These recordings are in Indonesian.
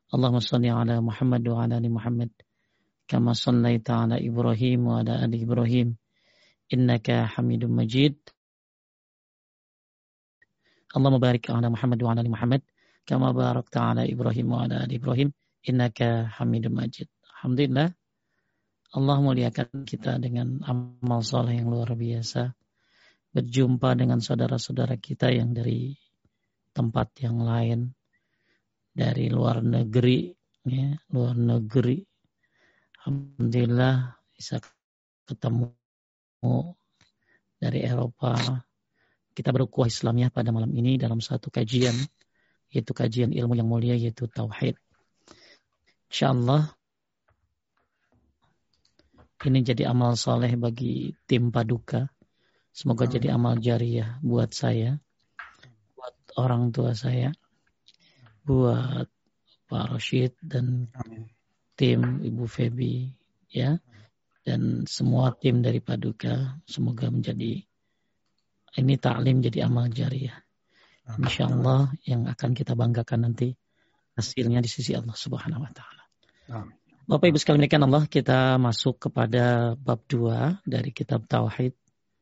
Allahumma shalli ala Muhammad wa ala ali Muhammad kama shallaita ala Ibrahim wa ala ali Ibrahim innaka Hamidum Majid. Allahumma barik ala Muhammad wa ala ali Muhammad kama barakta ala Ibrahim wa ala ali Ibrahim innaka Hamidum Majid. Alhamdulillah, Allah muliakan kita dengan amal soleh yang luar biasa. Berjumpa dengan saudara-saudara kita yang dari tempat yang lain, dari luar negeri, ya, luar negeri. Alhamdulillah bisa ketemu dari Eropa. Kita berukhuwah Islamiyah pada malam ini dalam satu kajian, yaitu kajian ilmu yang mulia, yaitu Tauhid. InsyaAllah ini jadi amal soleh bagi tim Paduka. Semoga jadi amal jariah buat saya, buat orang tua saya, buat Pak Rashid dan tim Ibu Febi, ya, dan semua tim dari Paduka. Semoga menjadi ini taklim jadi amal jariah. InsyaAllah yang akan kita banggakan nanti hasilnya di sisi Allah Subhanahu Wa Taala. Bapak Ibu sekalian dimuliakan Allah, kita masuk kepada bab 2 dari kitab Tauhid.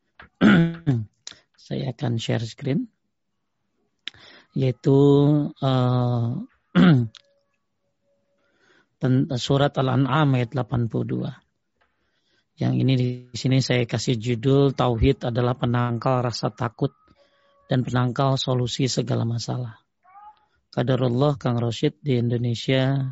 Saya akan share screen, yaitu surat Al-An'am ayat 82. Yang ini di sini saya kasih judul Tauhid adalah penangkal rasa takut dan penangkal solusi segala masalah. Qadarullah Kang Rashid, di Indonesia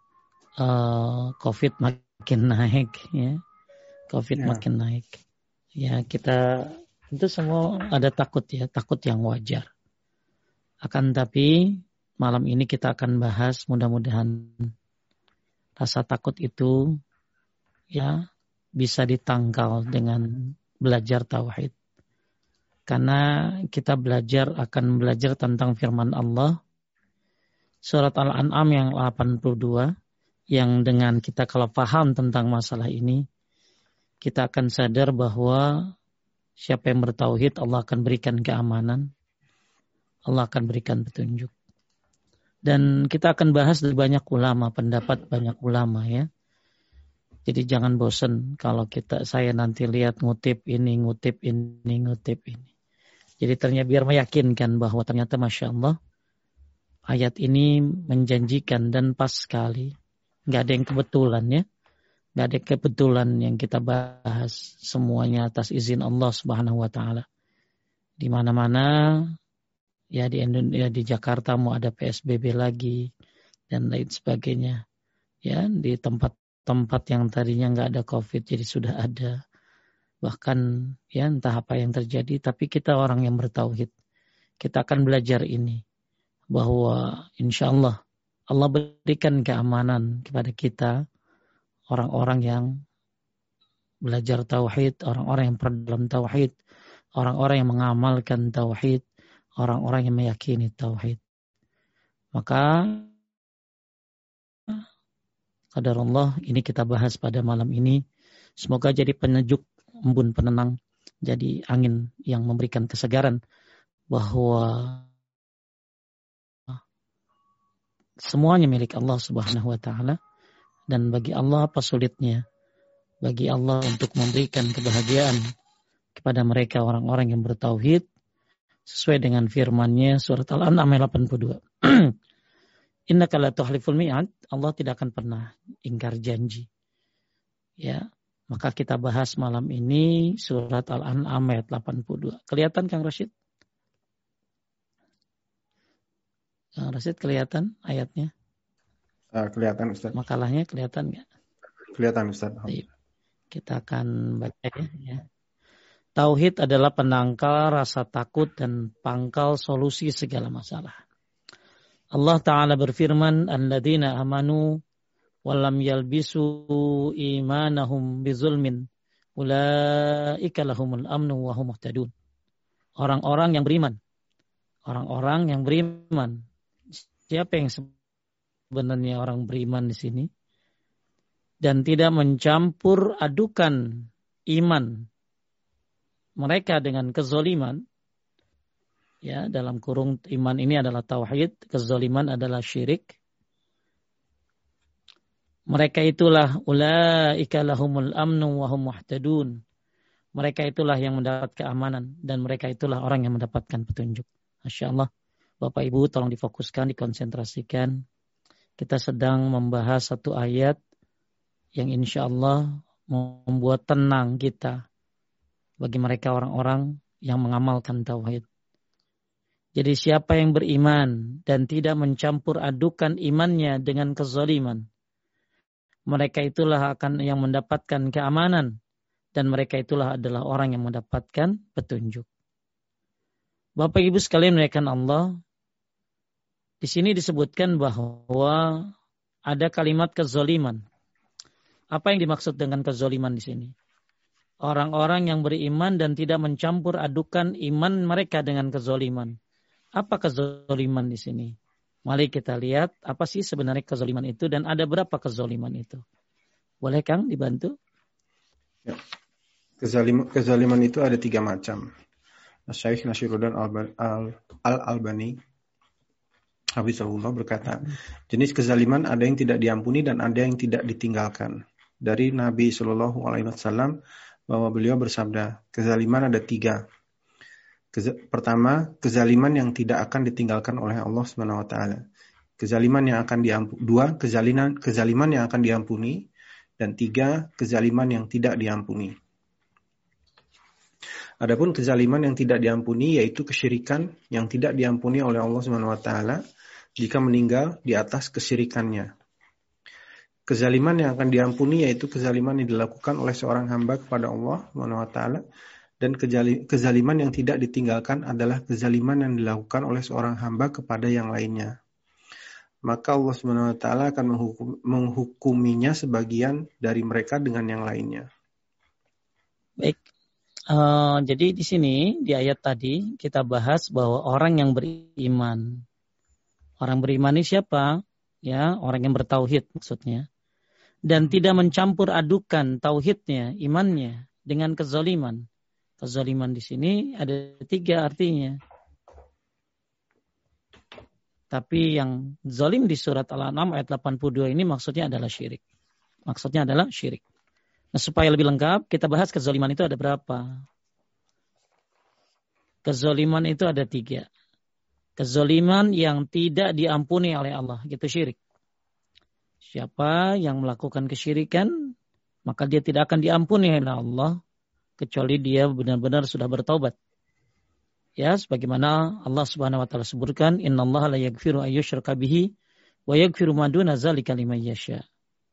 COVID makin naik, ya. COVID makin naik. Ya, kita itu semua ada takut, ya, takut yang wajar. Akan tapi malam ini kita akan bahas, mudah-mudahan rasa takut itu, ya, bisa ditangkal dengan belajar tauhid. Karena kita akan belajar tentang firman Allah surat Al-An'am yang 82, yang dengan kita kalau paham tentang masalah ini, kita akan sadar bahwa siapa yang bertauhid, Allah akan berikan keamanan, Allah akan berikan petunjuk. Dan kita akan bahas dari banyak ulama, pendapat banyak ulama, ya. Jadi jangan bosan kalau saya nanti lihat ngutip ini. Jadi ternyata biar meyakinkan bahwa ternyata Masya Allah ayat ini menjanjikan dan pas sekali. Nggak ada yang kebetulan, ya. Nggak ada kebetulan yang kita bahas, semuanya atas izin Allah Subhanahu Wa Taala. Di mana-mana, ya, di Indonesia, di Jakarta mau ada PSBB lagi dan lain sebagainya. Ya, di tempat yang tadinya nggak ada COVID jadi sudah ada. Bahkan, ya, entah apa yang terjadi, tapi kita orang yang bertauhid, kita akan belajar ini, bahwa insya Allah berikan keamanan kepada kita, orang-orang yang belajar tauhid, orang-orang yang dalam tauhid, orang-orang yang mengamalkan tauhid, orang-orang yang meyakini tauhid. Maka qadarullah ini kita bahas pada malam ini. Semoga jadi penyejuk, embun penenang, jadi angin yang memberikan kesegaran bahwa semuanya milik Allah Subhanahu Wa Taala, dan bagi Allah apa sulitnya bagi Allah untuk memberikan kebahagiaan kepada mereka orang-orang yang bertauhid sesuai dengan firman-Nya surat Al-An'am 82. Innaka la tukhliful mi'ad, Allah tidak akan pernah ingkar janji. Ya, maka kita bahas malam ini surat Al-An'am ayat 82. Kelihatan Kang Rashid? Kang Rashid kelihatan ayatnya? Kelihatan Ustaz. Makalahnya kelihatan nggak? Kelihatan Ustaz. Kita akan baca, ya. Tauhid adalah penangkal rasa takut dan pangkal solusi segala masalah. Allah Ta'ala berfirman, alladzina amanu walam yalbisu imanahum bizulmin ulaika lahumul amnu wa hum muhtadun. Orang-orang yang beriman. Orang-orang yang beriman. Siapa yang sebenarnya orang beriman di sini? Dan tidak mencampur adukan iman mereka dengan kezoliman. Ya, dalam kurung iman ini adalah tauhid, kezoliman adalah syirik. Mereka itulah ulaika lahumul amnu wa hum muhtadun. Mereka itulah yang mendapat keamanan dan mereka itulah orang yang mendapatkan petunjuk. Masya Allah. Bapak Ibu tolong difokuskan, dikonsentrasikan. Kita sedang membahas satu ayat yang insya Allah membuat tenang kita bagi mereka orang-orang yang mengamalkan tauhid. Jadi siapa yang beriman dan tidak mencampur adukan imannya dengan kezaliman, mereka itulah akan yang mendapatkan keamanan dan mereka itulah adalah orang yang mendapatkan petunjuk. Bapak Ibu sekalian muliakan Allah, di sini disebutkan bahwa ada kalimat kezaliman. Apa yang dimaksud dengan kezaliman di sini? Orang-orang yang beriman dan tidak mencampur adukan iman mereka dengan kezaliman. Apa kezaliman di sini? Mari kita lihat apa sih sebenarnya kezaliman itu dan ada berapa kezaliman itu. Boleh Kang dibantu? Ya. Kezaliman itu ada 3 macam. Syekh Nashiruddin Al-Albani Hafizahullah berkata, jenis kezaliman ada yang tidak diampuni dan ada yang tidak ditinggalkan. Dari Nabi Shallallahu Alaihi Wasallam bahwa beliau bersabda, kezaliman ada 3. Pertama, kezaliman yang tidak akan ditinggalkan oleh Allah Subhanahu Wa Taala. Kezaliman yang akan diampuni. 2, kezaliman yang akan diampuni. Dan 3, kezaliman yang tidak diampuni. Adapun kezaliman yang tidak diampuni yaitu kesyirikan yang tidak diampuni oleh Allah Subhanahu Wa Taala jika meninggal di atas kesyirikannya. Kezaliman yang akan diampuni yaitu kezaliman yang dilakukan oleh seorang hamba kepada Allah Subhanahu Wa Taala. Dan kezaliman yang tidak ditinggalkan adalah kezaliman yang dilakukan oleh seorang hamba kepada yang lainnya. Maka Allah Subhanahu Wa Taala akan menghukuminya sebagian dari mereka dengan yang lainnya. Baik. Jadi di sini di ayat tadi kita bahas bahwa orang yang beriman. Orang beriman ini siapa? Ya, orang yang bertauhid maksudnya. Dan tidak mencampur adukan tauhidnya, imannya dengan kezaliman. Kezaliman di sini ada 3 artinya. Tapi yang zalim di surat Al-An'am ayat 82 ini maksudnya adalah syirik. Maksudnya adalah syirik. Nah, supaya lebih lengkap, kita bahas kezaliman itu ada berapa. Kezaliman itu ada 3. Kezaliman yang tidak diampuni oleh Allah, itu syirik. Siapa yang melakukan kesyirikan, maka dia tidak akan diampuni oleh Allah, kecuali dia benar-benar sudah bertaubat. Ya, sebagaimana Allah Subhanahu wa taala sebutkan, innallaha la yaghfiru ayyushraka bihi wa yaghfiru ma duna dzalika liman yasha.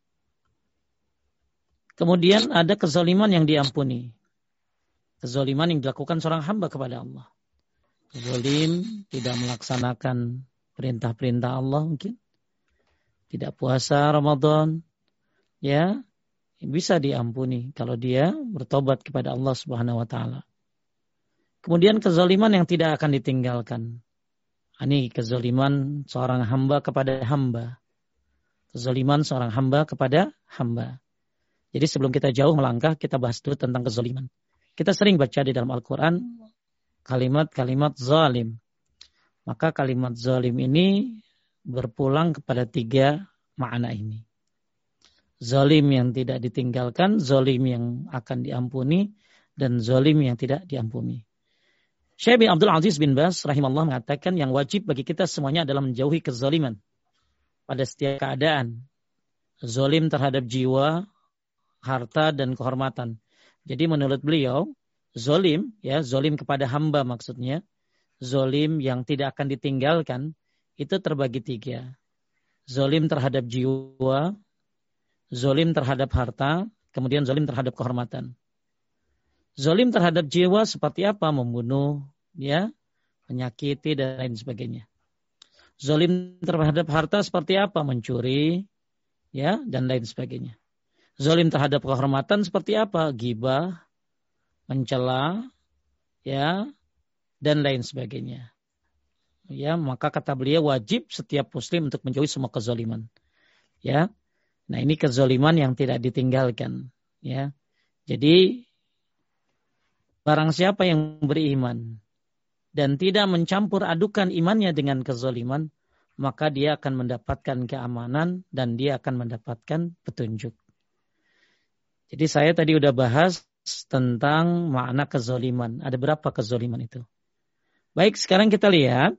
Kemudian ada kezaliman yang diampuni. Kezaliman yang dilakukan seorang hamba kepada Allah. Zalim tidak melaksanakan perintah-perintah Allah mungkin. Tidak puasa Ramadan. Ya, bisa diampuni kalau dia bertobat kepada Allah Subhanahu wa taala. Kemudian kezaliman yang tidak akan ditinggalkan. Ini kezaliman seorang hamba kepada hamba. Kezaliman seorang hamba kepada hamba. Jadi sebelum kita jauh melangkah, kita bahas dulu tentang kezaliman. Kita sering baca di dalam Al-Quran kalimat-kalimat zalim. Maka kalimat zalim ini berpulang kepada 3 makna ini. Zalim yang tidak ditinggalkan, zalim yang akan diampuni, dan zalim yang tidak diampuni. Syekh bin Abdul Aziz bin Baz rahimahullah mengatakan yang wajib bagi kita semuanya adalah menjauhi kezaliman pada setiap keadaan. Zalim terhadap jiwa, harta, dan kehormatan. Jadi menurut beliau, zalim, ya, zalim kepada hamba maksudnya, zalim yang tidak akan ditinggalkan, itu terbagi 3. Zalim terhadap jiwa, zalim terhadap harta, kemudian zalim terhadap kehormatan. Zalim terhadap jiwa seperti apa? Membunuh, ya, menyakiti dan lain sebagainya. Zalim terhadap harta seperti apa? Mencuri, ya, dan lain sebagainya. Zalim terhadap kehormatan seperti apa? Ghibah, mencela, ya, dan lain sebagainya. Ya, maka kata beliau wajib setiap muslim untuk menjauhi semua kezaliman. Ya. Nah, ini kezaliman yang tidak ditinggalkan, ya. Jadi barang siapa yang beriman dan tidak mencampur adukan imannya dengan kezaliman, maka dia akan mendapatkan keamanan dan dia akan mendapatkan petunjuk. Jadi saya tadi udah bahas tentang makna kezoliman. Ada berapa kezoliman itu? Baik, sekarang kita lihat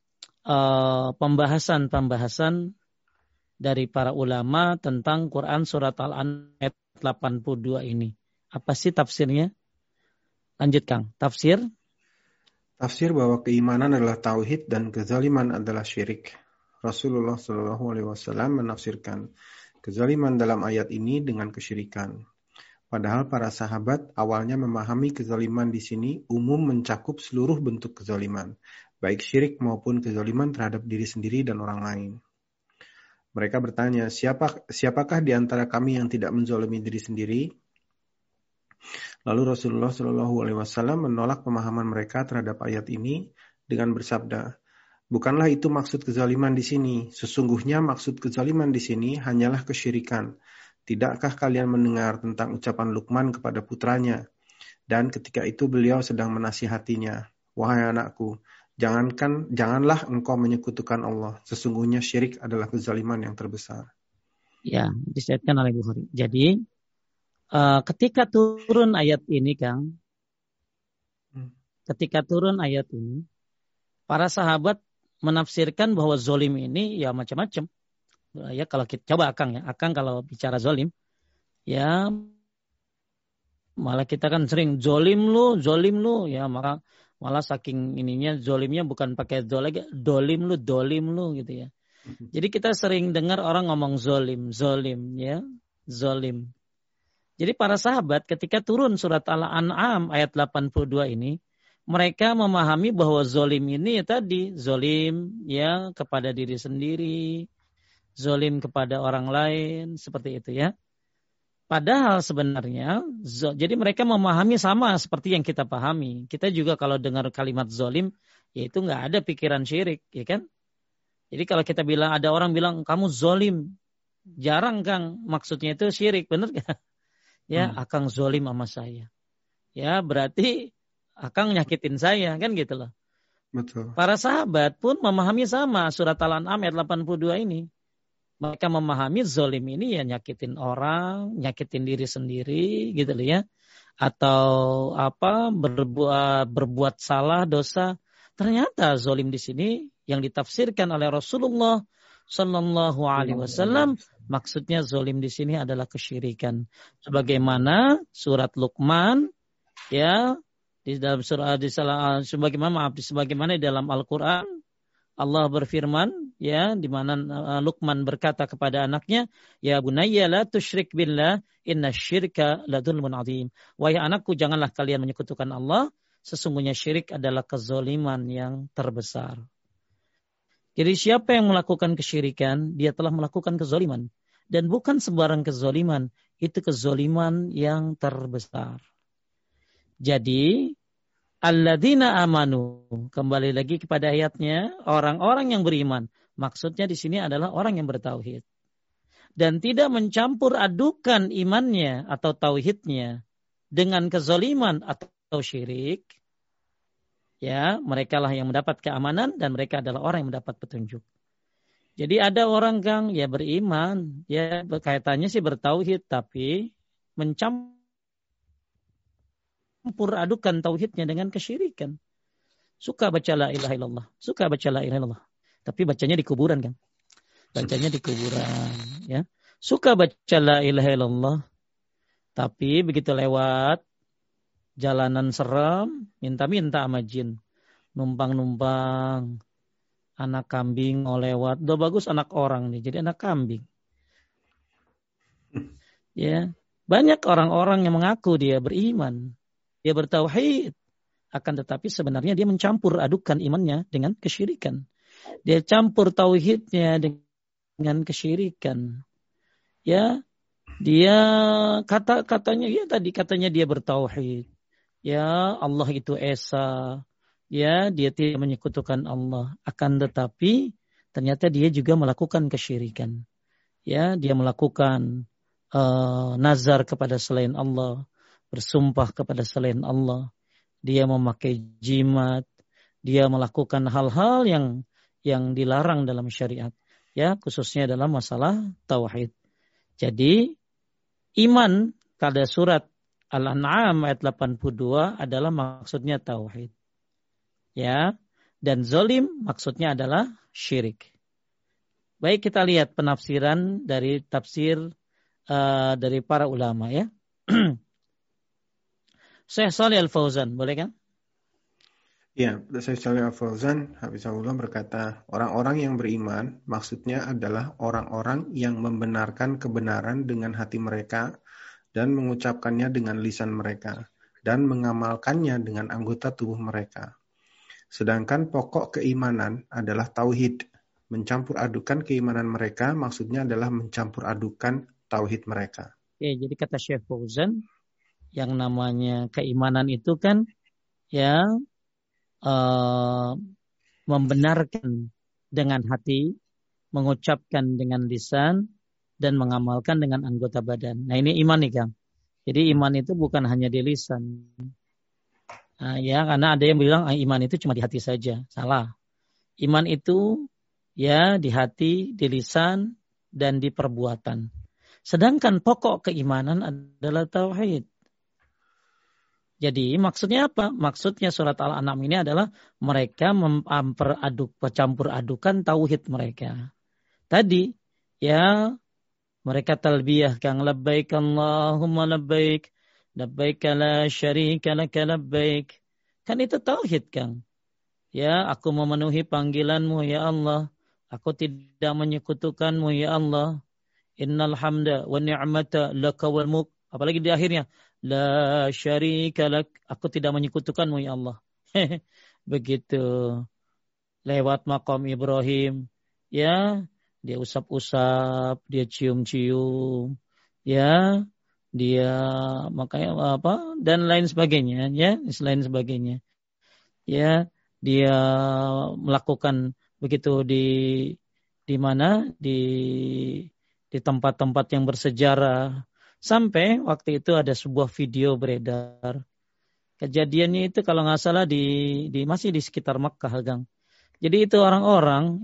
pembahasan dari para ulama tentang Quran surat Al-An'am ayat 82 ini. Apa sih tafsirnya? Lanjut Kang, tafsir. Tafsir bahwa keimanan adalah tauhid dan kezaliman adalah syirik. Rasulullah SAW menafsirkan kezaliman dalam ayat ini dengan kesyirikan. Padahal para sahabat awalnya memahami kezaliman di sini umum mencakup seluruh bentuk kezaliman, baik syirik maupun kezaliman terhadap diri sendiri dan orang lain. Mereka bertanya, siapakah di antara kami yang tidak menzalimi diri sendiri? Lalu Rasulullah SAW menolak pemahaman mereka terhadap ayat ini dengan bersabda, bukanlah itu maksud kezaliman di sini. Sesungguhnya maksud kezaliman di sini hanyalah kesyirikan. Tidakkah kalian mendengar tentang ucapan Luqman kepada putranya? Dan ketika itu beliau sedang menasihatinya, wahai anakku, janganlah engkau menyekutukan Allah. Sesungguhnya syirik adalah kezaliman yang terbesar. Ya, disebutkan oleh Bukhari. Jadi ketika turun ayat ini, Kang, para sahabat menafsirkan bahwa zolim ini ya macam-macam. Ya kalau kita coba Akang kalau bicara zolim, ya malah kita kan sering zolim lu, ya malah saking ininya zolimnya bukan pakai dolim lu gitu ya. Jadi kita sering dengar orang ngomong zolim, ya, zolim. Jadi para sahabat ketika turun surat Al-An'am ayat 82 ini, mereka memahami bahwa zolim ini ya tadi, zolim ya kepada diri sendiri, zolim kepada orang lain, seperti itu ya. Padahal sebenarnya, jadi mereka memahami sama seperti yang kita pahami. Kita juga kalau dengar kalimat zolim, ya itu nggak ada pikiran syirik, ya kan? Jadi kalau kita bilang, ada orang bilang, kamu zolim. Jarang Kang, maksudnya itu syirik, benar gak? Ya, Akang zolim sama saya. Ya, berarti Akang nyakitin saya, kan gitu loh. Betul. Para sahabat pun memahami sama surat Al-An'am ayat 82 ini. Mereka memahami zolim ini ya nyakitin orang, nyakitin diri sendiri gitu loh ya. Atau berbuat salah, dosa. Ternyata zolim di sini yang ditafsirkan oleh Rasulullah Sallallahu Alaihi Wasallam, maksudnya zolim di sini adalah kesyirikan. Sebagaimana surat Luqman ya di dalam sebagaimana di dalam Al-Quran Allah berfirman ya di mana Luqman berkata kepada anaknya, ya bunayya la tusyrik billah innasyirka ladzulmun adzim. Wahai anakku, janganlah kalian menyekutukan Allah, sesungguhnya syirik adalah kezaliman yang terbesar. Jadi siapa yang melakukan kesyirikan, dia telah melakukan kezaliman, dan bukan sembarang kezaliman, itu kezaliman yang terbesar. Jadi alladzina amanu, kembali lagi kepada ayatnya, orang-orang yang beriman. Maksudnya di sini adalah orang yang bertauhid. Dan tidak mencampur adukan imannya atau tauhidnya dengan kezaliman atau syirik. Ya, mereka lah yang mendapat keamanan dan mereka adalah orang yang mendapat petunjuk. Jadi ada orang Kang ya beriman, ya kaitannya sih bertauhid, tapi mencampur adukan tauhidnya dengan kesyirikan. Suka baca la ilaha illallah, tapi bacanya di kuburan kan. Bacanya di kuburan ya. Suka baca la ilaha illallah, tapi begitu lewat jalanan seram, minta-minta sama jin. Numpang-numpang anak kambing lewat. Udah bagus anak orang nih, jadi anak kambing. Ya, banyak orang-orang yang mengaku dia beriman, dia bertauhid, akan tetapi sebenarnya dia mencampur adukan imannya dengan kesyirikan. Dia campur tauhidnya dengan kesyirikan. Ya, dia katanya dia bertauhid. Ya, Allah itu esa. Ya, dia tidak menyekutukan Allah. Akan tetapi ternyata dia juga melakukan kesyirikan. Ya, dia melakukan nazar kepada selain Allah, bersumpah kepada selain Allah. Dia memakai jimat, dia melakukan hal-hal yang dilarang dalam syariat. Ya, khususnya dalam masalah tauhid. Jadi iman pada surat Al-An'am ayat 82 adalah maksudnya tauhid. Ya, dan zolim maksudnya adalah syirik. Baik, kita lihat penafsiran dari tafsir dari para ulama ya. Syekh Shalih Al-Fauzan, boleh kan? Ya, Syekh Shalih Al-Fauzan hafizahullah berkata, orang-orang yang beriman maksudnya adalah orang-orang yang membenarkan kebenaran dengan hati mereka dan mengucapkannya dengan lisan mereka dan mengamalkannya dengan anggota tubuh mereka. Sedangkan pokok keimanan adalah tauhid. Mencampur adukan keimanan mereka maksudnya adalah mencampur adukan tauhid mereka. Oke, jadi kata Syekh Fauzan, yang namanya keimanan itu kan ya membenarkan dengan hati, mengucapkan dengan lisan, dan mengamalkan dengan anggota badan. Nah ini iman nih Kang. Jadi iman itu bukan hanya di lisan. Nah, ya karena ada yang bilang iman itu cuma di hati saja. Salah. Iman itu ya di hati, di lisan, dan di perbuatan. Sedangkan pokok keimanan adalah tauhid. Jadi maksudnya apa? Maksudnya surat Al-An'am ini adalah mereka mencampur adukan tauhid mereka. Tadi ya mereka talbiyah Kang, labbaik Allahumma labbaik, labbaik la syarika laka labbaik. Kan itu tauhid Kang. Ya, aku memenuhi panggilanmu ya Allah. Aku tidak menyekutukanmu ya Allah. Innal hamda wa ni'mata laka wal mulk. Apalagi di akhirnya la syarika lak, aku tidak menyekutukanmu ya Allah. Begitu. Lewat maqam Ibrahim, ya, dia usap-usap, dia cium-cium, ya, dia makanya apa dan lain sebagainya, ya, selain sebagainya. Ya, dia melakukan begitu di mana di tempat-tempat yang bersejarah. Sampai waktu itu ada sebuah video beredar. Kejadiannya itu kalau nggak salah masih di sekitar Mekkah, Gang. Jadi itu orang-orang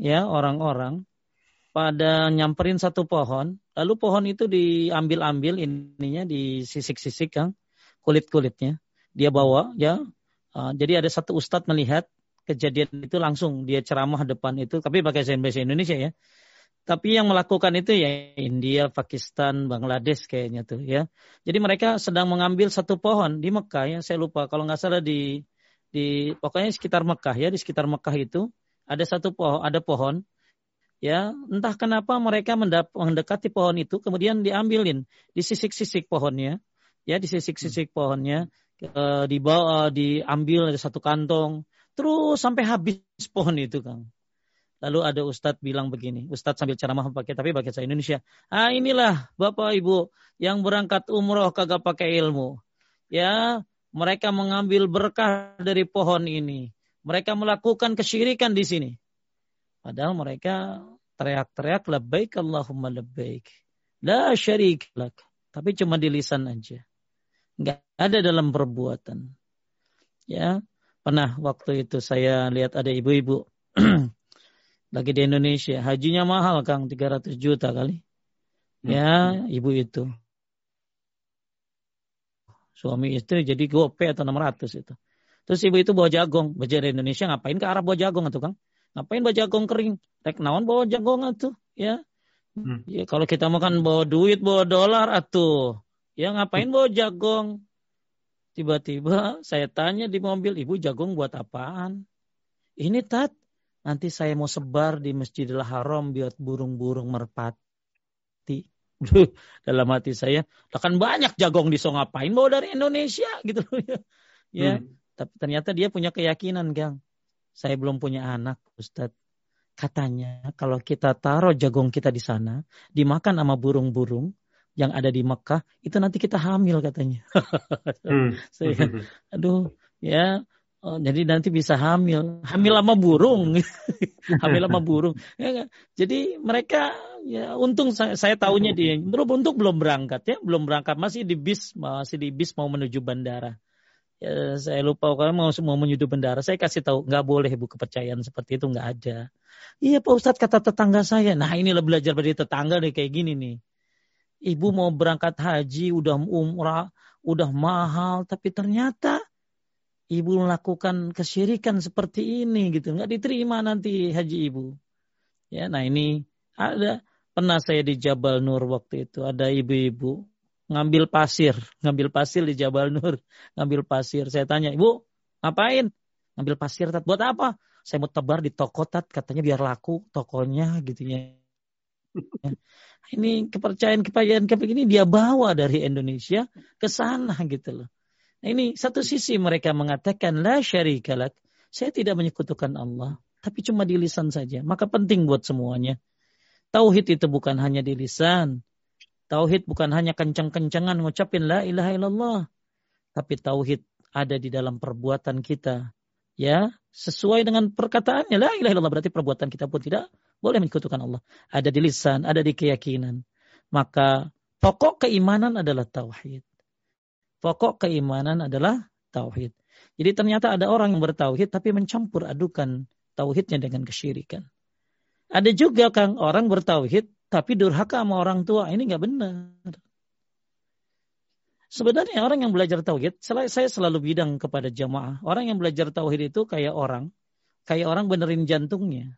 pada nyamperin satu pohon, lalu pohon itu diambil-ambil ininya, disisik-sisik, Gang, kulit-kulitnya. Dia bawa, ya. Jadi ada satu ustadz melihat kejadian itu langsung dia ceramah depan itu, tapi pakai bahasa Indonesia ya. Tapi yang melakukan itu ya India, Pakistan, Bangladesh kayaknya tuh ya. Jadi mereka sedang mengambil satu pohon di Mekah ya. Saya lupa kalau nggak salah di pokoknya sekitar Mekah ya. Di sekitar Mekah itu ada pohon ya. Entah kenapa mereka mendekati pohon itu kemudian diambilin, disisik-sisik pohonnya ya, disisik-sisik pohonnya, diambil ada satu kantong terus sampai habis pohon itu Kang. Lalu ada ustadz bilang begini, ustadz sambil ceramah tapi pakai bahasa Indonesia. Inilah Bapak Ibu yang berangkat umroh kagak pakai ilmu. Ya, mereka mengambil berkah dari pohon ini. Mereka melakukan kesyirikan di sini. Padahal mereka teriak-teriak labbaik Allahumma labbaik. La syarik lak. Tapi cuma di lisan aja. Enggak ada dalam perbuatan. Ya, pernah waktu itu saya lihat ada ibu-ibu lagi di Indonesia, hajinya mahal Kang, 300 juta kali. Ya, ibu itu. Suami istri jadi gope atau 600 itu. Terus ibu itu bawa jagung. Baca di Indonesia ngapain ke Arab bawa jagung itu Kang? Ngapain bawa jagung kering? Rek naon bawa jagung itu, ya. Ya kalau kita makan bawa duit, bawa dolar atuh. Ya ngapain bawa jagung? Tiba-tiba saya tanya di mobil, ibu jagung buat apaan? Ini Tat, nanti saya mau sebar di Masjidil Haram biar burung-burung merpati. Dalam hati saya, kan banyak jagung di Song, ngapain bawa dari Indonesia gitu loh ya. Ya, tapi ternyata dia punya keyakinan, Gang. Saya belum punya anak, Ustadz. Katanya kalau kita taruh jagung kita di sana, dimakan sama burung-burung yang ada di Mekah, itu nanti kita hamil katanya. Saya, aduh, ya. Oh, jadi nanti bisa hamil sama burung, hamil sama burung. Ya, jadi mereka, ya untung saya tahunya dia, beruntung belum berangkat ya, belum berangkat, masih di bis mau menuju bandara. Ya, saya lupa kalau mau menyuduh bendara. Saya kasih tahu nggak boleh Bu, kepercayaan seperti itu nggak ada. Iya Pak Ustadz, kata tetangga saya. Nah inilah belajar dari tetangga nih kayak gini nih. Ibu mau berangkat haji, udah umrah, udah mahal, tapi ternyata ibu melakukan kesyirikan seperti ini gitu, nggak diterima nanti haji ibu. Ya, nah ini pernah saya di Jabal Nur waktu itu, ada ibu-ibu ngambil pasir di Jabal Nur, ngambil pasir. Saya tanya, Ibu, ngapain? Ngambil pasir, Tat, buat apa? Saya mau tebar di toko, Tat, katanya biar laku tokonya gitu ya. Ini kepercayaan ini dia bawa dari Indonesia ke sana gitu loh. Nah, ini satu sisi mereka mengatakan la syarikalak, saya tidak menyekutukan Allah, tapi cuma di lisan saja. Maka penting buat semuanya. Tauhid itu bukan hanya di lisan. Tauhid bukan hanya kencang-kencangan ngucapin la ilaha illallah, tapi tauhid ada di dalam perbuatan kita. Ya, sesuai dengan perkataannya la ilaha illallah, berarti perbuatan kita pun tidak boleh menyekutukan Allah. Ada di lisan, ada di keyakinan. Maka pokok keimanan adalah tauhid. Pokok keimanan adalah tauhid. Jadi ternyata ada orang yang bertauhid tapi mencampur adukan tauhidnya dengan kesyirikan. Ada juga Kang orang bertauhid tapi durhaka sama orang tua. Ini nggak benar. Sebenarnya orang yang belajar tauhid, saya selalu bidang kepada jamaah. Orang yang belajar tauhid itu kayak orang benerin jantungnya.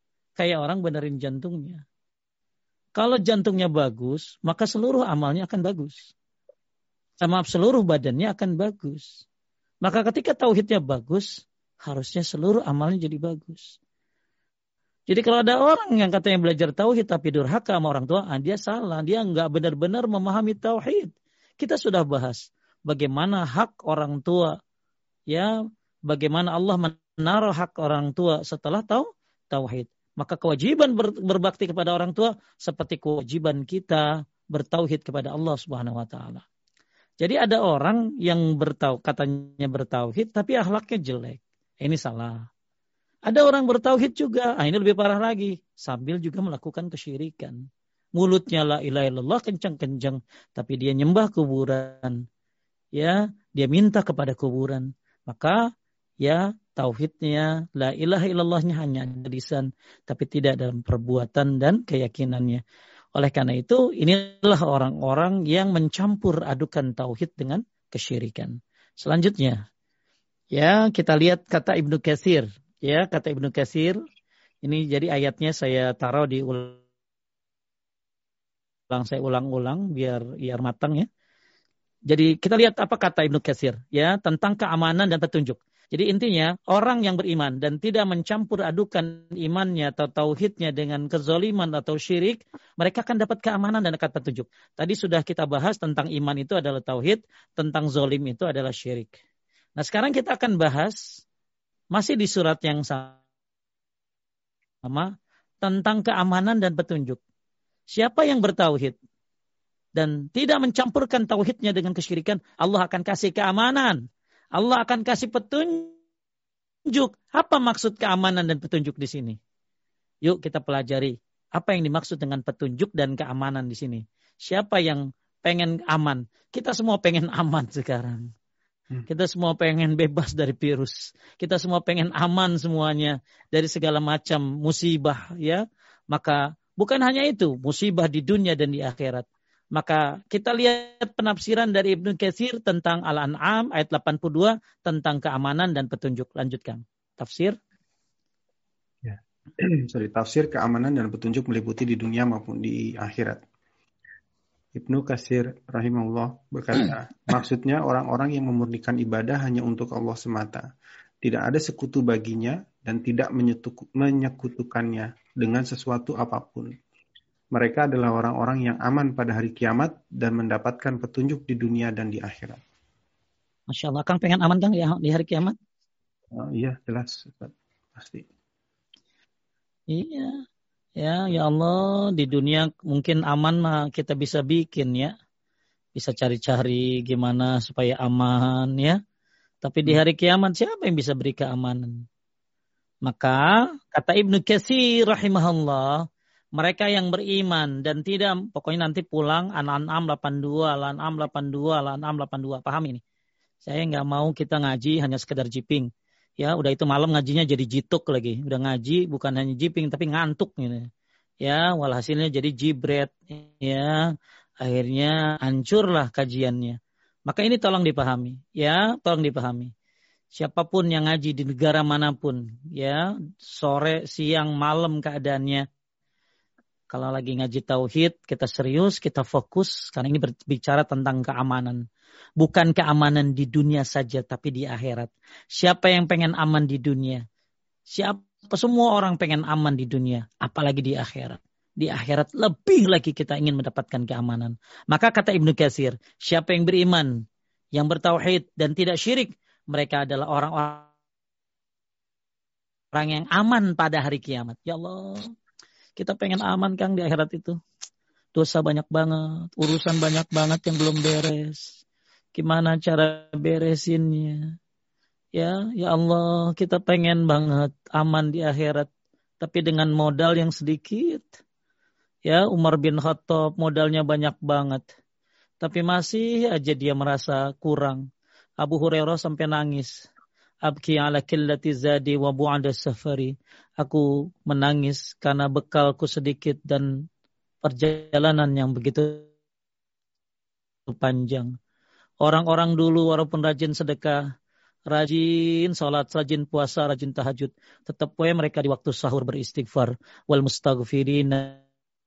Kalau jantungnya bagus, maka seluruh amalnya akan bagus. Seluruh badannya akan bagus. Maka ketika tauhidnya bagus, harusnya seluruh amalnya jadi bagus. Jadi kalau ada orang yang katanya belajar tauhid tapi durhaka sama orang tua, dia salah. Dia nggak benar-benar memahami tauhid. Kita sudah bahas bagaimana hak orang tua, ya, bagaimana Allah menaruh hak orang tua setelah tauhid. Maka kewajiban berbakti kepada orang tua seperti kewajiban kita bertauhid kepada Allah Subhanahu wa taala. Jadi ada orang yang katanya bertauhid tapi akhlaknya jelek. Ini salah. Ada orang bertauhid juga, ini lebih parah lagi, sambil juga melakukan kesyirikan. Mulutnya la ilaha illallah kencang-kencang, tapi dia nyembah kuburan. Ya, dia minta kepada kuburan. Maka ya tauhidnya, la ilaha illallahnya hanya di lisan, tapi tidak dalam perbuatan dan keyakinannya. Oleh karena itu, inilah orang-orang yang mencampur adukan tauhid dengan kesyirikan. Selanjutnya, ya kita lihat kata Ibnu Katsir. Ya, kata Ibnu Katsir, ini jadi ayatnya saya taruh di saya ulang-ulang biar matang ya. Jadi kita lihat apa kata Ibnu Katsir ya tentang keamanan dan petunjuk. Jadi intinya orang yang beriman dan tidak mencampur adukan imannya atau tauhidnya dengan kezaliman atau syirik, mereka akan dapat keamanan dan dapat petunjuk. Tadi sudah kita bahas tentang iman itu adalah tauhid, tentang zalim itu adalah syirik. Nah, sekarang kita akan bahas masih di surat yang sama tentang keamanan dan petunjuk. Siapa yang bertauhid dan tidak mencampurkan tauhidnya dengan kesyirikan, Allah akan kasih keamanan. Allah akan kasih petunjuk. Apa maksud keamanan dan petunjuk di sini? Yuk kita pelajari apa yang dimaksud dengan petunjuk dan keamanan di sini. Siapa yang pengen aman? Kita semua pengen aman sekarang. Kita semua pengen bebas dari virus. Kita semua pengen aman semuanya dari segala macam musibah, ya. Maka bukan hanya itu, musibah di dunia dan di akhirat. Maka kita lihat penafsiran dari Ibnu Katsir tentang Al-An'am ayat 82 tentang keamanan dan petunjuk. Lanjutkan. Tafsir. Ya. Tafsir keamanan dan petunjuk meliputi di dunia maupun di akhirat. Ibnu Katsir rahimahullah berkata, maksudnya orang-orang yang memurnikan ibadah hanya untuk Allah semata. Tidak ada sekutu baginya dan tidak menyekutukannya dengan sesuatu apapun. Mereka adalah orang-orang yang aman pada hari kiamat dan mendapatkan petunjuk di dunia dan di akhirat. Masya Allah, Kang pengen aman Kang di hari kiamat? Iya, jelas. Pasti. Iya. Ya Allah, di dunia mungkin aman mah kita bisa bikin ya. Bisa cari-cari gimana supaya aman ya. Tapi di hari kiamat siapa yang bisa beri keamanan? Maka kata Ibnu Katsir rahimahullah, mereka yang beriman dan tidak, pokoknya nanti pulang Al-An'am 82, Al-An'am 82, Al-An'am 82. Paham ini? Saya nggak mau kita ngaji hanya sekedar jiping. Ya, udah itu malam ngajinya jadi jituk lagi. Udah ngaji bukan hanya jiping tapi ngantuk gitu. Ya, walhasilnya jadi jibret. Ya, akhirnya hancurlah kajiannya. Maka ini tolong dipahami. Ya, tolong dipahami. Siapapun yang ngaji di negara manapun, ya, sore, siang, malam keadaannya. Kalau lagi ngaji tauhid, kita serius, kita fokus. Karena ini berbicara tentang keamanan. Bukan keamanan di dunia saja, tapi di akhirat. Siapa yang pengen aman di dunia? Semua orang pengen aman di dunia, apalagi di akhirat. Di akhirat lebih lagi kita ingin mendapatkan keamanan. Maka kata Ibnu Katsir, siapa yang beriman, yang bertauhid dan tidak syirik, mereka adalah orang-orang yang aman pada hari kiamat. Ya Allah, kita pengen aman Kang di akhirat itu. Dosa banyak banget, urusan banyak banget yang belum beres. Gimana cara beresinnya? Ya Allah, kita pengen banget aman di akhirat. Tapi dengan modal yang sedikit. Ya, Umar bin Khattab modalnya banyak banget. Tapi masih aja dia merasa kurang. Abu Hurairah sampai nangis. Abki ala qillati zadi wa bu'ada safari. Aku menangis karena bekalku sedikit dan perjalanan yang begitu panjang. Orang-orang dulu walaupun rajin sedekah, rajin sholat, rajin puasa, rajin tahajud, tetap mereka di waktu sahur beristighfar. Wal mustaghfirina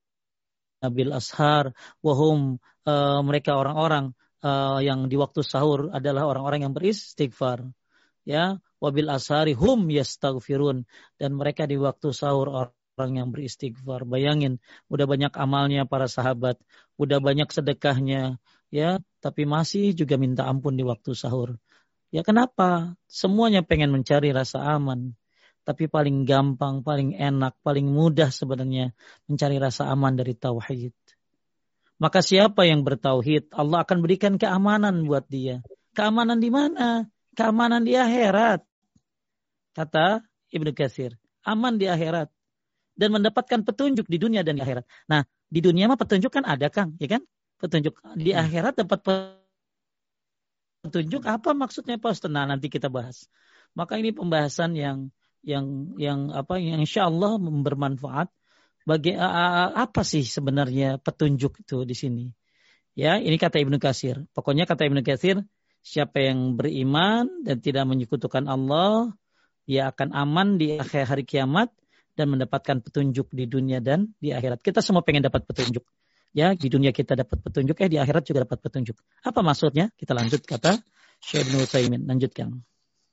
bil ashar wahum, mereka orang-orang yang di waktu sahur adalah orang-orang yang beristighfar. Ya, wabil ashari hum yastaghfirun, dan mereka di waktu sahur orang yang beristighfar. Bayangin, udah banyak amalnya para sahabat, udah banyak sedekahnya, ya, tapi masih juga minta ampun di waktu sahur. Ya kenapa? Semuanya pengen mencari rasa aman. Tapi paling gampang, paling enak, paling mudah sebenarnya mencari rasa aman dari tauhid. Maka siapa yang bertauhid, Allah akan berikan keamanan buat dia. Keamanan di mana? Keamanan di akhirat. Kata Ibnu Katsir, aman di akhirat. Dan mendapatkan petunjuk di dunia dan di akhirat. Nah, di dunia mah petunjuk kan ada Kang, ya kan? Petunjuk. Di akhirat dapat petunjuk, apa maksudnya Pak Ustaz? Nah, nanti kita bahas. Maka ini pembahasan yang insya Allah bermanfaat. Bagi apa sih sebenarnya petunjuk itu di sini? Ya, ini kata Ibnu Katsir. Pokoknya kata Ibnu Katsir, siapa yang beriman dan tidak menyekutukan Allah, dia akan aman di akhir hari kiamat dan mendapatkan petunjuk di dunia dan di akhirat. Kita semua pengen dapat petunjuk. Ya, di dunia kita dapat petunjuk, di akhirat juga dapat petunjuk. Apa maksudnya? Kita lanjut kata Syekh Ibnu Utsaimin. Lanjutkan.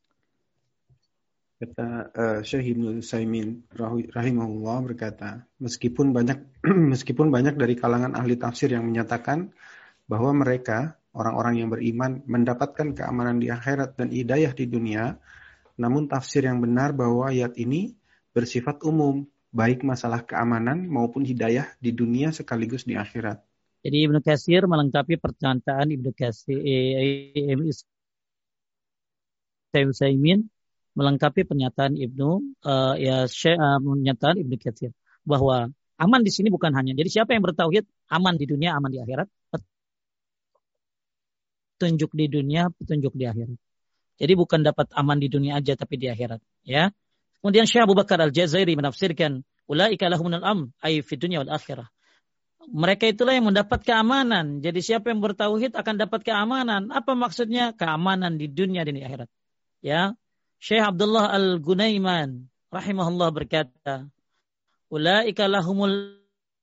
Kata Syekh Ibnu Utsaimin rahimahullah berkata, meskipun banyak dari kalangan ahli tafsir yang menyatakan bahwa mereka orang-orang yang beriman mendapatkan keamanan di akhirat dan hidayah di dunia, namun tafsir yang benar bahwa ayat ini bersifat umum, baik masalah keamanan maupun hidayah di dunia sekaligus di akhirat. Jadi Ibnu Katsir melengkapi pernyataan Ibnu Katsir Utsaimin, melengkapi pernyataan pernyataan Ibnu Katsir bahwa aman di sini bukan hanya. Jadi siapa yang bertauhid aman di dunia, aman di akhirat. Petunjuk di dunia, petunjuk di akhirat. Jadi bukan dapat aman di dunia aja tapi di akhirat, ya. Kemudian Syekh Abu Bakar Al-Jazairi menafsirkan ulaika lahumul amn ay fid dunya wal akhirah. Mereka itulah yang mendapat keamanan. Jadi siapa yang bertauhid akan dapat keamanan. Apa maksudnya? Keamanan di dunia dan di akhirat. Ya. Syekh Abdullah Al-Gunaiman rahimahullah berkata, ulaika lahumul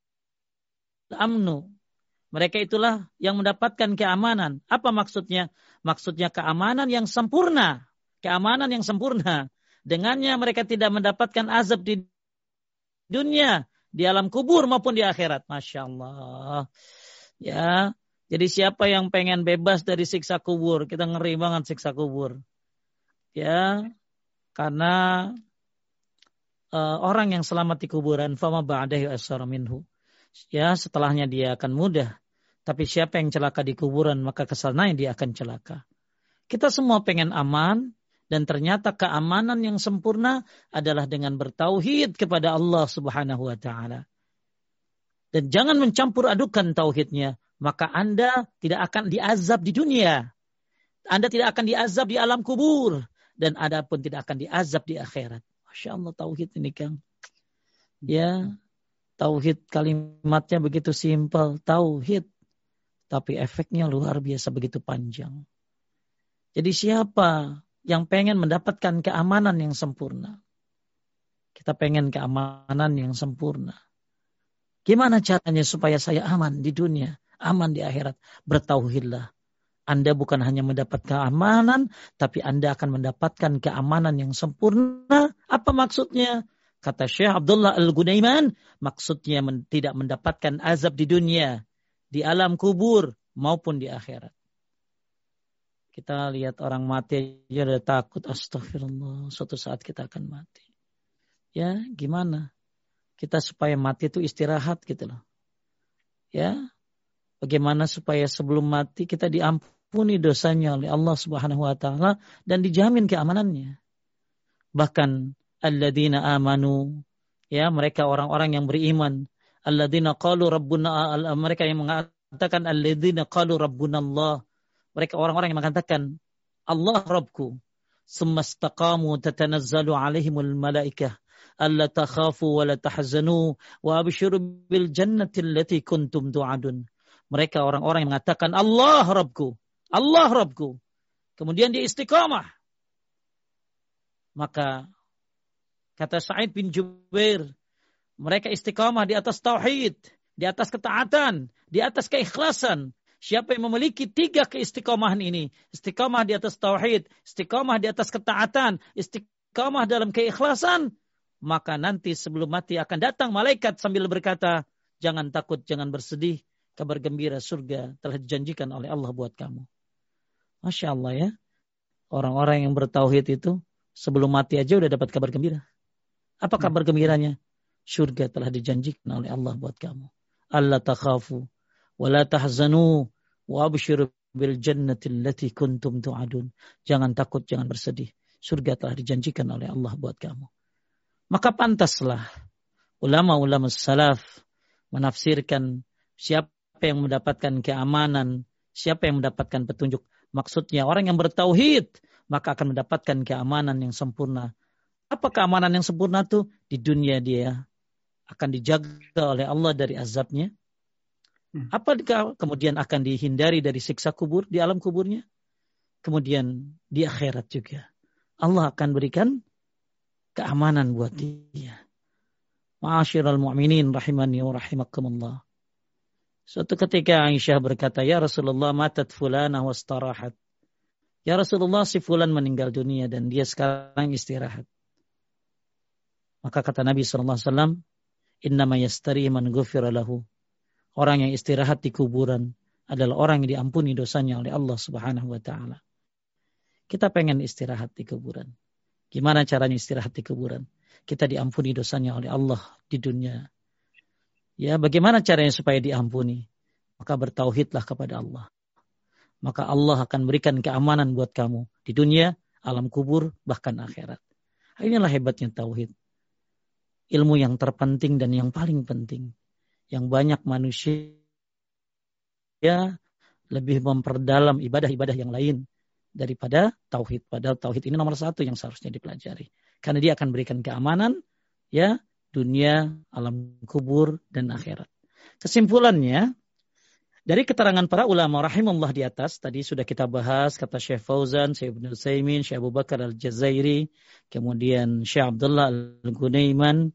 amnu. Mereka itulah yang mendapatkan keamanan. Apa maksudnya? Maksudnya keamanan yang sempurna. Keamanan yang sempurna. Dengannya mereka tidak mendapatkan azab di dunia, di alam kubur maupun di akhirat. Masya Allah. Ya, jadi siapa yang pengen bebas dari siksa kubur? Kita ngeri banget siksa kubur. Ya, karena orang yang selamat di kuburan, fama ba'dahu asyara minhu. Ya, setelahnya dia akan mudah. Tapi siapa yang celaka di kuburan, maka kesananya dia akan celaka. Kita semua pengen aman, dan ternyata keamanan yang sempurna adalah dengan bertauhid kepada Allah Subhanahu wa taala. Dan jangan mencampur adukan tauhidnya, maka Anda tidak akan diazab di dunia. Anda tidak akan diazab di alam kubur. Dan Anda pun tidak akan diazab di akhirat. Masya Allah tauhid ini Kang. Ya, tauhid kalimatnya begitu simpel. Tauhid. Tapi efeknya luar biasa begitu panjang. Jadi siapa yang pengen mendapatkan keamanan yang sempurna? Kita pengen keamanan yang sempurna. Gimana caranya supaya saya aman di dunia, aman di akhirat? Bertauhidlah. Anda bukan hanya mendapat keamanan, tapi Anda akan mendapatkan keamanan yang sempurna. Apa maksudnya? Kata Syekh Abdullah Al-Gunaiman, maksudnya tidak mendapatkan azab di dunia, di alam kubur, maupun di akhirat. Kita lihat orang mati aja udah takut, astagfirullah, suatu saat kita akan mati. Ya, gimana? Kita supaya mati itu istirahat gitu loh. Ya, bagaimana supaya sebelum mati kita diampuni dosanya oleh Allah Subhanahu wa taala dan dijamin keamanannya. Bahkan alladzina amanu, ya, mereka orang-orang yang beriman, alladzina qalu rabbuna, mereka yang mengatakan alladzina qalu rabbuna Allah, mereka orang-orang yang mengatakan Allah Rabbku, sumastaqamu tatanazzalu alaihimul malaikah alla takhafu wa la tahzanu wa abshiru bil jannati allati kuntum tu'adun. Mereka orang-orang yang mengatakan Allah Rabbku, Allah Rabbku. Kemudian dia istiqamah. Maka kata Sa'id bin Jubair, mereka istiqamah di atas tauhid, di atas ketaatan, di atas keikhlasan. Siapa yang memiliki 3 keistiqamahan ini, istiqamah di atas tauhid, istiqamah di atas ketaatan, istiqamah dalam keikhlasan, maka nanti sebelum mati akan datang malaikat sambil berkata, jangan takut, jangan bersedih, kabar gembira surga telah dijanjikan oleh Allah buat kamu. Masya Allah ya. Orang-orang yang bertauhid itu sebelum mati aja udah dapat kabar gembira. Apa kabar gembiranya? Surga telah dijanjikan oleh Allah buat kamu. Alla takhafu wa la tahzanu wa abshiru bil jannati allati kuntum tu'adun. Jangan takut, jangan bersedih. Surga telah dijanjikan oleh Allah buat kamu. Maka pantaslah ulama-ulama salaf menafsirkan siapa yang mendapatkan keamanan, siapa yang mendapatkan petunjuk. Maksudnya orang yang bertauhid maka akan mendapatkan keamanan yang sempurna. Apa keamanan yang sempurna itu? Di dunia dia akan dijaga oleh Allah dari azabnya. Apa kemudian akan dihindari dari siksa kubur di alam kuburnya? Kemudian di akhirat juga Allah akan berikan keamanan buat dia. Ma'asyiral mu'minin rahimani wa rahimakumullah. Suatu ketika Aisyah berkata, ya Rasulullah matat fulana wastarahat. Ya Rasulullah si fulan meninggal dunia dan dia sekarang istirahat. Maka kata Nabi SAW, innama yastari man ghufira lahu. Orang yang istirahat di kuburan adalah orang yang diampuni dosanya oleh Allah Subhanahu wa taala. Kita pengen istirahat di kuburan. Gimana caranya istirahat di kuburan? Kita diampuni dosanya oleh Allah di dunia. Ya, bagaimana caranya supaya diampuni? Maka bertauhidlah kepada Allah. Maka Allah akan berikan keamanan buat kamu di dunia, alam kubur, bahkan akhirat. Inilah hebatnya tauhid. Ilmu yang terpenting dan yang paling penting. Yang banyak manusia lebih memperdalam ibadah-ibadah yang lain daripada tauhid. Padahal tauhid ini nomor 1 yang seharusnya dipelajari. Karena dia akan berikan keamanan, ya, dunia, alam kubur, dan akhirat. Kesimpulannya, dari keterangan para ulama rahimahullah di atas, tadi sudah kita bahas, kata Syekh Fauzan, Syekh Ibnu Utsaimin, Syekh Abu Bakar Al-Jazairi, kemudian Syekh Abdullah Al-Gunaiman.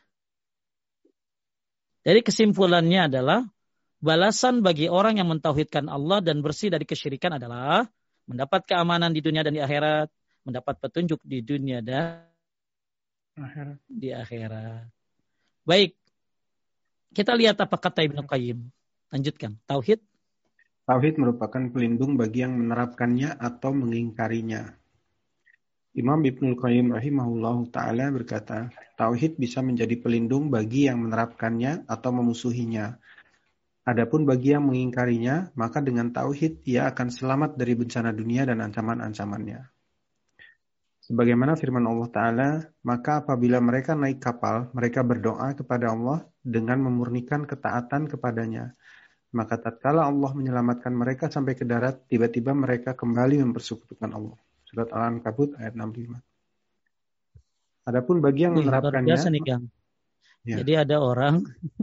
Dari kesimpulannya adalah, balasan bagi orang yang mentauhidkan Allah dan bersih dari kesyirikan adalah mendapat keamanan di dunia dan di akhirat, mendapat petunjuk di dunia dan di akhirat. Baik, kita lihat apa kata Ibnu Qayyim. Lanjutkan, tauhid. Tauhid merupakan pelindung bagi yang menerapkannya atau mengingkarinya. Imam Ibnul Qayyim rahimahullahu ta'ala berkata, tauhid bisa menjadi pelindung bagi yang menerapkannya atau memusuhinya. Adapun bagi yang mengingkarinya, maka dengan tauhid ia akan selamat dari bencana dunia dan ancaman-ancamannya. Sebagaimana firman Allah Ta'ala, maka apabila mereka naik kapal, mereka berdoa kepada Allah dengan memurnikan ketaatan kepadanya. Maka tatkala Allah menyelamatkan mereka sampai ke darat, tiba-tiba mereka kembali mempersekutukan Allah. Surat Al-Ankabut ayat 65. Adapun bagi yang Wih, luar biasa menerapkannya, nih Kang. ya, Jadi ada orang,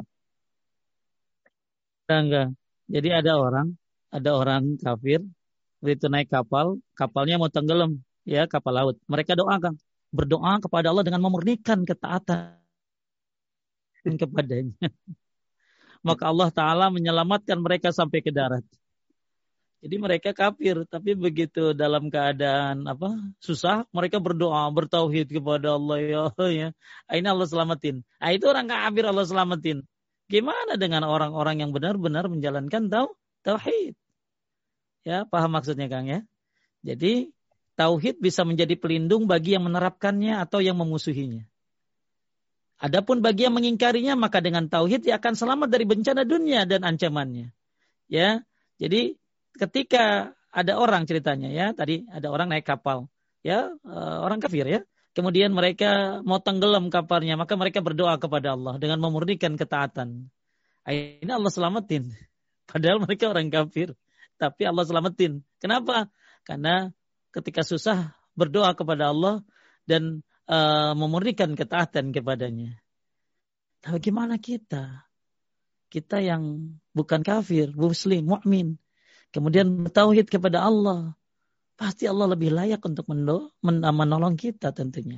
enggak. Jadi ada orang kafir, begitu naik kapal, kapalnya mau tenggelam, ya kapal laut. Mereka doa Kang, berdoa kepada Allah dengan memurnikan ketaatan kepadanya. Maka Allah Ta'ala menyelamatkan mereka sampai ke darat. Jadi mereka kafir, tapi begitu dalam keadaan susah, mereka berdoa, bertauhid kepada Allah ya. Ini Allah selamatin. Itu orang kafir Allah selamatin. Gimana dengan orang-orang yang benar-benar menjalankan tauhid? Ya, paham maksudnya Kang ya? Jadi tauhid bisa menjadi pelindung bagi yang menerapkannya atau yang memusuhinya. Adapun bagi yang mengingkarinya, maka dengan tauhid dia akan selamat dari bencana dunia dan ancamannya. Ya, jadi ketika ada orang ceritanya ya, tadi ada orang naik kapal, ya orang kafir ya. Kemudian mereka mau tenggelam kapalnya, maka mereka berdoa kepada Allah dengan memurnikan ketaatan. Ini Allah selamatin. Padahal mereka orang kafir, tapi Allah selamatin. Kenapa? Karena ketika susah berdoa kepada Allah dan memurnikan ketaatan kepadanya. Tapi gimana kita? Kita yang bukan kafir, muslim, mukmin, kemudian bertauhid kepada Allah, pasti Allah lebih layak untuk menolong kita tentunya.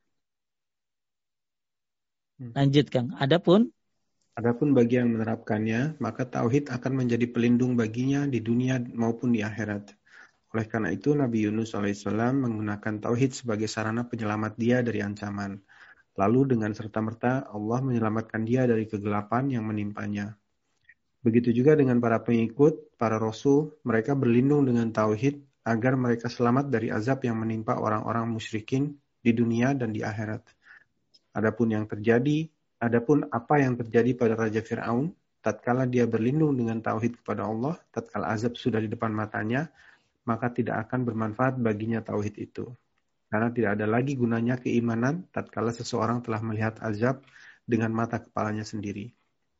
Lanjut Kang. Adapun bagi yang menerapkannya, maka tauhid akan menjadi pelindung baginya di dunia maupun di akhirat. Oleh karena itu, Nabi Yunus alaihissalam menggunakan tauhid sebagai sarana penyelamat dia dari ancaman. Lalu dengan serta-merta Allah menyelamatkan dia dari kegelapan yang menimpanya. Begitu juga dengan para pengikut, para rasul, mereka berlindung dengan tauhid agar mereka selamat dari azab yang menimpa orang-orang musyrikin di dunia dan di akhirat. Adapun apa yang terjadi pada Raja Fir'aun, tatkala dia berlindung dengan tauhid kepada Allah, tatkala azab sudah di depan matanya, maka tidak akan bermanfaat baginya tauhid itu. Karena tidak ada lagi gunanya keimanan tatkala seseorang telah melihat azab dengan mata kepalanya sendiri.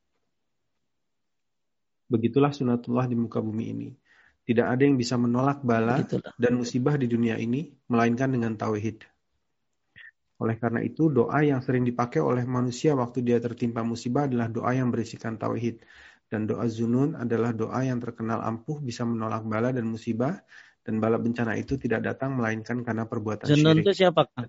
Begitulah sunatullah di muka bumi ini. Tidak ada yang bisa menolak bala dan musibah di dunia ini, melainkan dengan tauhid. Oleh karena itu, doa yang sering dipakai oleh manusia waktu dia tertimpa musibah adalah doa yang berisikan tauhid. Dan doa zunun adalah doa yang terkenal ampuh bisa menolak bala dan musibah, dan bala bencana itu tidak datang melainkan karena perbuatan Zunun syirik. Itu siapa Kang?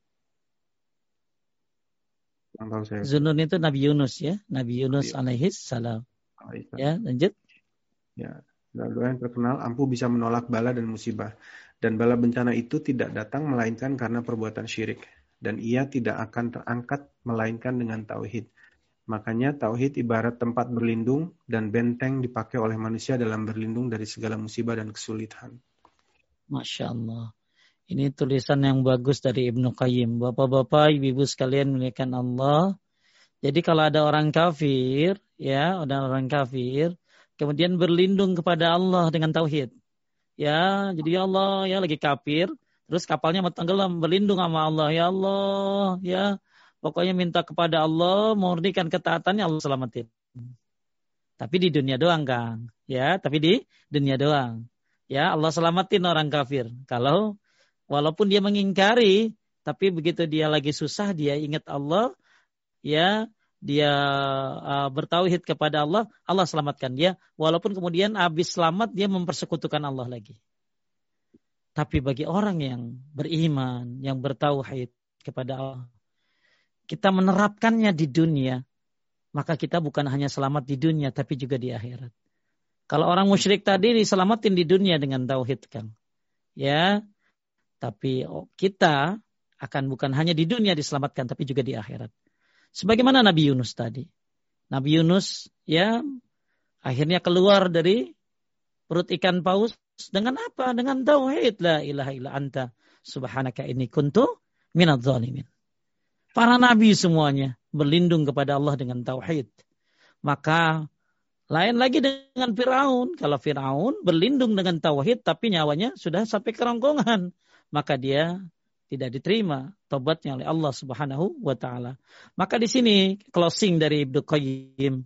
Zunun itu Nabi Yunus ya, Nabi Yunus alaihis salam. Ya, lanjut. Ya, doa yang terkenal ampuh bisa menolak bala dan musibah. Dan bala bencana itu tidak datang melainkan karena perbuatan syirik. Dan ia tidak akan terangkat melainkan dengan tauhid. Makanya tauhid ibarat tempat berlindung dan benteng dipakai oleh manusia dalam berlindung dari segala musibah dan kesulitan. Masya Allah. Ini tulisan yang bagus dari Ibnu Qayyim. Bapak-bapak, ibu-ibu sekalian muliakan Allah. Jadi kalau ada orang kafir, kemudian berlindung kepada Allah dengan tauhid. Ya, jadi ya Allah, ya lagi kafir, terus kapalnya mau tenggelam, berlindung sama Allah. Ya Allah, ya. Pokoknya minta kepada Allah, memurnikan ketaatannya, Allah selamatin. Tapi di dunia doang, Kang. Ya, tapi di dunia doang. Ya, Allah selamatin orang kafir. Kalau walaupun dia mengingkari, tapi begitu dia lagi susah, dia ingat Allah, ya, dia bertauhid kepada Allah, Allah selamatkan dia. Walaupun kemudian habis selamat, dia mempersekutukan Allah lagi. Tapi bagi orang yang beriman, yang bertauhid kepada Allah, kita menerapkannya di dunia, maka kita bukan hanya selamat di dunia, tapi juga di akhirat. Kalau orang musyrik tadi diselamatin di dunia dengan tauhid, Kang. Ya, tapi kita akan bukan hanya di dunia diselamatkan, tapi juga di akhirat. Sebagaimana Nabi Yunus tadi. Nabi Yunus ya akhirnya keluar dari perut ikan paus dengan apa? Dengan tauhid, la ilaha illa anta subhanaka inni kuntu minadz zalimin. Para nabi semuanya berlindung kepada Allah dengan tauhid. Maka lain lagi dengan Firaun. Kalau Firaun berlindung dengan tauhid tapi nyawanya sudah sampai kerongkongan, maka dia tidak diterima taubatnya oleh Allah Subhanahu wa taala. Maka di sini closing dari Ibnu Qayyim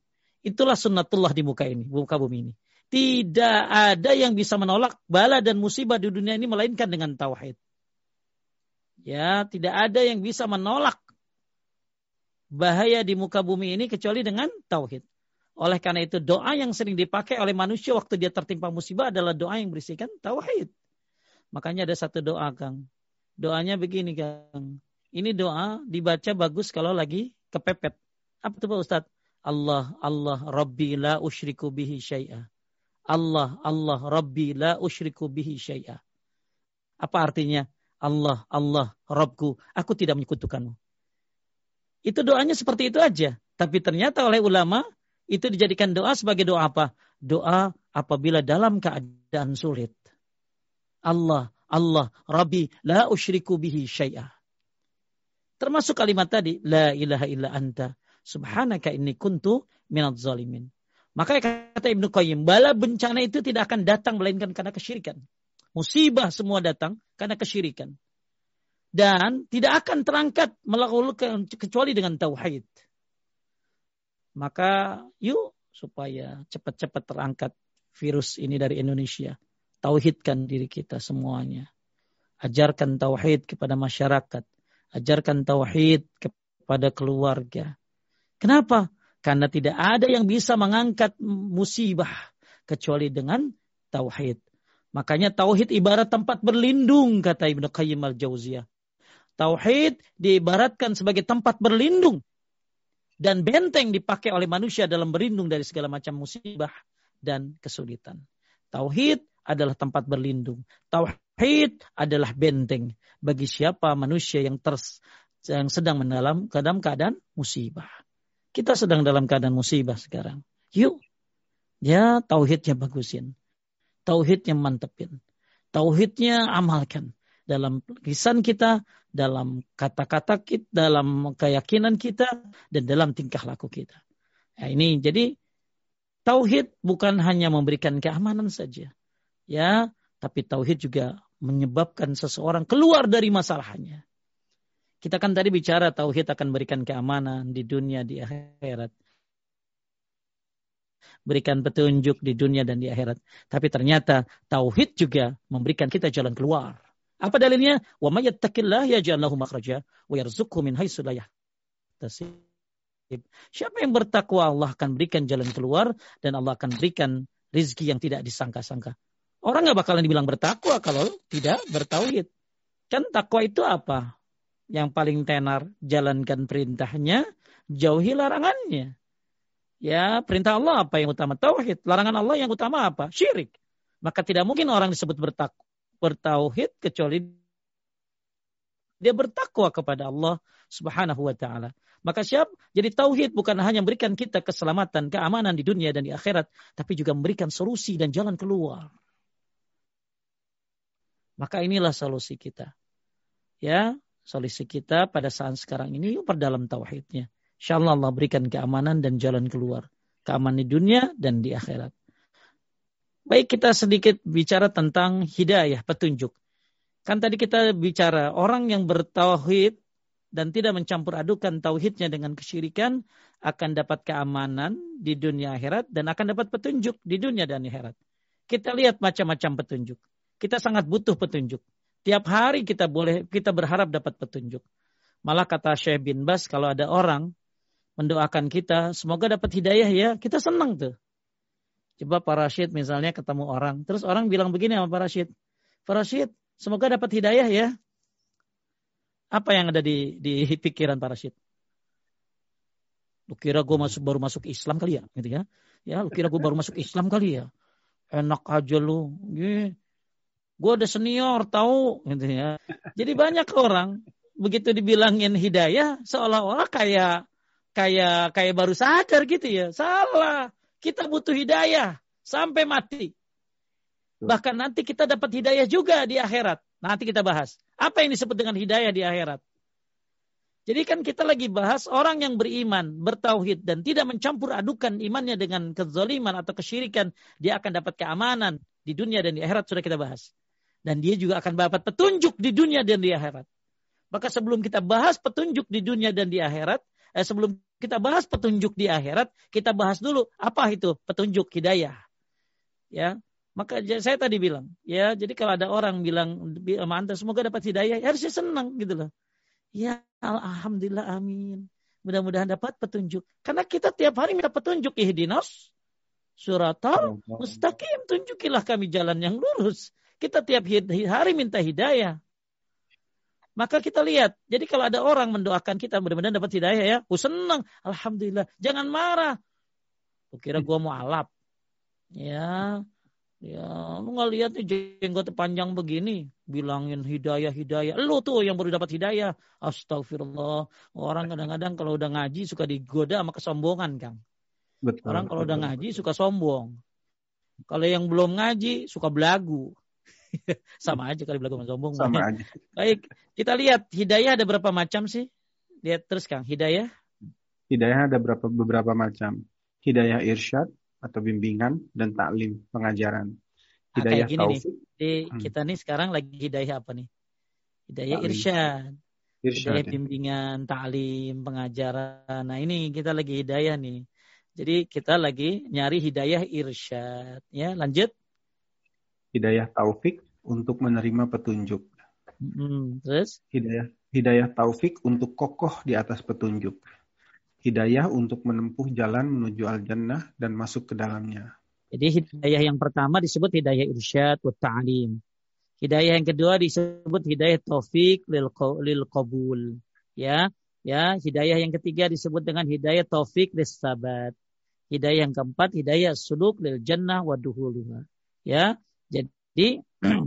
Itulah sunnatullah di muka bumi ini. Tidak ada yang bisa menolak bala dan musibah di dunia ini melainkan dengan tauhid. Ya, tidak ada yang bisa menolak bahaya di muka bumi ini kecuali dengan tauhid. Oleh karena itu doa yang sering dipakai oleh manusia waktu dia tertimpa musibah adalah doa yang berisikan tauhid. Makanya ada satu doa, Kang. Doanya begini, Kang. Ini doa dibaca bagus kalau lagi kepepet. Apa itu Pak Ustadz? Allah, Allah, Rabbi la usyriku bihi syai'a. Allah, Allah, Rabbi la usyriku bihi syai'a. Apa artinya? Allah, Allah, Rabbku, aku tidak menyekutukanmu. Itu doanya seperti itu aja. Tapi ternyata oleh ulama, itu dijadikan doa sebagai doa apa? Doa apabila dalam keadaan sulit. Allah, Allah, Rabbi, la usyriku bihi syai'ah. Termasuk kalimat tadi, la ilaha illa anta, subhanaka inni kuntu minadz zalimin. Maka kata Ibnu Qayyim, bala bencana itu tidak akan datang melainkan karena kesyirikan. Musibah semua datang karena kesyirikan. Dan tidak akan terangkat kecuali dengan tauhid. Maka yuk supaya cepat-cepat terangkat virus ini dari Indonesia. Tauhidkan diri kita semuanya. Ajarkan tauhid kepada masyarakat. Ajarkan tauhid kepada keluarga. Kenapa? Karena tidak ada yang bisa mengangkat musibah kecuali dengan tauhid. Makanya tauhid ibarat tempat berlindung, kata Ibnu Qayyim al-Jauziyah. Tauhid diibaratkan sebagai tempat berlindung dan benteng dipakai oleh manusia dalam berlindung dari segala macam musibah dan kesulitan. Tauhid adalah tempat berlindung. Tauhid adalah benteng bagi siapa manusia yang sedang dalam keadaan musibah. Kita sedang dalam keadaan musibah sekarang. Yuk, ya tauhidnya bagusin. Tauhidnya mantepin. Tauhidnya amalkan. Dalam lisan kita, dalam kata-kata kita, dalam keyakinan kita, dan dalam tingkah laku kita. Nah, ini jadi tauhid bukan hanya memberikan keamanan saja, ya, tapi tauhid juga menyebabkan seseorang keluar dari masalahnya. Kita kan tadi bicara tauhid akan berikan keamanan di dunia, di akhirat. Berikan petunjuk di dunia dan di akhirat. Tapi ternyata tauhid juga memberikan kita jalan keluar. Apa dalilnya? Wa may yattaqillaha yaj'al lahu makhraja wa yarzuqhu min haitsu la yahtasib. Siapa yang bertakwa, Allah akan berikan jalan keluar dan Allah akan berikan rizki yang tidak disangka-sangka. Orang enggak bakalan dibilang bertakwa kalau tidak bertauhid. Kan takwa itu apa? Yang paling tenar, jalankan perintahnya, jauhi larangannya. Ya, perintah Allah apa yang utama? Tauhid. Larangan Allah yang utama apa? Syirik. Maka tidak mungkin orang disebut bertauhid kecuali dia bertakwa kepada Allah Subhanahu wa taala. Maka jadi tauhid bukan hanya memberikan kita keselamatan, keamanan di dunia dan di akhirat, tapi juga memberikan solusi dan jalan keluar. Maka inilah solusi kita. Ya, solusi kita pada saat sekarang ini yuk perdalam tauhidnya. Insyaallah Allah berikan keamanan dan jalan keluar. Keamanan di dunia dan di akhirat. Baik, kita sedikit bicara tentang hidayah, petunjuk. Kan tadi kita bicara orang yang bertauhid dan tidak mencampur adukan tauhidnya dengan kesyirikan akan dapat keamanan di dunia akhirat dan akan dapat petunjuk di dunia dan akhirat. Kita lihat macam-macam petunjuk. Kita sangat butuh petunjuk. Tiap hari kita berharap dapat petunjuk. Malah kata Syekh bin Bas, kalau ada orang mendoakan kita, semoga dapat hidayah ya, kita senang tuh. Coba Pak Rashid misalnya ketemu orang, terus orang bilang begini sama Pak Rashid, Pak Rashid, semoga dapat hidayah ya. Apa yang ada di pikiran Pak Rashid? Lu kira gue baru masuk Islam kali ya? Gitu ya. Ya, lu kira gue baru masuk Islam kali ya? Enak aja lu. Gue udah senior tahu gitu ya. Jadi banyak orang begitu dibilangin hidayah seolah-olah kayak baru sadar gitu ya. Salah. Kita butuh hidayah sampai mati. Bahkan nanti kita dapat hidayah juga di akhirat. Nanti kita bahas. Apa yang disebut dengan hidayah di akhirat? Jadi kan kita lagi bahas orang yang beriman, bertauhid dan tidak mencampur adukan imannya dengan kezaliman atau kesyirikan. Dia akan dapat keamanan di dunia dan di akhirat, sudah kita bahas. Dan dia juga akan dapat petunjuk di dunia dan di akhirat. Maka sebelum kita bahas petunjuk di dunia dan di akhirat, sebelum kita bahas petunjuk di akhirat, kita bahas dulu apa itu petunjuk hidayah. Ya, maka saya tadi bilang, ya, jadi kalau ada orang bilang sama Anda semoga dapat hidayah, ya harusnya senang gitu loh. Ya, alhamdulillah, amin. Mudah-mudahan dapat petunjuk. Karena kita tiap hari minta petunjuk, ihdinas siratal mustaqim, tunjukilah kami jalan yang lurus. Kita tiap hari minta hidayah. Maka kita lihat, jadi kalau ada orang mendoakan kita mudah-mudahan dapat hidayah ya, senang, alhamdulillah. Jangan marah. Kira gua mau alap. Ya, lu nggak lihat nih jenggot panjang begini, bilangin hidayah. Lu tuh yang baru dapat hidayah. Astagfirullah. Orang kadang-kadang kalau udah ngaji suka digoda sama kesombongan, Kang. Betul, orang kalau udah ngaji suka sombong. Kalau yang belum ngaji suka belagu. Sama aja kali belagu sama sombong. Sama aja. Baik, kita lihat hidayah ada berapa macam sih? Lihat terus, Kang. Hidayah ada beberapa macam. Hidayah irsyad atau bimbingan dan taklim, pengajaran. Hidayah kayak gini taufik. nih. Kita nih sekarang lagi hidayah apa nih? Hidayah irsyad. Hidayah bimbingan, taklim, pengajaran. Nah, ini kita lagi hidayah nih. Jadi kita lagi nyari hidayah irsyad. Ya, lanjut. Hidayah taufik untuk menerima petunjuk. Terus? Hidayah taufik untuk kokoh di atas petunjuk. Hidayah untuk menempuh jalan menuju al-jannah dan masuk ke dalamnya. Jadi hidayah yang pertama disebut hidayah irsyad wa ta'lim. Hidayah yang kedua disebut hidayah taufik lil qabul. Ya, hidayah yang ketiga disebut dengan hidayah taufik lis sabat. Hidayah yang keempat hidayah suluk lil jannah wa duhuluha. Ya, jadi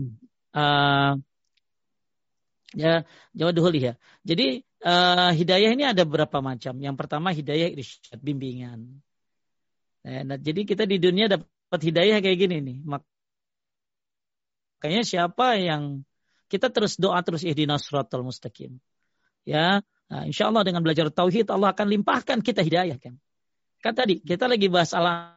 jawab dulu ya. Jadi hidayah ini ada berapa macam. Yang pertama hidayah irsyad, bimbingan. Nah, jadi kita di dunia dapat hidayah kayak gini nih. Makanya siapa yang kita terus doa terus ihdinas siratal mustaqim. Ya, nah, insya Allah dengan belajar tauhid Allah akan limpahkan kita hidayah kan. Kan tadi kita lagi bahas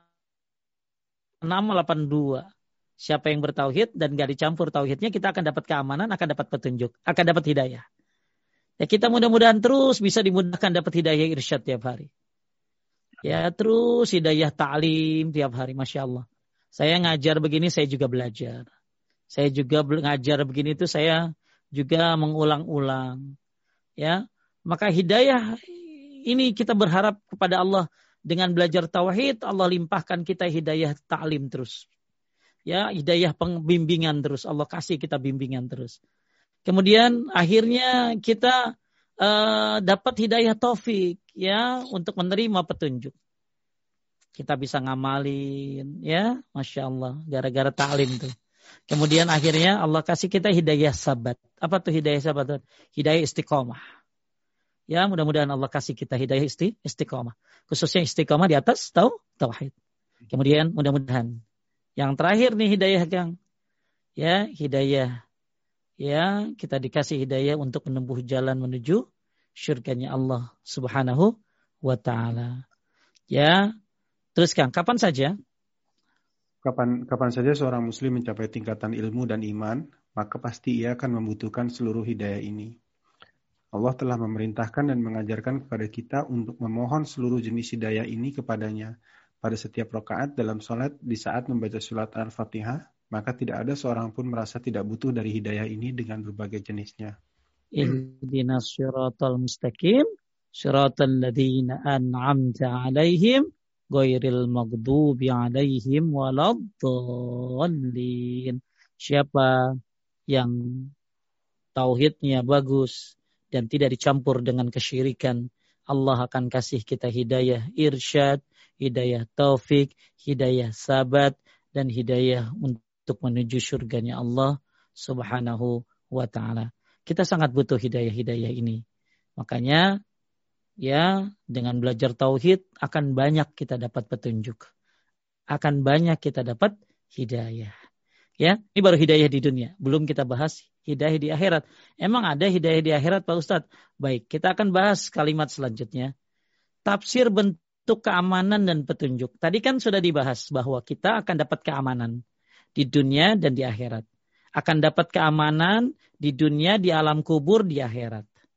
Al-682. Siapa yang bertauhid dan gak dicampur tauhidnya, kita akan dapat keamanan, akan dapat petunjuk, akan dapat hidayah. Ya, kita mudah-mudahan terus bisa dimudahkan dapat hidayah irsyad tiap hari. Ya, terus hidayah ta'lim tiap hari, Masya Allah. Saya ngajar begini, saya juga belajar. Saya juga ngajar begini itu saya juga mengulang-ulang. Ya, maka hidayah ini kita berharap kepada Allah dengan belajar tauhid, Allah limpahkan kita hidayah ta'lim terus. Ya, hidayah pembimbingan terus. Allah kasih kita bimbingan terus. Kemudian akhirnya kita dapat hidayah taufik ya untuk menerima petunjuk. Kita bisa ngamalin ya, Masya Allah, gara-gara ta'lim tuh. Kemudian akhirnya Allah kasih kita hidayah sabat. Apa tuh hidayah sabat? Hidayah istiqomah. Ya, mudah-mudahan Allah kasih kita hidayah istiqomah. Khususnya istiqomah di atas tauhid. Kemudian mudah-mudahan yang terakhir nih hidayah, Kang. Ya, hidayah. Ya, kita dikasih hidayah untuk menempuh jalan menuju syurganya Allah Subhanahu wa taala. Ya. Terus, Kang, kapan saja seorang muslim mencapai tingkatan ilmu dan iman, maka pasti ia akan membutuhkan seluruh hidayah ini. Allah telah memerintahkan dan mengajarkan kepada kita untuk memohon seluruh jenis hidayah ini kepadanya pada setiap rakaat dalam salat di saat membaca surat Al-Fatihah, maka tidak ada seorang pun merasa tidak butuh dari hidayah ini dengan berbagai jenisnya. Ihdinas siratal mustaqim, siratal ladzina an'amta 'alaihim ghairil maghdubi 'alaihim waladdallin. Siapa yang tauhidnya bagus dan tidak dicampur dengan kesyirikan, Allah akan kasih kita hidayah irsyad, hidayah taufik, hidayah sabat, dan hidayah untuk menuju surganya Allah Subhanahu wa ta'ala. Kita sangat butuh hidayah-hidayah ini. Makanya ya, dengan belajar tauhid akan banyak kita dapat petunjuk. Akan banyak kita dapat hidayah. Ya, ini baru hidayah di dunia. Belum kita bahas hidayah di akhirat. Emang ada hidayah di akhirat, Pak Ustadz? Baik, kita akan bahas kalimat selanjutnya. Tafsir bentuk keamanan dan petunjuk. Tadi kan sudah dibahas bahwa kita akan dapat keamanan di dunia dan di akhirat. Akan dapat keamanan di dunia, di alam kubur, di akhirat.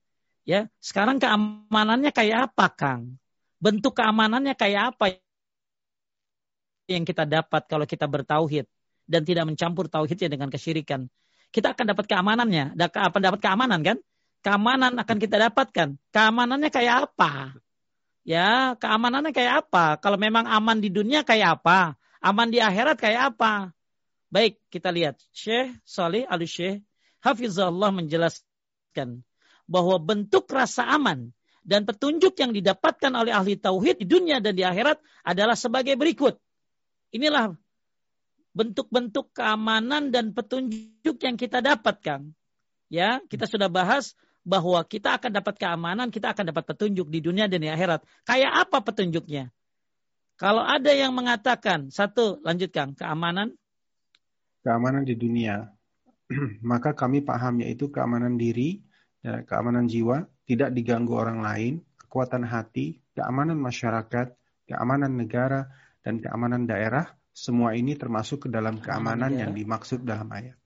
Ya, sekarang keamanannya kayak apa, Kang? Bentuk keamanannya kayak apa yang kita dapat kalau kita bertauhid dan tidak mencampur tauhidnya dengan kesyirikan? Kita akan dapat keamanannya, dapat keamanan kan? Keamanan akan kita dapatkan. Keamanannya kayak apa? Ya, keamanannya kayak apa? Kalau memang aman di dunia kayak apa? Aman di akhirat kayak apa? Baik, kita lihat. Syekh Salih Al-Syekh Hafizahullah menjelaskan bahwa bentuk rasa aman dan petunjuk yang didapatkan oleh ahli tauhid di dunia dan di akhirat adalah sebagai berikut. Inilah bentuk-bentuk keamanan dan petunjuk yang kita dapatkan. Ya, kita sudah bahas bahwa kita akan dapat keamanan, kita akan dapat petunjuk di dunia dan di akhirat. Kayak apa petunjuknya? Kalau ada yang mengatakan, satu, lanjutkan, keamanan. Keamanan di dunia. Maka kami paham yaitu keamanan diri, keamanan jiwa, tidak diganggu orang lain, kekuatan hati, keamanan masyarakat, keamanan negara, dan keamanan daerah. Semua ini termasuk ke dalam keamanan yang dimaksud dalam ayat.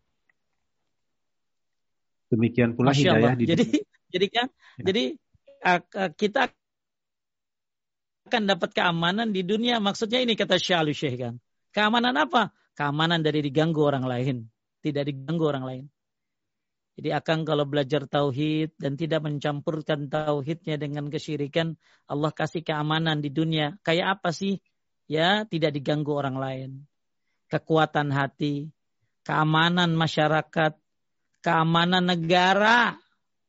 Demikian pula Masya hidayah Allah. di dunia. Jadi kita akan dapat keamanan di dunia. Maksudnya ini kata Syekh kan. Keamanan apa? Keamanan dari diganggu orang lain. Tidak diganggu orang lain. Jadi akan kalau belajar tauhid dan tidak mencampurkan tauhidnya dengan kesyirikan, Allah kasih keamanan di dunia. Kayak apa sih? Ya, tidak diganggu orang lain. Kekuatan hati, keamanan masyarakat, keamanan negara,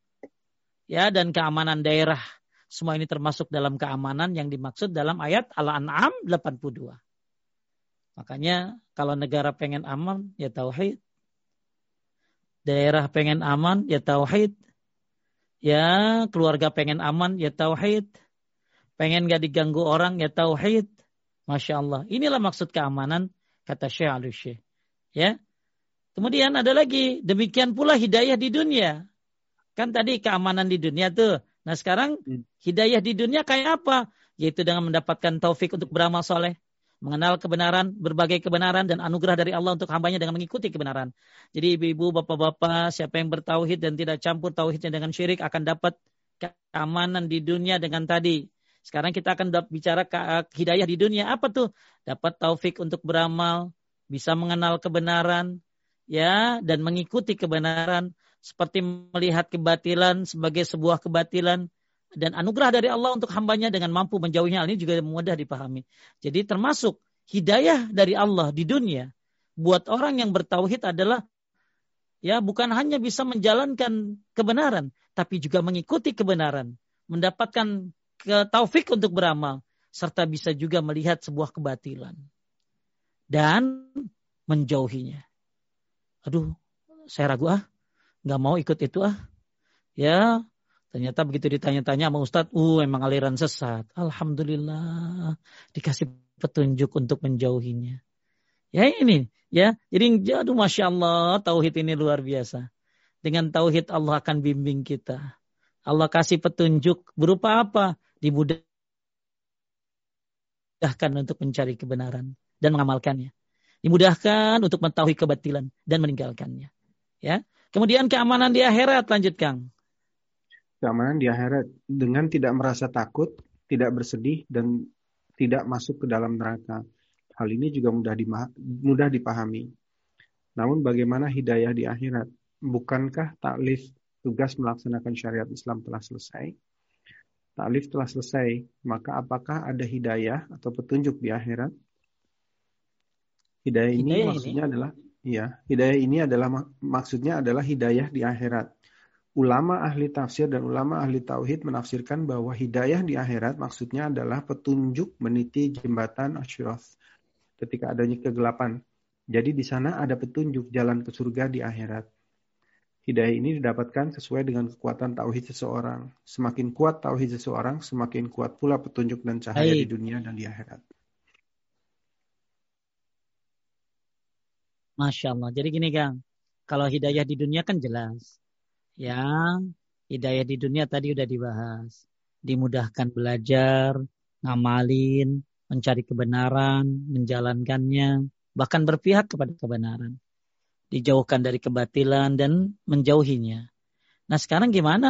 ya, dan keamanan daerah. Semua ini termasuk dalam keamanan yang dimaksud dalam ayat Al-An'am 82. Makanya kalau negara pengen aman, ya tauhid. Daerah pengen aman, ya tauhid. Ya, keluarga pengen aman, ya tauhid. Pengen gak diganggu orang, ya tauhid. Masya Allah. Inilah maksud keamanan, kata Syekh Al-Syekh. Ya. Kemudian ada lagi, demikian pula hidayah di dunia. Kan tadi keamanan di dunia tuh. Nah sekarang hidayah di dunia kayak apa? Yaitu dengan mendapatkan taufik untuk beramal soleh. Mengenal kebenaran, berbagai kebenaran dan anugerah dari Allah untuk hambanya dengan mengikuti kebenaran. Jadi ibu-ibu, bapak-bapak, siapa yang bertauhid dan tidak campur tauhidnya dengan syirik akan dapat keamanan di dunia dengan tadi. Sekarang kita akan bicara hidayah di dunia. Apa tuh? Dapat taufik untuk beramal, bisa mengenal kebenaran, ya, dan mengikuti kebenaran, seperti melihat kebatilan sebagai sebuah kebatilan, dan anugerah dari Allah untuk hambanya dengan mampu menjauhinya. Ini juga mudah dipahami. Jadi termasuk hidayah dari Allah di dunia buat orang yang bertauhid adalah, ya, bukan hanya bisa menjalankan kebenaran, tapi juga mengikuti kebenaran, mendapatkan taufik untuk beramal, serta bisa juga melihat sebuah kebatilan dan menjauhinya. Aduh, saya ragu nggak mau ikut itu ya. Ternyata begitu ditanya-tanya sama Ustadz, emang aliran sesat. Alhamdulillah dikasih petunjuk untuk menjauhinya. Ya ini, ya. Jadi, aduh, Masya Allah, tauhid ini luar biasa. Dengan tauhid Allah akan bimbing kita. Allah kasih petunjuk berupa apa? Dimudahkan untuk mencari kebenaran dan mengamalkannya. Dimudahkan untuk mengetahui kebatilan dan meninggalkannya. Ya. Kemudian keamanan di akhirat, lanjut Kang. Keamanan di akhirat dengan tidak merasa takut, tidak bersedih, dan tidak masuk ke dalam neraka. Hal ini juga mudah dipahami. Namun bagaimana hidayah di akhirat? Bukankah taklif tugas melaksanakan syariat Islam telah selesai? Taklif telah selesai, maka apakah ada hidayah atau petunjuk di akhirat? Hidayah ini maksudnya adalah hidayah di akhirat. Ulama ahli tafsir dan ulama ahli tauhid menafsirkan bahwa hidayah di akhirat maksudnya adalah petunjuk meniti jembatan Asyraf ketika adanya kegelapan. Jadi di sana ada petunjuk jalan ke surga di akhirat. Hidayah ini didapatkan sesuai dengan kekuatan tauhid seseorang. Semakin kuat tauhid seseorang, semakin kuat pula petunjuk dan cahaya di dunia dan di akhirat. Masya Allah. Jadi gini Kang, kalau hidayah di dunia kan jelas. Ya, hidayah di dunia tadi udah dibahas. Dimudahkan belajar, ngamalin, mencari kebenaran, menjalankannya, bahkan berpihak kepada kebenaran. Dijauhkan dari kebatilan dan menjauhinya. Nah sekarang gimana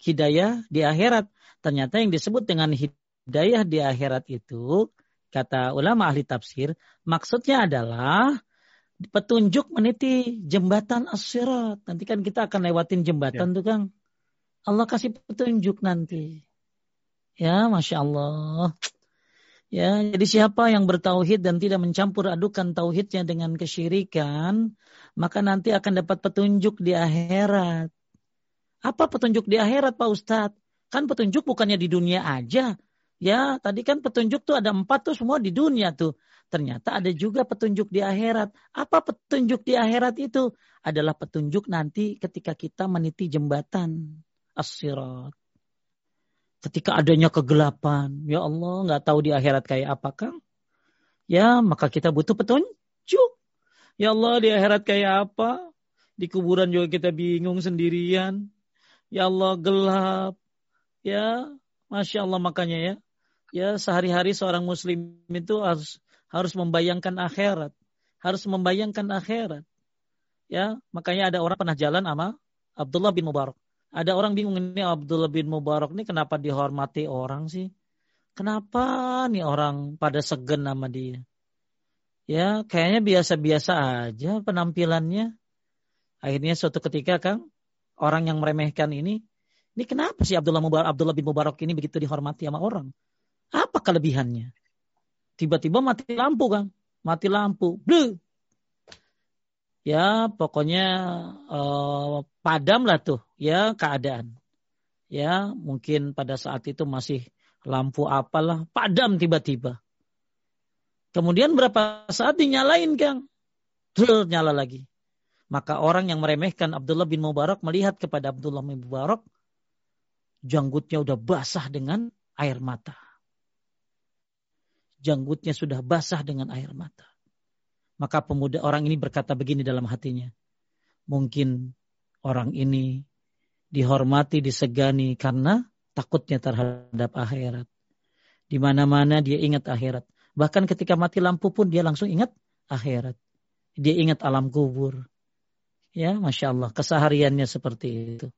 hidayah di akhirat. Ternyata yang disebut dengan hidayah di akhirat itu, kata ulama ahli tafsir, maksudnya adalah petunjuk meniti jembatan as-sirat. Nanti kan kita akan lewatin jembatan tuh Kang. Allah kasih petunjuk nanti. Ya, Masya Allah. Ya, jadi siapa yang bertauhid dan tidak mencampur adukan tauhidnya dengan kesyirikan, maka nanti akan dapat petunjuk di akhirat. Apa petunjuk di akhirat Pak Ustadz? Kan petunjuk bukannya di dunia aja. Ya, tadi kan petunjuk tuh ada 4 tuh semua di dunia tuh. Ternyata ada juga petunjuk di akhirat. Apa petunjuk di akhirat itu? Adalah petunjuk nanti ketika kita meniti jembatan as-sirat. Ketika adanya kegelapan, ya Allah nggak tahu di akhirat kayak apa Kang. Ya maka kita butuh petunjuk. Ya Allah di akhirat kayak apa? Di kuburan juga kita bingung sendirian. Ya Allah gelap. Ya Masya Allah makanya ya. Ya sehari-hari seorang muslim itu harus membayangkan akhirat. Harus membayangkan akhirat. Ya makanya ada orang pernah jalan sama Abdullah bin Mubarak. Ada orang bingung ini Abdullah bin Mubarak ini kenapa dihormati orang sih? Kenapa nih orang pada segen sama dia? Ya kayaknya biasa-biasa aja penampilannya. Akhirnya suatu ketika Kang, orang yang meremehkan ini kenapa sih Abdullah bin Mubarak ini begitu dihormati sama orang? Apa kelebihannya? Tiba-tiba mati lampu Kang. Mati lampu. Bleh. Ya pokoknya padam lah tuh ya keadaan. Ya mungkin pada saat itu masih lampu apalah padam tiba-tiba. Kemudian berapa saat dinyalain Kang. Nyala lagi. Maka orang yang meremehkan Abdullah bin Mubarak melihat kepada Abdullah bin Mubarak. Janggutnya udah basah dengan air mata. Janggutnya sudah basah dengan air mata. Maka pemuda orang ini berkata begini dalam hatinya. Mungkin orang ini dihormati, disegani karena takutnya terhadap akhirat. Di mana-mana dia ingat akhirat. Bahkan ketika mati lampu pun dia langsung ingat akhirat. Dia ingat alam kubur. Ya, Masya Allah. Kesehariannya seperti itu.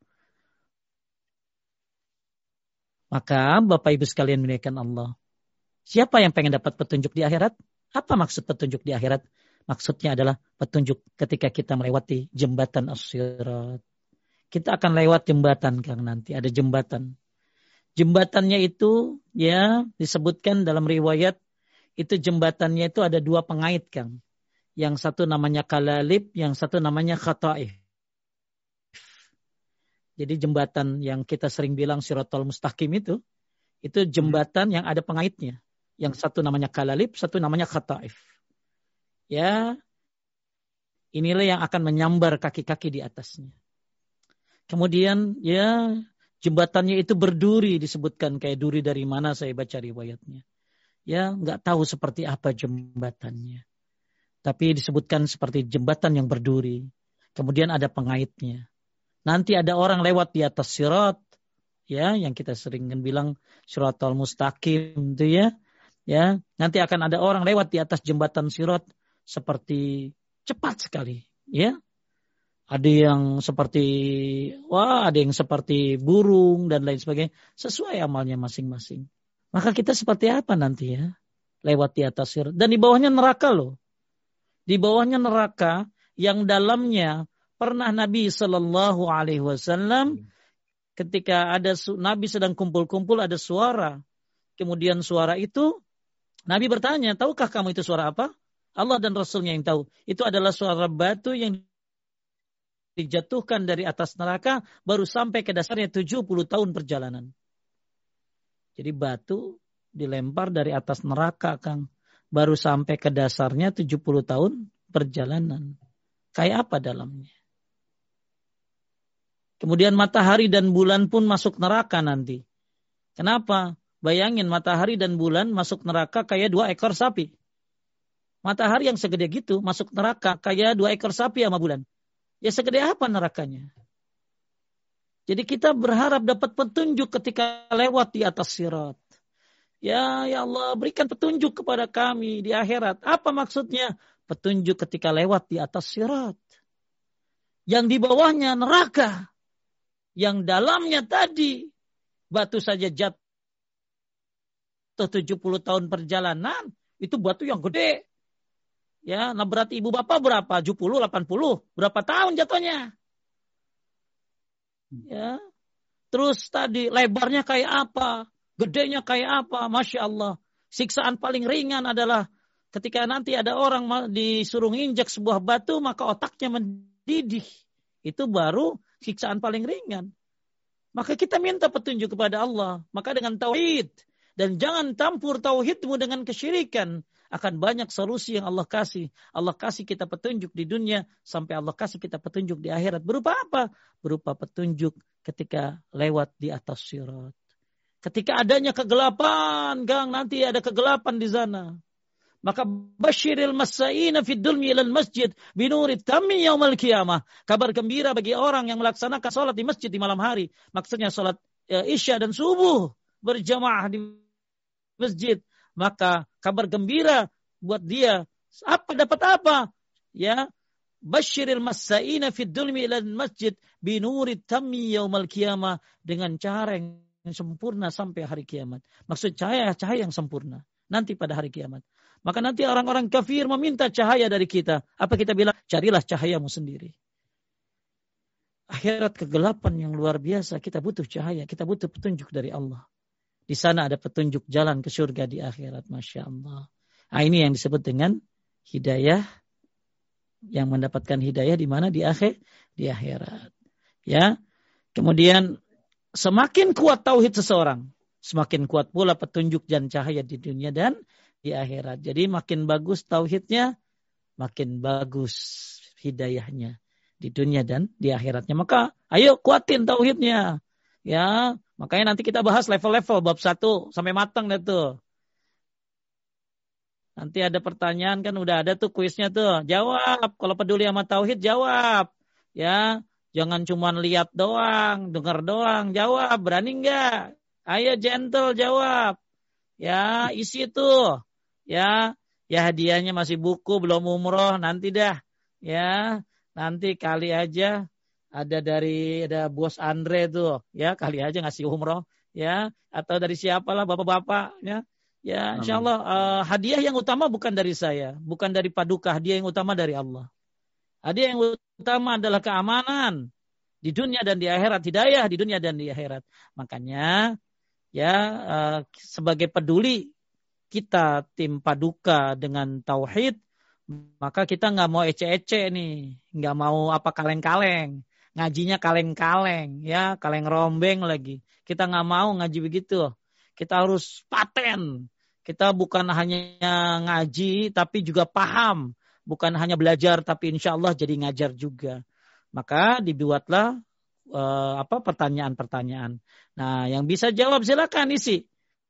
Maka Bapak Ibu sekalian muliakan Allah. Siapa yang pengen dapat petunjuk di akhirat? Apa maksud petunjuk di akhirat? Maksudnya adalah petunjuk ketika kita melewati jembatan as-sirat. Kita akan lewat jembatan Kang nanti. Ada jembatan. Jembatannya itu ya disebutkan dalam riwayat. Itu jembatannya itu ada 2 pengait Kang. Yang satu namanya kalalib. Yang satu namanya khata'if. Jadi jembatan yang kita sering bilang Siratal Mustaqim itu jembatan yang ada pengaitnya. Yang satu namanya kalalib. Satu namanya khata'if. Ya, inilah yang akan menyambar kaki-kaki di atasnya. Kemudian ya jembatannya itu berduri disebutkan kayak duri dari mana saya baca riwayatnya. Ya nggak tahu seperti apa jembatannya. Tapi disebutkan seperti jembatan yang berduri. Kemudian ada pengaitnya. Nanti ada orang lewat di atas sirat. Ya yang kita sering bilang Siratal Mustaqim itu ya. Ya nanti akan ada orang lewat di atas jembatan sirat. Seperti cepat sekali, ya. Ada yang seperti burung dan lain sebagainya, sesuai amalnya masing-masing. Maka kita seperti apa nanti ya? Lewat di atas sirat dan di bawahnya neraka loh. Di bawahnya neraka yang dalamnya pernah Nabi Shallallahu Alaihi Wasallam ketika ada Nabi sedang kumpul-kumpul ada suara. Kemudian suara itu Nabi bertanya, tahukah kamu itu suara apa? Allah dan Rasulnya yang tahu. Itu adalah suara batu yang dijatuhkan dari atas neraka baru sampai ke dasarnya 70 tahun perjalanan. Jadi batu dilempar dari atas neraka Kang. Baru sampai ke dasarnya 70 tahun perjalanan. Kayak apa dalamnya? Kemudian matahari dan bulan pun masuk neraka nanti. Kenapa? Bayangin matahari dan bulan masuk neraka kayak 2 ekor sapi. Matahari yang segede gitu masuk neraka kayak 2 ekor sapi sama bulan. Ya segede apa nerakanya? Jadi kita berharap dapat petunjuk ketika lewat di atas sirat. Ya Allah berikan petunjuk kepada kami di akhirat. Apa maksudnya? Petunjuk ketika lewat di atas sirat. Yang di bawahnya neraka. yang dalamnya tadi batu saja jatuh 70 tahun perjalanan, itu batu yang gede. Ya, nah berarti ibu bapak berapa? 70, 80, berapa tahun jatuhnya? Ya. Terus tadi lebarnya kayak apa? Gedenya kayak apa? Masya Allah. Siksaan paling ringan adalah ketika nanti ada orang disuruh injak sebuah batu, maka otaknya mendidih. Itu baru siksaan paling ringan. Maka kita minta petunjuk kepada Allah. Maka dengan tauhid. Dan jangan campur tauhidmu dengan kesyirikan. Akan banyak solusi yang Allah kasih. Allah kasih kita petunjuk di dunia. Sampai Allah kasih kita petunjuk di akhirat. Berupa apa? Berupa petunjuk ketika lewat di atas sirat. Ketika adanya kegelapan, gang, nanti ada kegelapan di sana. Maka basyiril masa'ina fid dulmi ilal masjid binurit tammi yaumal qiyamah. Kabar gembira bagi orang yang melaksanakan salat di masjid di malam hari. Maksudnya salat isya dan subuh berjamaah di masjid. Maka kabar gembira buat dia. Dapat apa? Ya, basyiril masa'ina fid dulmi ilal masjid binurit tammi yaumal qiyamah, dengan cahaya yang sempurna sampai hari kiamat. Maksud cahaya yang sempurna nanti pada hari kiamat. Maka nanti orang-orang kafir meminta cahaya dari kita. Apa kita bilang? Carilah cahayamu sendiri. Akhirat kegelapan yang luar biasa. Kita butuh cahaya. Kita butuh petunjuk dari Allah. Di sana ada petunjuk jalan ke surga di akhirat. Masya Allah. Nah, ini yang disebut dengan hidayah. Yang mendapatkan hidayah di mana? Di akhirat. Ya. Kemudian semakin kuat tauhid seseorang, semakin kuat pula petunjuk dan cahaya di dunia dan di akhirat. Jadi makin bagus tauhidnya, makin bagus hidayahnya di dunia dan di akhiratnya. Maka ayo kuatin tauhidnya. Ya, makanya nanti kita bahas level-level bab 1 sampai matang deh tuh. Nanti ada pertanyaan kan udah ada tuh kuisnya tuh. Jawab, kalau peduli sama tauhid jawab. Ya, jangan cuma lihat doang, dengar doang, jawab. Berani enggak? Ayo gentle jawab. Ya, isi tuh. Ya hadiahnya masih buku, belum umroh, nanti dah. Ya, nanti kali aja ada bos Andre tuh, ya kali aja ngasih umroh, ya atau dari siapalah bapak-bapak, ya. Ya, insyaallah hadiah yang utama bukan dari saya, bukan dari Paduka, hadiah yang utama dari Allah. Hadiah yang utama adalah keamanan di dunia dan di akhirat, hidayah di dunia dan di akhirat. Makanya ya sebagai peduli kita tim Paduka dengan tauhid, maka kita nggak mau ece-ece nih, nggak mau apa kaleng-kaleng, ngajinya kaleng-kaleng, ya kaleng rombeng lagi. Kita nggak mau ngaji begitu. Kita harus paten. Kita bukan hanya ngaji, tapi juga paham. Bukan hanya belajar, tapi insya Allah jadi ngajar juga. Maka dibuatlah pertanyaan-pertanyaan. Nah, yang bisa jawab silakan isi.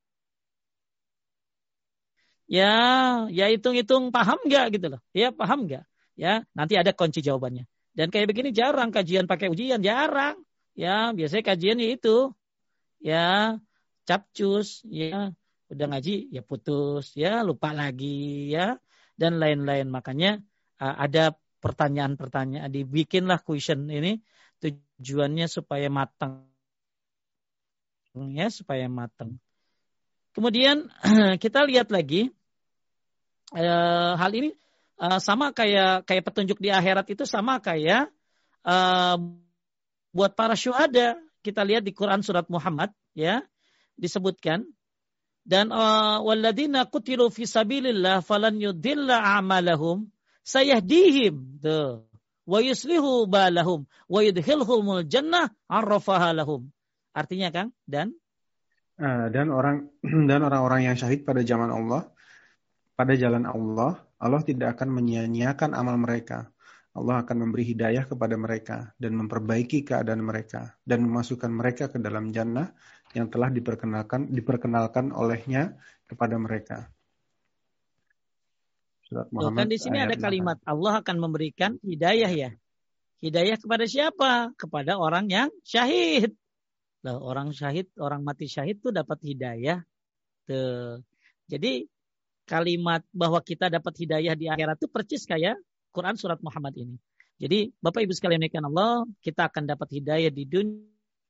Ya hitung-hitung paham nggak gitu loh. Ya paham nggak? Ya nanti ada kunci jawabannya. Dan kayak begini jarang kajian pakai ujian, jarang. Ya biasanya kajiannya itu ya capcus, ya udah ngaji ya putus, ya lupa lagi, ya dan lain-lain. Makanya ada pertanyaan-pertanyaan, dibikinlah question ini tujuannya supaya matang, ya supaya matang. Kemudian kita lihat lagi hal ini sama kayak petunjuk di akhirat itu sama kayak buat para syuhada. Kita lihat di Quran surat Muhammad ya disebutkan, dan walladzina qutilu fi sabilillah falan yudilla a'malahum sayahdihim wa yuslihu balahum wa yudkhilhumul jannah arrafaha lahum. Artinya Kang, dan orang-orang yang syahid pada zaman Allah, pada jalan Allah, Allah tidak akan menyia-nyiakan amal mereka. Allah akan memberi hidayah kepada mereka dan memperbaiki keadaan mereka dan memasukkan mereka ke dalam jannah yang telah diperkenalkan olehnya kepada mereka. Surat Muhammad. Kan di sini ada kalimat 8. Allah akan memberikan hidayah ya. Hidayah kepada siapa? Kepada orang yang syahid. Loh, orang syahid, orang mati syahid tuh dapat hidayah. Tuh. Jadi kalimat bahwa kita dapat hidayah di akhirat itu percis kayak Quran surat Muhammad ini. Jadi Bapak Ibu sekalian yang Allah, kita akan dapat hidayah di dunia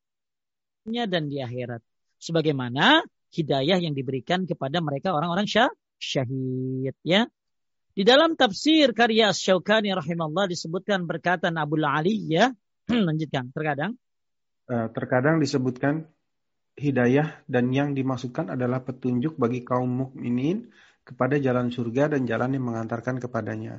dan di akhirat. Sebagaimana hidayah yang diberikan kepada mereka orang-orang syahid. Ya. Di dalam tafsir karya Asy-Syaukani rahimahullah disebutkan perkataan Abul Aliyah. Lanjutkan, terkadang disebutkan hidayah dan yang dimaksudkan adalah petunjuk bagi kaum mukminin kepada jalan surga dan jalan yang mengantarkan kepadanya.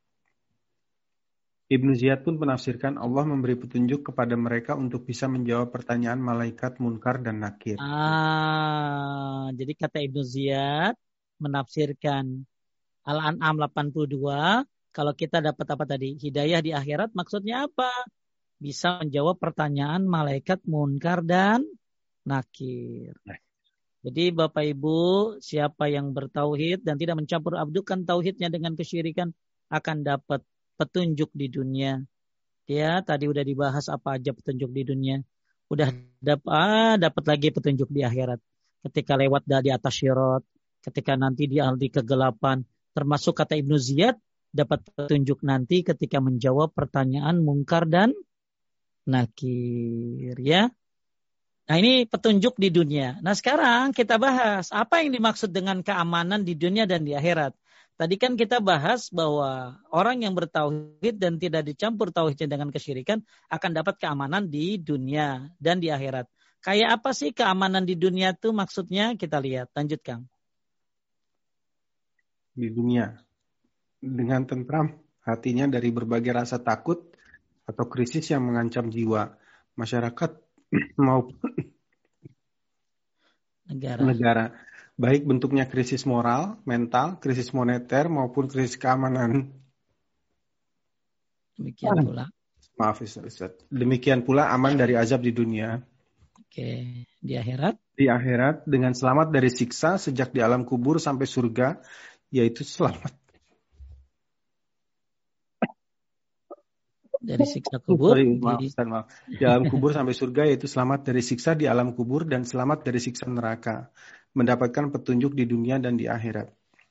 Ibnu Ziyad pun menafsirkan Allah memberi petunjuk kepada mereka untuk bisa menjawab pertanyaan malaikat Munkar dan Nakir. Jadi kata Ibnu Ziyad menafsirkan Al-An'am 82, kalau kita dapat apa tadi? Hidayah di akhirat maksudnya apa? Bisa menjawab pertanyaan malaikat Munkar dan Nakir. Jadi Bapak Ibu, siapa yang bertauhid dan tidak mencampur adukan tauhidnya dengan kesyirikan akan dapat petunjuk di dunia. Ya, tadi udah dibahas apa aja petunjuk di dunia. Udah dapat lagi petunjuk di akhirat. Ketika lewat dari atas syirat, ketika nanti di kegelapan, termasuk kata Ibnu Ziyad dapat petunjuk nanti ketika menjawab pertanyaan Munkar dan Nakir, ya. Nah, ini petunjuk di dunia. Nah, sekarang kita bahas apa yang dimaksud dengan keamanan di dunia dan di akhirat. Tadi kan kita bahas bahwa orang yang bertauhid dan tidak dicampur tauhidnya dengan kesyirikan akan dapat keamanan di dunia dan di akhirat. Kayak apa sih keamanan di dunia itu maksudnya? Kita lihat. Lanjut, Kang. Di dunia, dengan tentram hatinya dari berbagai rasa takut atau krisis yang mengancam jiwa masyarakat maupun negara. Baik bentuknya krisis moral, mental, krisis moneter, maupun krisis keamanan. Demikian pula. Maaf, Ustaz. Demikian pula aman dari azab di dunia. Oke, di akhirat? Di akhirat dengan selamat dari siksa sejak di alam kubur sampai surga, yaitu selamat dari siksa kubur. Maaf. Di alam kubur sampai surga, yaitu selamat dari siksa di alam kubur dan selamat dari siksa neraka. Mendapatkan petunjuk di dunia dan di akhirat.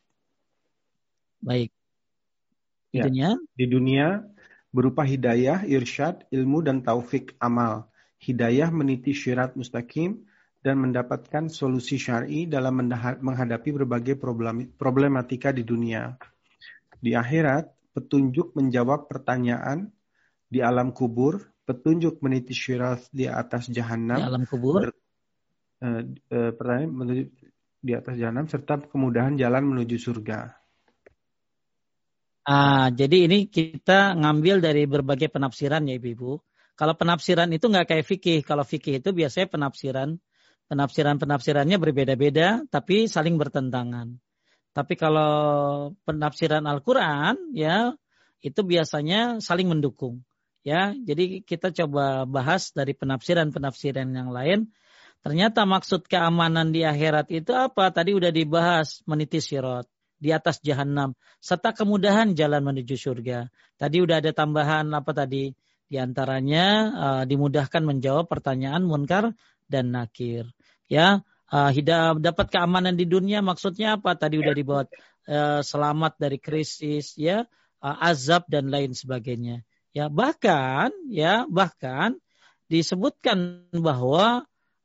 Baik. Di dunia berupa hidayah, irsyad, ilmu dan taufik amal. Hidayah meniti syirat mustaqim dan mendapatkan solusi syar'i dalam menghadapi berbagai problematika di dunia. Di akhirat, petunjuk menjawab pertanyaan di alam kubur, petunjuk meniti syirat di atas jahanam. Di alam kubur. Pertanyaan menuju di atas jahanam serta kemudahan jalan menuju surga. Jadi ini kita ngambil dari berbagai penafsiran ya Ibu. Kalau penafsiran itu nggak kayak fikih. Kalau fikih itu biasanya penafsirannya berbeda-beda tapi saling bertentangan. Tapi kalau penafsiran Al-Quran ya itu biasanya saling mendukung. Ya, jadi kita coba bahas dari penafsiran yang lain. Ternyata maksud keamanan di akhirat itu apa? Tadi udah dibahas, meniti syirat di atas jahanam serta kemudahan jalan menuju surga. Tadi udah ada tambahan apa tadi? Di antaranya dimudahkan menjawab pertanyaan Munkar dan Nakir. Ya, dapat keamanan di dunia maksudnya apa? Tadi udah dibuat selamat dari krisis, ya, azab dan lain sebagainya. Ya, bahkan disebutkan bahwa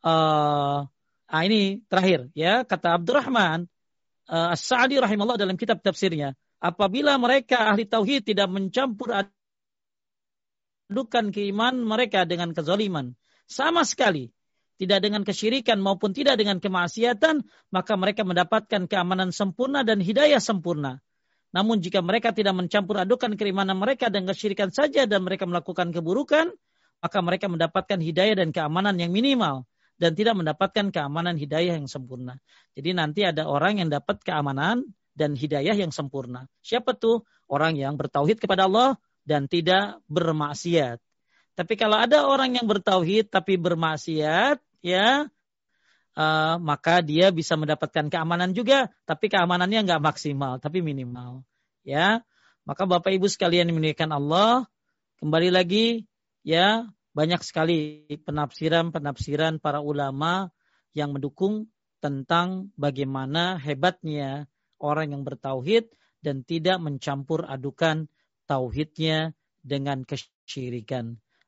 ini terakhir ya, kata Abdurrahman As-Sa'di rahimahullah dalam kitab tafsirnya, apabila mereka ahli tauhid tidak mencampur adukan keimanan mereka dengan kezaliman sama sekali, tidak dengan kesyirikan maupun tidak dengan kemaksiatan, maka mereka mendapatkan keamanan sempurna dan hidayah sempurna. Namun jika mereka tidak mencampur adukan keimanan mereka dengan kesyirikan saja dan mereka melakukan keburukan, maka mereka mendapatkan hidayah dan keamanan yang minimal dan tidak mendapatkan keamanan hidayah yang sempurna. Jadi nanti ada orang yang dapat keamanan dan hidayah yang sempurna. Siapa tuh? Orang yang bertauhid kepada Allah dan tidak bermaksiat. Tapi kalau ada orang yang bertauhid tapi bermaksiat, ya, maka dia bisa mendapatkan keamanan juga, tapi keamanannya nggak maksimal, tapi minimal. Ya, maka Bapak Ibu sekalian yang dimuliakan Allah, kembali lagi, ya, banyak sekali penafsiran para ulama yang mendukung tentang bagaimana hebatnya orang yang bertauhid dan tidak mencampur adukan tauhidnya dengan kesyirikan.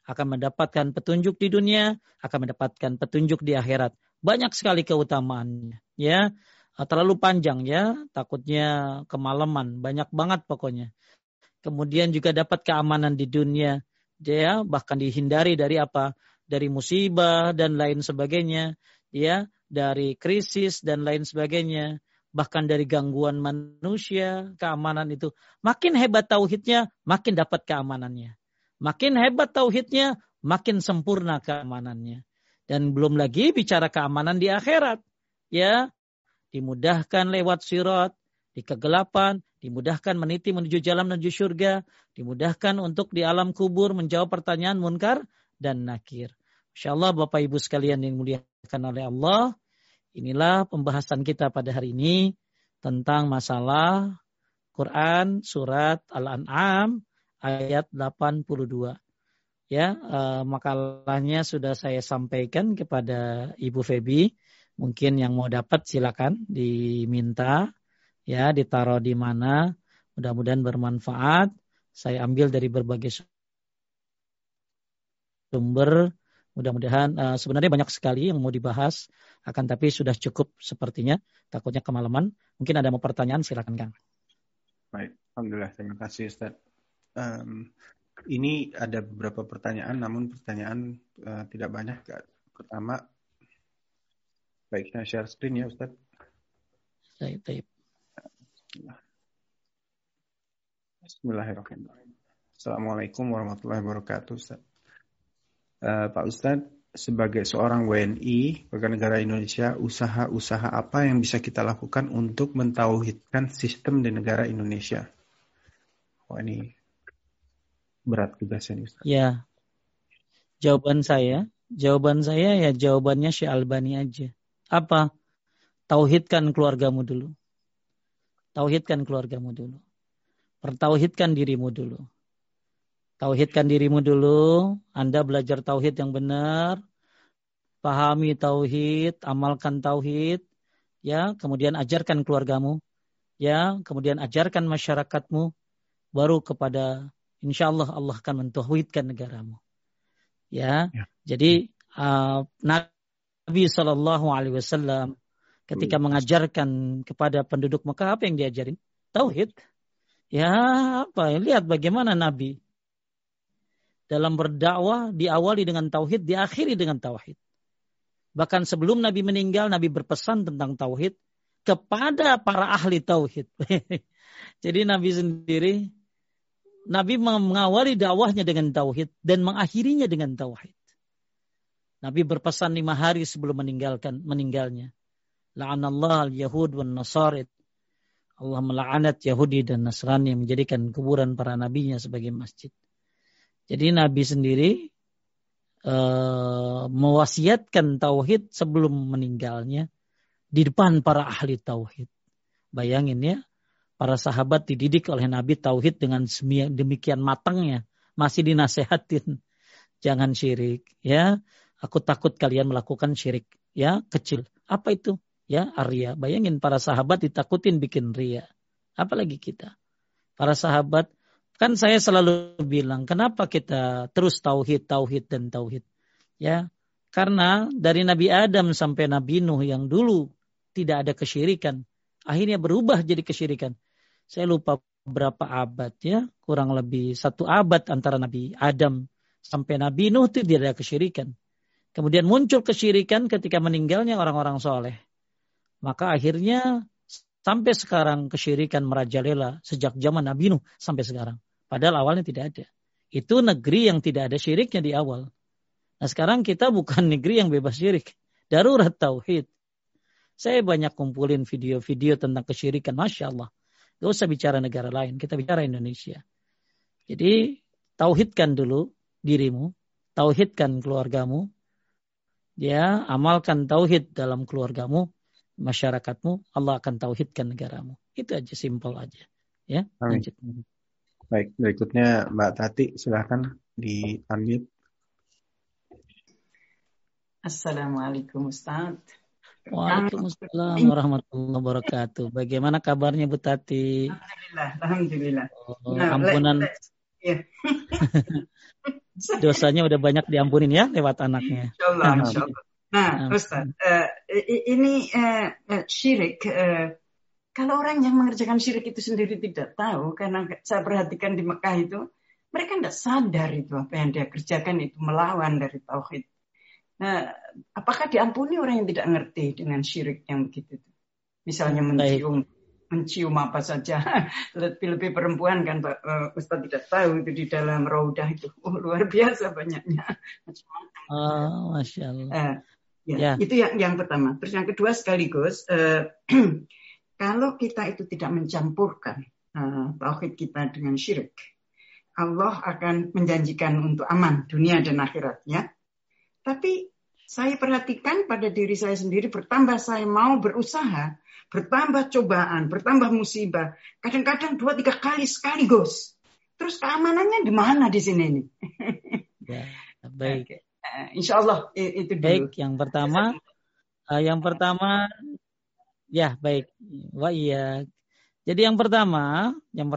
akan mendapatkan petunjuk di dunia, akan mendapatkan petunjuk di akhirat. Banyak sekali keutamaannya, ya. Terlalu panjang ya, takutnya kemalaman, banyak banget pokoknya. Kemudian juga dapat keamanan di dunia, ya, bahkan dihindari dari apa? Dari musibah dan lain sebagainya, ya, dari krisis dan lain sebagainya, bahkan dari gangguan manusia, keamanan itu. Makin hebat tauhidnya, makin dapat keamanannya. Makin hebat tauhidnya, makin sempurna keamanannya. Dan belum lagi bicara keamanan di akhirat. Ya, dimudahkan lewat sirat, di kegelapan, dimudahkan meniti menuju jalan menuju surga, dimudahkan untuk di alam kubur menjawab pertanyaan munkar dan nakir. Insyaallah Bapak Ibu sekalian yang dimuliakan oleh Allah, inilah pembahasan kita pada hari ini tentang masalah Quran surat Al-An'am ayat 82. Ya, makalahnya sudah saya sampaikan kepada Ibu Febi. Mungkin yang mau dapat silakan diminta, ya, ditaruh di mana. Mudah-mudahan bermanfaat. Saya ambil dari berbagai sumber. Mudah-mudahan sebenarnya banyak sekali yang mau dibahas, akan tapi sudah cukup sepertinya. Takutnya kemalaman. Mungkin ada mau pertanyaan, silakan Kang. Baik, alhamdulillah, terima kasih Ustaz. Ini ada beberapa pertanyaan, namun pertanyaan tidak banyak. Pertama, baik, saya share screen ya Ustaz. Baik. Bismillahirrahmanirrahim. Assalamualaikum warahmatullahi wabarakatuh Ustaz. Pak Ustaz, sebagai seorang WNI warga negara Indonesia, usaha-usaha apa yang bisa kita lakukan untuk mentauhidkan sistem di negara Indonesia? Wah, ini berat tugasnya Ustaz. Ya, jawaban saya ya jawabannya Syekh Albani aja. Apa? Tauhidkan keluargamu dulu. Tauhidkan keluargamu dulu. Pertauhidkan dirimu dulu. Tauhidkan dirimu dulu. Anda belajar tauhid yang benar. Pahami tauhid, amalkan tauhid. Ya, kemudian ajarkan keluargamu. Ya, kemudian ajarkan masyarakatmu. Baru kepada insyaallah Allah akan mentauhidkan negaramu. Ya. Jadi Nabi SAW ketika mengajarkan kepada penduduk Mekah, apa yang diajarin? Tauhid. Ya, apa? Lihat bagaimana Nabi dalam berdakwah diawali dengan tauhid, diakhiri dengan tauhid. Bahkan sebelum Nabi meninggal, Nabi berpesan tentang tauhid kepada para ahli tauhid. Jadi Nabi mengawali dakwahnya dengan tauhid dan mengakhirinya dengan tauhid. Nabi berpesan 5 hari sebelum meninggalnya. La'anallah al-Yahud wan Nasar. Allah melaknat Yahudi dan Nasrani yang menjadikan kuburan para nabinya sebagai masjid. Jadi Nabi sendiri mewasiatkan tauhid sebelum meninggalnya di depan para ahli tauhid. Bayangin ya, para sahabat dididik oleh Nabi tauhid dengan demikian matangnya, masih dinasehatin jangan syirik, ya. Aku takut kalian melakukan syirik, ya, kecil. Apa itu? Ya, arya. Bayangin para sahabat ditakutin bikin riya. Apalagi kita. Para sahabat, kan saya selalu bilang, kenapa kita terus tauhid dan tauhid? Ya, karena dari Nabi Adam sampai Nabi Nuh yang dulu tidak ada kesyirikan, akhirnya berubah jadi kesyirikan. Saya lupa berapa abad ya, kurang lebih 1 abad antara Nabi Adam sampai Nabi Nuh itu tidak ada kesyirikan. Kemudian muncul kesyirikan ketika meninggalnya orang-orang soleh. Maka akhirnya sampai sekarang kesyirikan merajalela sejak zaman Nabi Nuh sampai sekarang. Padahal awalnya tidak ada. Itu negeri yang tidak ada syiriknya di awal. Nah sekarang kita bukan negeri yang bebas syirik. Darurat tauhid. Saya banyak kumpulin video-video tentang kesyirikan. Masya Allah. Gak usah bicara negara lain. Kita bicara Indonesia. Jadi tauhidkan dulu dirimu. Tauhidkan keluargamu. Ya, amalkan tauhid dalam keluargamu. Masyarakatmu. Allah akan tauhidkan negaramu. Itu aja, simpel aja. Ya, lanjut. Baik, berikutnya Mbak Tati, silahkan di-unmute. Assalamualaikum Ustaz. Waalaikumsalam warahmatullahi wabarakatuh. Bagaimana kabarnya Bu Tati? Alhamdulillah. Oh, ampunan. Ya. dosanya udah banyak diampunin ya lewat anaknya. Insyaallah, insyaallah. Nah, Ustaz, ini syirik. Kalau orang yang mengerjakan syirik itu sendiri tidak tahu, karena saya perhatikan di Mekah itu, mereka tidak sadar itu apa yang dia kerjakan itu melawan dari tauhid. Nah, apakah diampuni orang yang tidak ngerti dengan syirik yang begitu? Misalnya mencium apa saja, lebih perempuan kan Pak Ustaz tidak tahu itu di dalam raudah itu, luar biasa banyaknya. Masya Allah. Itu yang pertama. Terus yang kedua sekaligus, kalau kita itu tidak mencampurkan tauhid kita dengan syirik, Allah akan menjanjikan untuk aman dunia dan akhiratnya. Tapi saya perhatikan pada diri saya sendiri, bertambah saya mau berusaha, bertambah cobaan, bertambah musibah. Kadang-kadang 2-3 kali sekaligus. Terus keamanannya di mana di sini ini? Ya, baik. Okay. Insya Allah itu dulu. Baik, yang pertama, ya baik. Wah iya. Jadi yang pertama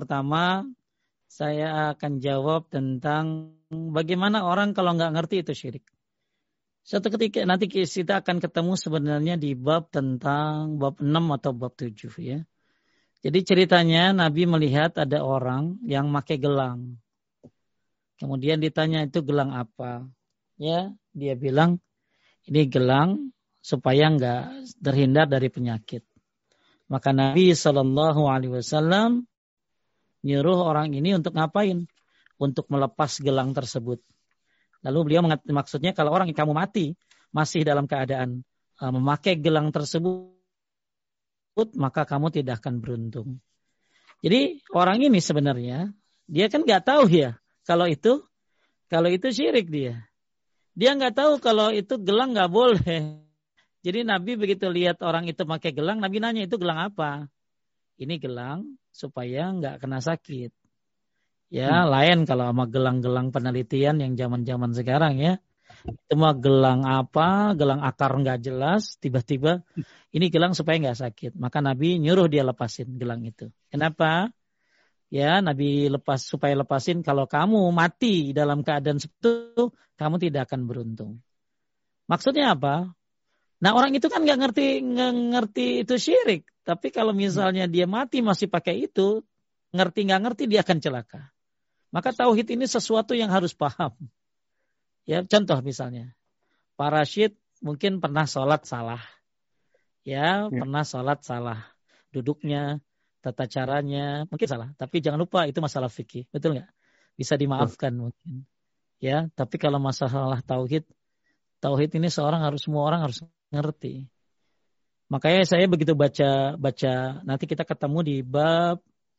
saya akan jawab tentang bagaimana orang kalau nggak ngerti itu syirik. Suatu ketika nanti kita akan ketemu sebenarnya di bab 6 atau bab 7 ya. Jadi ceritanya Nabi melihat ada orang yang pakai gelang. Kemudian ditanya itu gelang apa? Ya, dia bilang ini gelang supaya nggak terhindar dari penyakit. Maka Nabi SAW nyuruh orang ini untuk ngapain? Untuk melepas gelang tersebut. Lalu beliau maksudnya kalau orang yang kamu mati masih dalam keadaan memakai gelang tersebut, maka kamu tidak akan beruntung. Jadi orang ini sebenarnya dia kan nggak tahu ya kalau itu syirik dia. Dia nggak tahu kalau itu gelang nggak boleh. Jadi Nabi begitu lihat orang itu pakai gelang, Nabi nanya itu gelang apa? Ini gelang supaya nggak kena sakit. Ya, lain kalau sama gelang-gelang penelitian yang zaman-zaman sekarang ya. Itu mah gelang apa, gelang akar nggak jelas, tiba-tiba ini gelang supaya nggak sakit. Maka Nabi nyuruh dia lepasin gelang itu. Kenapa? Ya, Nabi supaya lepasin kalau kamu mati dalam keadaan seperti itu, kamu tidak akan beruntung. Maksudnya apa? Nah, orang itu kan nggak ngerti itu syirik. Tapi kalau misalnya dia mati masih pakai itu, nggak ngerti dia akan celaka. Maka tauhid ini sesuatu yang harus paham. Ya, contoh misalnya, Pak Rashid mungkin pernah sholat salah. Ya, pernah sholat salah. Duduknya, tata caranya, mungkin salah. Tapi jangan lupa itu masalah fikih. Betul nggak? Bisa dimaafkan mungkin. Ya, tapi kalau masalah tauhid ini semua orang harus ngerti. Makanya saya begitu baca nanti kita ketemu di bab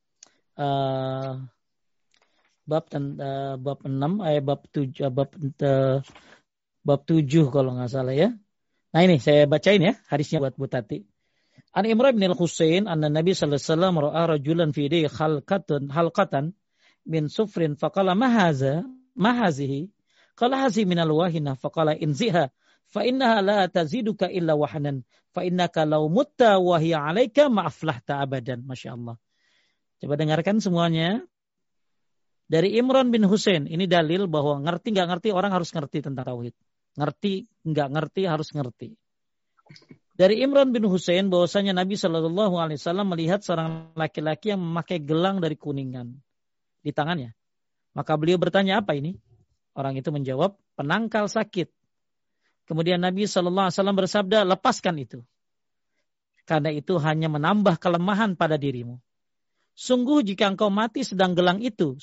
6 bab 7 kalau nggak salah ya. Nah ini saya bacain ya hadisnya buat Bu Tati. An Imran bin Al-Husain anna Nabi sallallahu alaihi wasallam ra'a rajulan fi yadihi halqatan min sufrin faqala ma hazihi qala hazi min al-wahina faqala inziha fa innaha la taziduka illa wahnan fa innaka law mutta wa hiya 'alaika ma aflahta abadan. Masyaallah. Coba dengarkan semuanya. Dari Imran bin Husain, ini dalil bahwa ngerti nggak ngerti orang harus ngerti tentang tauhid. Ngerti nggak ngerti harus ngerti. Dari Imran bin Husain bahwasanya Nabi Shallallahu Alaihi Wasallam melihat seorang laki-laki yang memakai gelang dari kuningan di tangannya. Maka beliau bertanya apa ini? Orang itu menjawab penangkal sakit. Kemudian Nabi Shallallahu Alaihi Wasallam bersabda lepaskan itu. Karena itu hanya menambah kelemahan pada dirimu. Sungguh jika engkau mati sedang gelang itu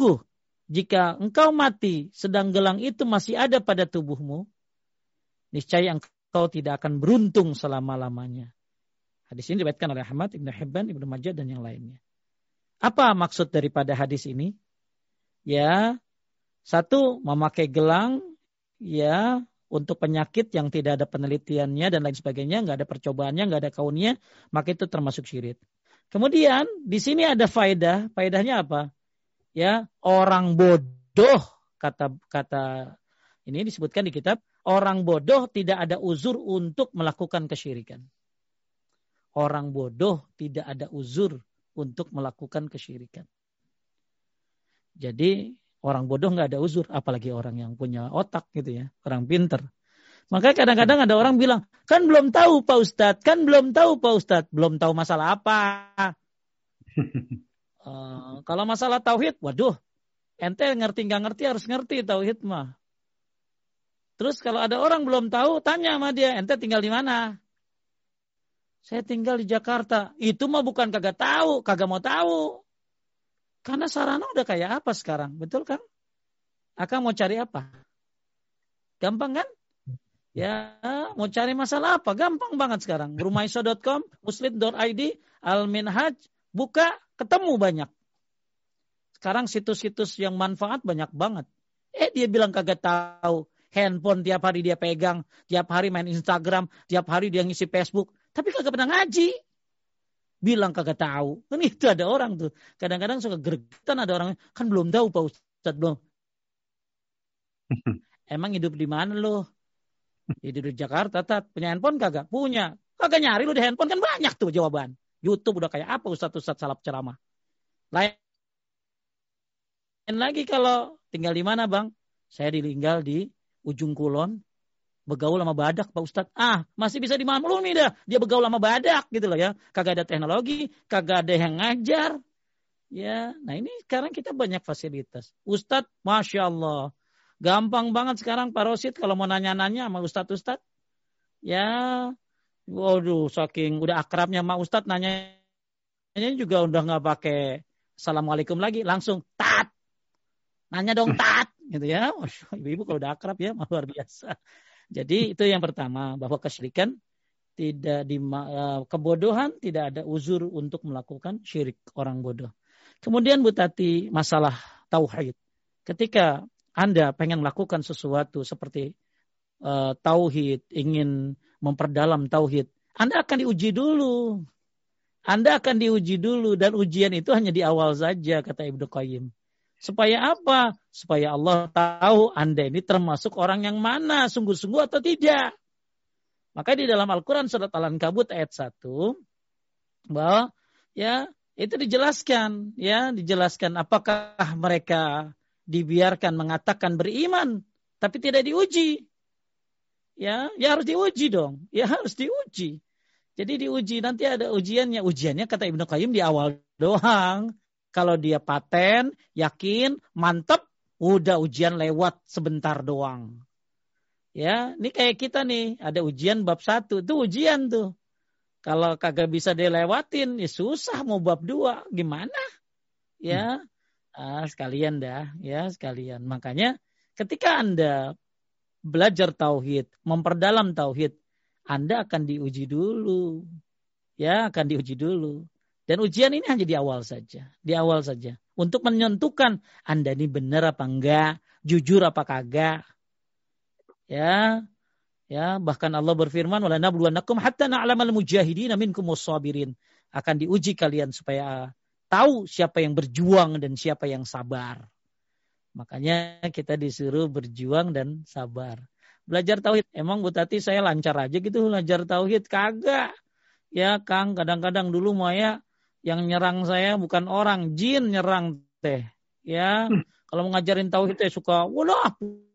masih ada pada tubuhmu, niscaya engkau tidak akan beruntung selama-lamanya. Hadis ini diriwayatkan oleh Ahmad, Ibnu Hibban, Ibnu Majah dan yang lainnya. Apa maksud daripada hadis ini? Ya, satu, memakai gelang ya untuk penyakit yang tidak ada penelitiannya dan lain sebagainya, nggak ada percobaannya, nggak ada kaunnya, maka itu termasuk syirik. Kemudian di sini ada faedah. Faedahnya apa? Ya, orang bodoh kata ini disebutkan di kitab, orang bodoh tidak ada uzur untuk melakukan kesyirikan. Orang bodoh tidak ada uzur untuk melakukan kesyirikan. Jadi Orang bodoh nggak ada uzur, apalagi orang yang punya otak gitu ya, orang pinter. Makanya kadang-kadang ada orang bilang, kan belum tahu Pak Ustadz, kan belum tahu Pak Ustadz, belum tahu masalah apa. Kalau masalah tauhid, waduh, ente ngerti nggak ngerti harus ngerti tauhid mah. Terus kalau ada orang belum tahu, tanya sama dia, ente tinggal di mana? Saya tinggal di Jakarta. Itu mah bukan kagak tahu, kagak mau tahu. Karena sarana udah kayak apa sekarang, betul kan? Akang mau cari apa? Gampang kan? Ya, mau cari masalah apa? Gampang banget sekarang. Rumaiso.com, muslim.id, Al-Minhaj, buka, ketemu banyak. Sekarang situs-situs yang manfaat banyak banget. Dia bilang kagak tahu. Handphone tiap hari dia pegang, tiap hari main Instagram, tiap hari dia ngisi Facebook, tapi kagak pernah ngaji. Bilang kagak tahu. Kan itu ada orang tuh. Kadang-kadang suka gregetan ada orang, kan belum tahu Pak Ustadz belum. Emang hidup di mana lo? Hidup di Jakarta, punya handphone kagak? Punya. Kagak nyari lo di handphone, kan banyak tuh jawaban. YouTube udah kayak apa Ustadz salap ceramah. Lain lagi kalau tinggal di mana Bang? Saya tinggal di Ujung Kulon, begaul sama badak Pak Ustadz. Masih bisa dimaklumi dah. Dia begaul sama badak gitu loh ya. Kagak ada teknologi, kagak ada yang ngajar. Ya, nah ini sekarang kita banyak fasilitas. Ustadz, Masya Allah. Gampang banget sekarang Pak Rosid kalau mau nanya-nanya sama Ustadz. Ya, waduh saking udah akrabnya sama Ustadz nanyanya juga udah nggak pakai Assalamualaikum lagi. Langsung tat. Nanya dong tat. Gitu ya. Ibu-ibu kalau udah akrab ya luar biasa. Jadi itu yang pertama, bahwa kesyirikan tidak kebodohan tidak ada uzur untuk melakukan syirik orang bodoh. Kemudian Bu Tati, masalah tauhid. Ketika Anda pengen melakukan sesuatu seperti tauhid, ingin memperdalam tauhid, Anda akan diuji dulu. Anda akan diuji dulu dan ujian itu hanya di awal saja kata Ibnu Qayyim. Supaya apa? Supaya Allah tahu Anda ini termasuk orang yang mana, sungguh-sungguh atau tidak. Maka di dalam Al-Quran surat Al-Ankabut ayat 1, bahwa ya itu dijelaskan apakah mereka dibiarkan mengatakan beriman, tapi tidak diuji. Ya harus diuji dong. Ya harus diuji. Jadi diuji, nanti ada ujiannya. Ujiannya kata Ibnu Qayyim di awal doang. Kalau dia paten, yakin, mantep, udah ujian lewat sebentar doang. Ya, ini kayak kita nih, ada ujian bab 1, itu ujian tuh. Kalau kagak bisa dilewatin, ya susah mau bab 2, gimana? Ya, sekalian dah, ya sekalian. Makanya ketika Anda belajar tauhid, memperdalam tauhid, Anda akan diuji dulu. Ya, akan diuji dulu. Dan ujian ini hanya di awal saja. Di awal saja. Untuk menentukan Anda ini benar apa enggak. Jujur apa kagak. Ya. Bahkan Allah berfirman. وَلَنَبْلُوَنَّكُمْ حَتَّى نَعْلَمَ الْمُجَاهِدِينَ مِنْكُمْ وَالصَّابِرِينَ. Akan diuji kalian supaya tahu siapa yang berjuang dan siapa yang sabar. Makanya kita disuruh berjuang dan sabar. Belajar tauhid. Emang Bu Tati saya lancar aja gitu belajar tauhid. Kagak. Ya Kang, kadang-kadang dulu Maya yang nyerang saya bukan orang, jin nyerang teh. Ya, kalau mengajarin tauhid teh suka, walah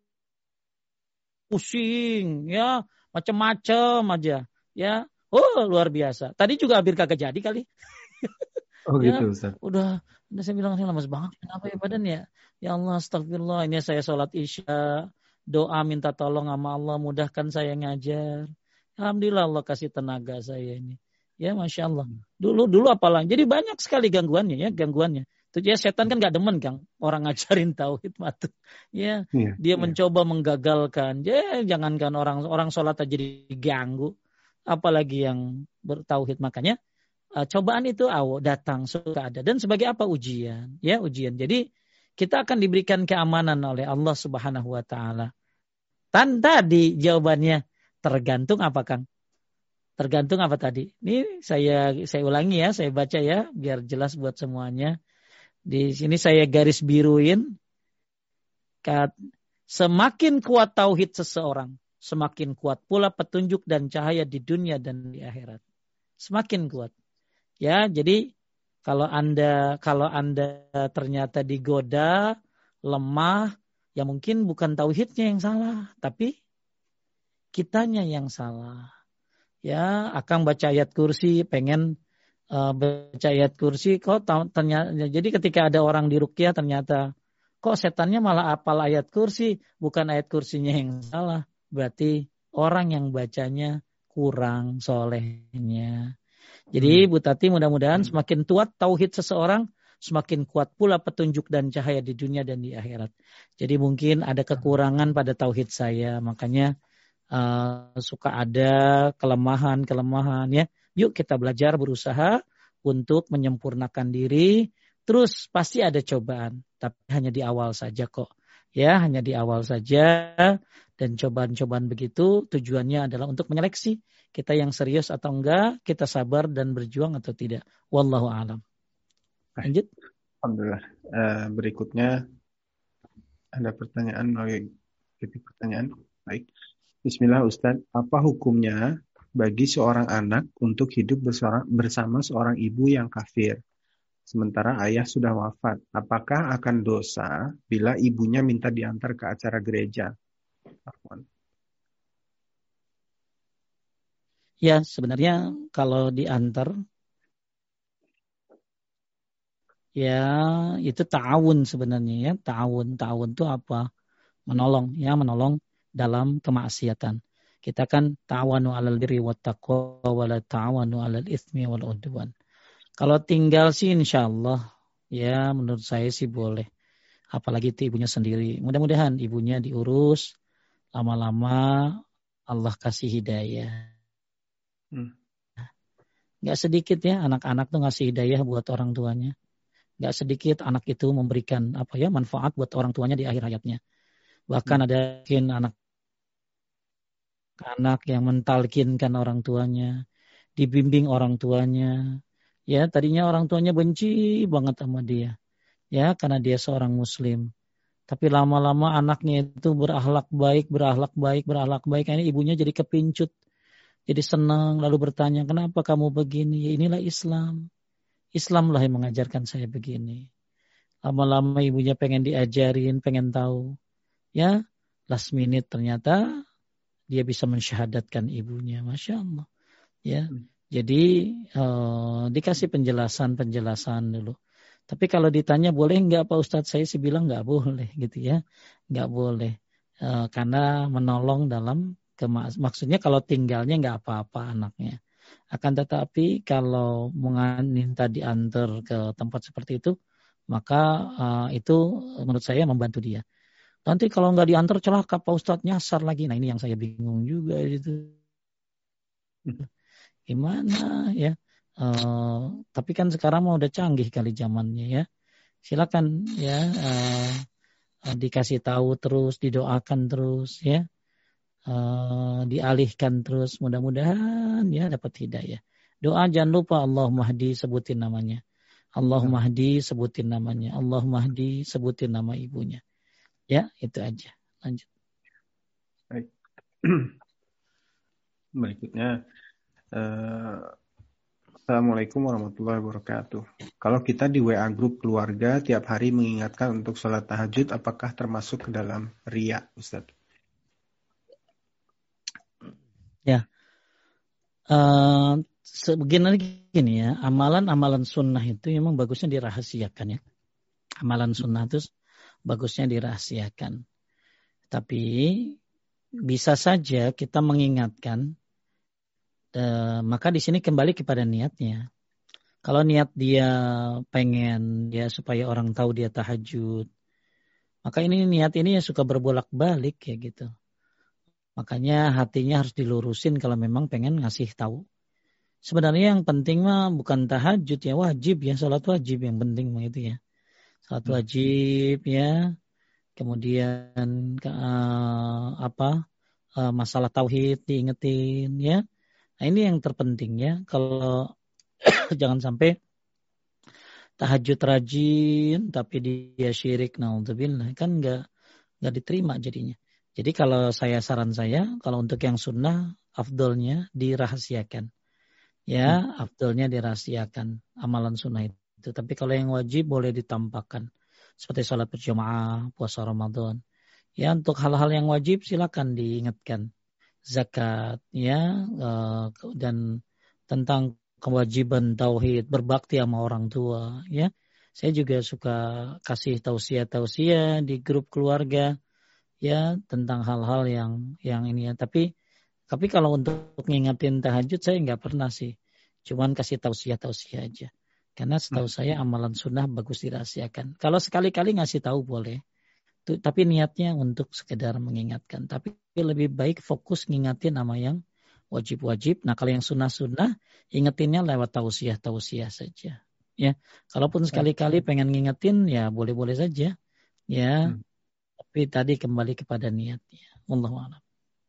pusing, ya macam-macam aja. Ya, luar biasa. Tadi juga hampir kagak jadi kali. Oh ya, gitu Ustaz. Udah saya bilang saya lemas banget. Kenapa ya badan ya? Ya Allah, astagfirullah. Ini saya sholat isya, doa minta tolong sama Allah, mudahkan saya ngajar. Alhamdulillah Allah kasih tenaga saya ini. Ya Masya Allah. Dulu apalah. Jadi banyak sekali gangguannya. Itu ya setan kan gak demen Kang. Orang ngajarin tauhid matu. Ya, dia mencoba menggagalkan. Ya jangankan orang sholat aja diganggu. Apalagi yang bertauhid. Makanya cobaan itu datang suka ada. Dan sebagai apa ujian? Ya ujian. Jadi kita akan diberikan keamanan oleh Allah Subhanahu Wa Taala. Tadi jawabannya tergantung apa Kang? Tergantung apa tadi? Ini saya ulangi ya, saya baca ya biar jelas buat semuanya. Di sini saya garis biruin. Semakin kuat tauhid seseorang, semakin kuat pula petunjuk dan cahaya di dunia dan di akhirat. Semakin kuat. Ya, jadi kalau Anda ternyata digoda lemah, ya mungkin bukan tauhidnya yang salah, tapi kitanya yang salah. Ya, Akang baca ayat kursi, pengen baca ayat kursi, kok ternyata, jadi ketika ada orang di ruqyah ternyata kok setannya malah hafal ayat kursi, bukan ayat kursinya yang salah, berarti orang yang bacanya kurang solehnya. Jadi Bu Tati, mudah-mudahan semakin kuat tauhid seseorang, semakin kuat pula petunjuk dan cahaya di dunia dan di akhirat. Jadi mungkin ada kekurangan pada tauhid saya, makanya suka ada kelemahan ya. Yuk kita belajar, berusaha untuk menyempurnakan diri. Terus pasti ada cobaan, tapi hanya di awal saja kok. Ya, hanya di awal saja. Dan cobaan-cobaan begitu tujuannya adalah untuk menyeleksi kita yang serius atau enggak, kita sabar dan berjuang atau tidak. Wallahu a'lam. Lanjut. Alhamdulillah. Berikutnya ada pertanyaan melalui pertanyaan. Baik. Bismillah Ustadz, apa hukumnya bagi seorang anak untuk hidup bersama seorang ibu yang kafir, sementara ayah sudah wafat? Apakah akan dosa bila ibunya minta diantar ke acara gereja? Ya, sebenarnya kalau diantar, ya itu ta'awun sebenarnya ya. Ta'awun itu apa? Menolong dalam kemaksiatan. Kita kan ta'awanu 'alal birri wat taqwa wa la ta'awanu 'alal itsmi wal 'udwan. Kalau tinggal sih insyaallah ya menurut saya sih boleh. Apalagi itu ibunya sendiri. Mudah-mudahan ibunya diurus, lama-lama Allah kasih hidayah. Gak sedikit ya anak-anak tuh ngasih hidayah buat orang tuanya. Gak sedikit anak itu memberikan manfaat buat orang tuanya di akhir hayatnya. Bahkan ada mungkin anak yang mentalkinkan orang tuanya, dibimbing orang tuanya. Ya, tadinya orang tuanya benci banget sama dia. Ya, karena dia seorang muslim. Tapi lama-lama anaknya itu berakhlak baik. Ini ibunya jadi kepincut. Jadi senang lalu bertanya, "Kenapa kamu begini?" Ya, inilah Islam. Islamlah yang mengajarkan saya begini. Lama-lama ibunya pengen diajarin, pengen tahu. Ya, last minute ternyata dia bisa mensyahadatkan ibunya, Masya Allah. Ya, jadi dikasih penjelasan dulu. Tapi kalau ditanya boleh nggak Pak Ustadz, saya sih bilang nggak boleh gitu ya, nggak boleh karena menolong dalam maksudnya kalau tinggalnya nggak apa-apa anaknya. Akan tetapi kalau minta diantar ke tempat seperti itu, maka itu menurut saya membantu dia. Nanti kalau nggak diantar celaka Pak Ustadz, nyasar lagi. Nah ini yang saya bingung juga gitu. Gimana ya? Tapi kan sekarang udah canggih kali zamannya ya. Silakan ya dikasih tahu terus, didoakan terus ya. Dialihkan terus, mudah-mudahan ya dapat hidayah. Doa jangan lupa Allahumma hdi, sebutin namanya. Allahumma hdi, sebutin namanya. Allahumma hdi, sebutin nama ibunya. Ya, itu aja. Lanjut. Baik. Berikutnya, Assalamualaikum warahmatullahi wabarakatuh. Kalau kita di WA grup keluarga tiap hari mengingatkan untuk sholat tahajud, apakah termasuk ke dalam riya, Ustaz? Ya, begini ya, amalan sunnah itu memang bagusnya dirahasiakan ya. Amalan sunnah itu bagusnya dirahasiakan. Tapi bisa saja kita mengingatkan, maka di sini kembali kepada niatnya. Kalau niat dia pengen ya supaya orang tahu dia tahajud, maka niat ini ya suka berbolak-balik ya gitu. Makanya hatinya harus dilurusin kalau memang pengen ngasih tahu. Sebenarnya yang penting mah bukan tahajud ya, wajib ya, salat wajib yang penting mah itu ya. Salat wajib ya. Kemudian masalah tauhid diingetin ya. Nah ini yang terpenting ya. Kalau jangan sampai tahajud rajin tapi dia syirik, naudzubillah, kan nggak diterima jadinya. Jadi kalau saran saya kalau untuk yang sunnah afdolnya dirahasiakan. Ya, afdolnya dirahasiakan amalan sunnah itu. Tapi kalau yang wajib boleh ditampakkan. seperti sholat berjamaah, puasa Ramadan. Ya, untuk hal-hal yang wajib silakan diingatkan. Zakat, ya, dan tentang kewajiban tauhid, berbakti sama orang tua, ya. Saya juga suka kasih tausiah-tausiah di grup keluarga, ya, tentang hal-hal yang ini ya. Tapi kalau untuk ngingetin tahajud saya nggak pernah sih. Cuman kasih tausiah-tausiah aja. Karena setahu saya amalan sunnah bagus dirahasiakan. Kalau sekali-kali ngasih tahu boleh. Tapi niatnya untuk sekedar mengingatkan. Tapi lebih baik fokus ngingatin sama yang wajib-wajib. Nah kalau yang sunnah-sunnah, ingetinnya lewat tausiah-tausiah saja. Ya, kalaupun sekali-kali pengen ngingetin, ya boleh-boleh saja. Ya, tapi tadi kembali kepada niatnya. Wallahu a'lam.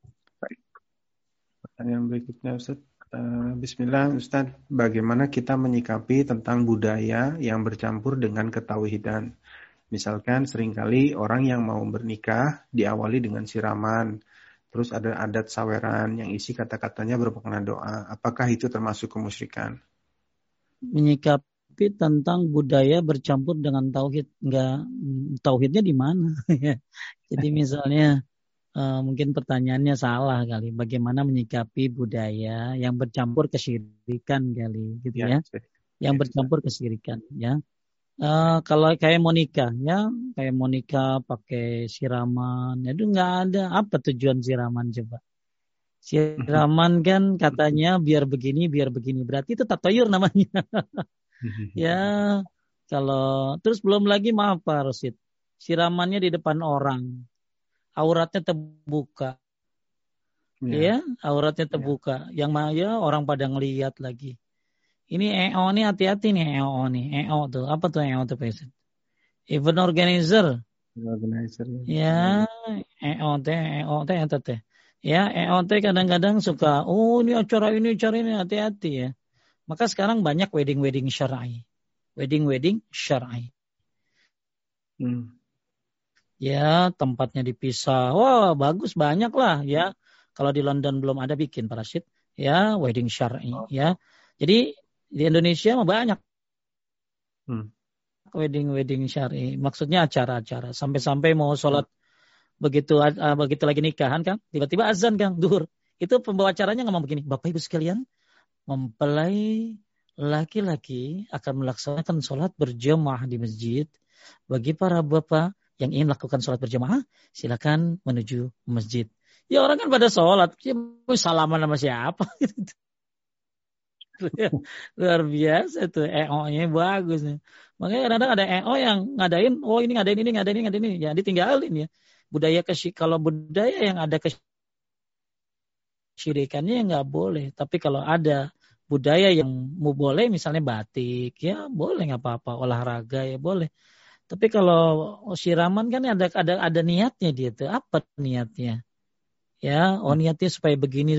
Pertanyaan berikutnya Ustaz. Bismillah Ustaz, bagaimana kita menyikapi tentang budaya yang bercampur dengan ketauhidan? Misalkan seringkali orang yang mau bernikah diawali dengan siraman, terus ada adat saweran yang isi kata-katanya bermakna doa. Apakah itu termasuk kemusyrikan? Menyikapi tentang budaya bercampur dengan tauhid, enggak, tauhidnya di mana? Jadi misalnya mungkin pertanyaannya salah kali. Bagaimana menyikapi budaya yang bercampur kesyirikan kali, gitu ya? Yang bercampur kesyirikan, ya. Kalau kayak mau nikah, ya, kayak mau nikah pakai siraman, itu nggak ada. Apa tujuan siraman coba? Siraman kan katanya biar begini, berarti itu tatayur namanya. Ya, kalau terus belum lagi maaf Pak Rosid, siramannya di depan orang, auratnya terbuka. Ya, auratnya terbuka. Yang ya orang pada ngelihat lagi. Ini EO nih, hati-hati nih EO nih. EO tuh, apa tuh EO tuh Pak? Event organizer. Ya, EOT teh. Ya, EOT kadang-kadang suka, ini acara ini, hati-hati ya. Maka sekarang banyak wedding syar'i. Wedding syar'i. Ya, tempatnya dipisah. Wah, bagus, banyak lah ya. Kalau di London belum ada bikin Pak Rashid. Ya, wedding syar'i. Ya, jadi di Indonesia mah banyak. Wedding syar'i. Maksudnya acara-acara. Sampai-sampai mau sholat begitu lagi nikahan kan, tiba-tiba azan Kang duhur. Itu pembawa acaranya ngomong begini, Bapak Ibu sekalian, mempelai laki-laki akan melaksanakan sholat berjamaah di masjid. Bagi para bapak yang ingin melakukan sholat berjamaah, silakan menuju masjid. Ya orang kan pada sholat, salaman sama siapa? Luar biasa tuh, EO-nya bagus nih. Makanya kadang-kadang ada EO yang ngadain, ini ngadain ini, ya ditinggalin ya. Kalau budaya yang ada kesyirikannya ya nggak boleh. Tapi kalau ada budaya yang mau boleh, misalnya batik, ya boleh nggak apa-apa. Olahraga ya boleh. Tapi kalau siraman kan ada niatnya dia tuh. Apa niatnya? Ya, niatnya supaya begini.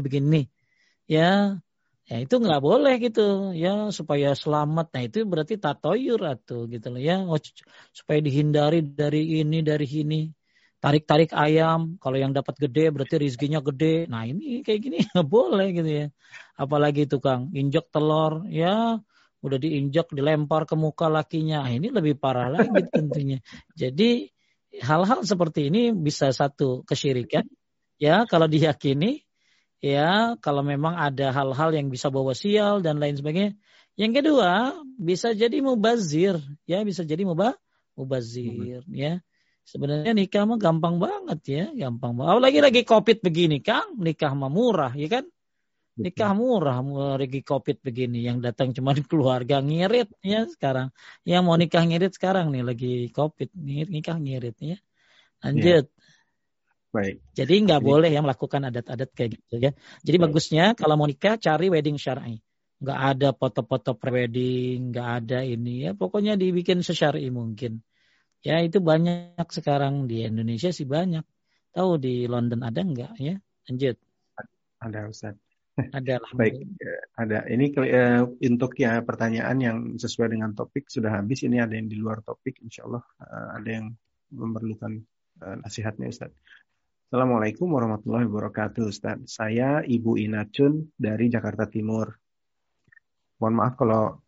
Ya itu nggak boleh gitu. Ya supaya selamat. Nah itu berarti tatoyur atau gitu loh ya. Supaya dihindari dari ini. Tarik-tarik ayam, kalau yang dapat gede berarti rezekinya gede. Nah ini kayak gini nggak boleh gitu ya. Apalagi tukang injek telur, ya udah diinjek, dilempar ke muka lakinya. Nah, ini lebih parah lagi tentunya. Jadi hal-hal seperti ini bisa satu kesyirikan, ya kalau diyakini, ya kalau memang ada hal-hal yang bisa bawa sial dan lain sebagainya. Yang kedua bisa jadi mubazir, ya bisa jadi mubazir, ya. Sebenarnya nikah mah gampang banget ya, gampang banget. Lagi COVID begini, Kang, nikah mah murah, ya kan? Nikah murah, lagi COVID begini, yang datang cuma keluarga ngirit ya sekarang. Yang mau nikah ngirit sekarang nih lagi COVID, nikah ngirit ya. Lanjut. Ya. Baik. Jadi nggak boleh ya melakukan adat-adat kayak gitu ya. Jadi bagusnya kalau mau nikah cari wedding syar'i. Nggak ada foto-foto prewedding, nggak ada ini ya. Pokoknya dibikin sesyar'i mungkin. Ya itu banyak sekarang di Indonesia sih banyak. Tahu di London ada enggak ya? Lanjut. Ada Ustaz. Ada lah. Baik, ada. Ini untuk ya pertanyaan yang sesuai dengan topik sudah habis. Ini ada yang di luar topik. Insya Allah ada yang memerlukan nasihatnya Ustaz. Assalamualaikum warahmatullahi wabarakatuh Ustaz. Saya Ibu Inacun dari Jakarta Timur. Mohon maaf kalau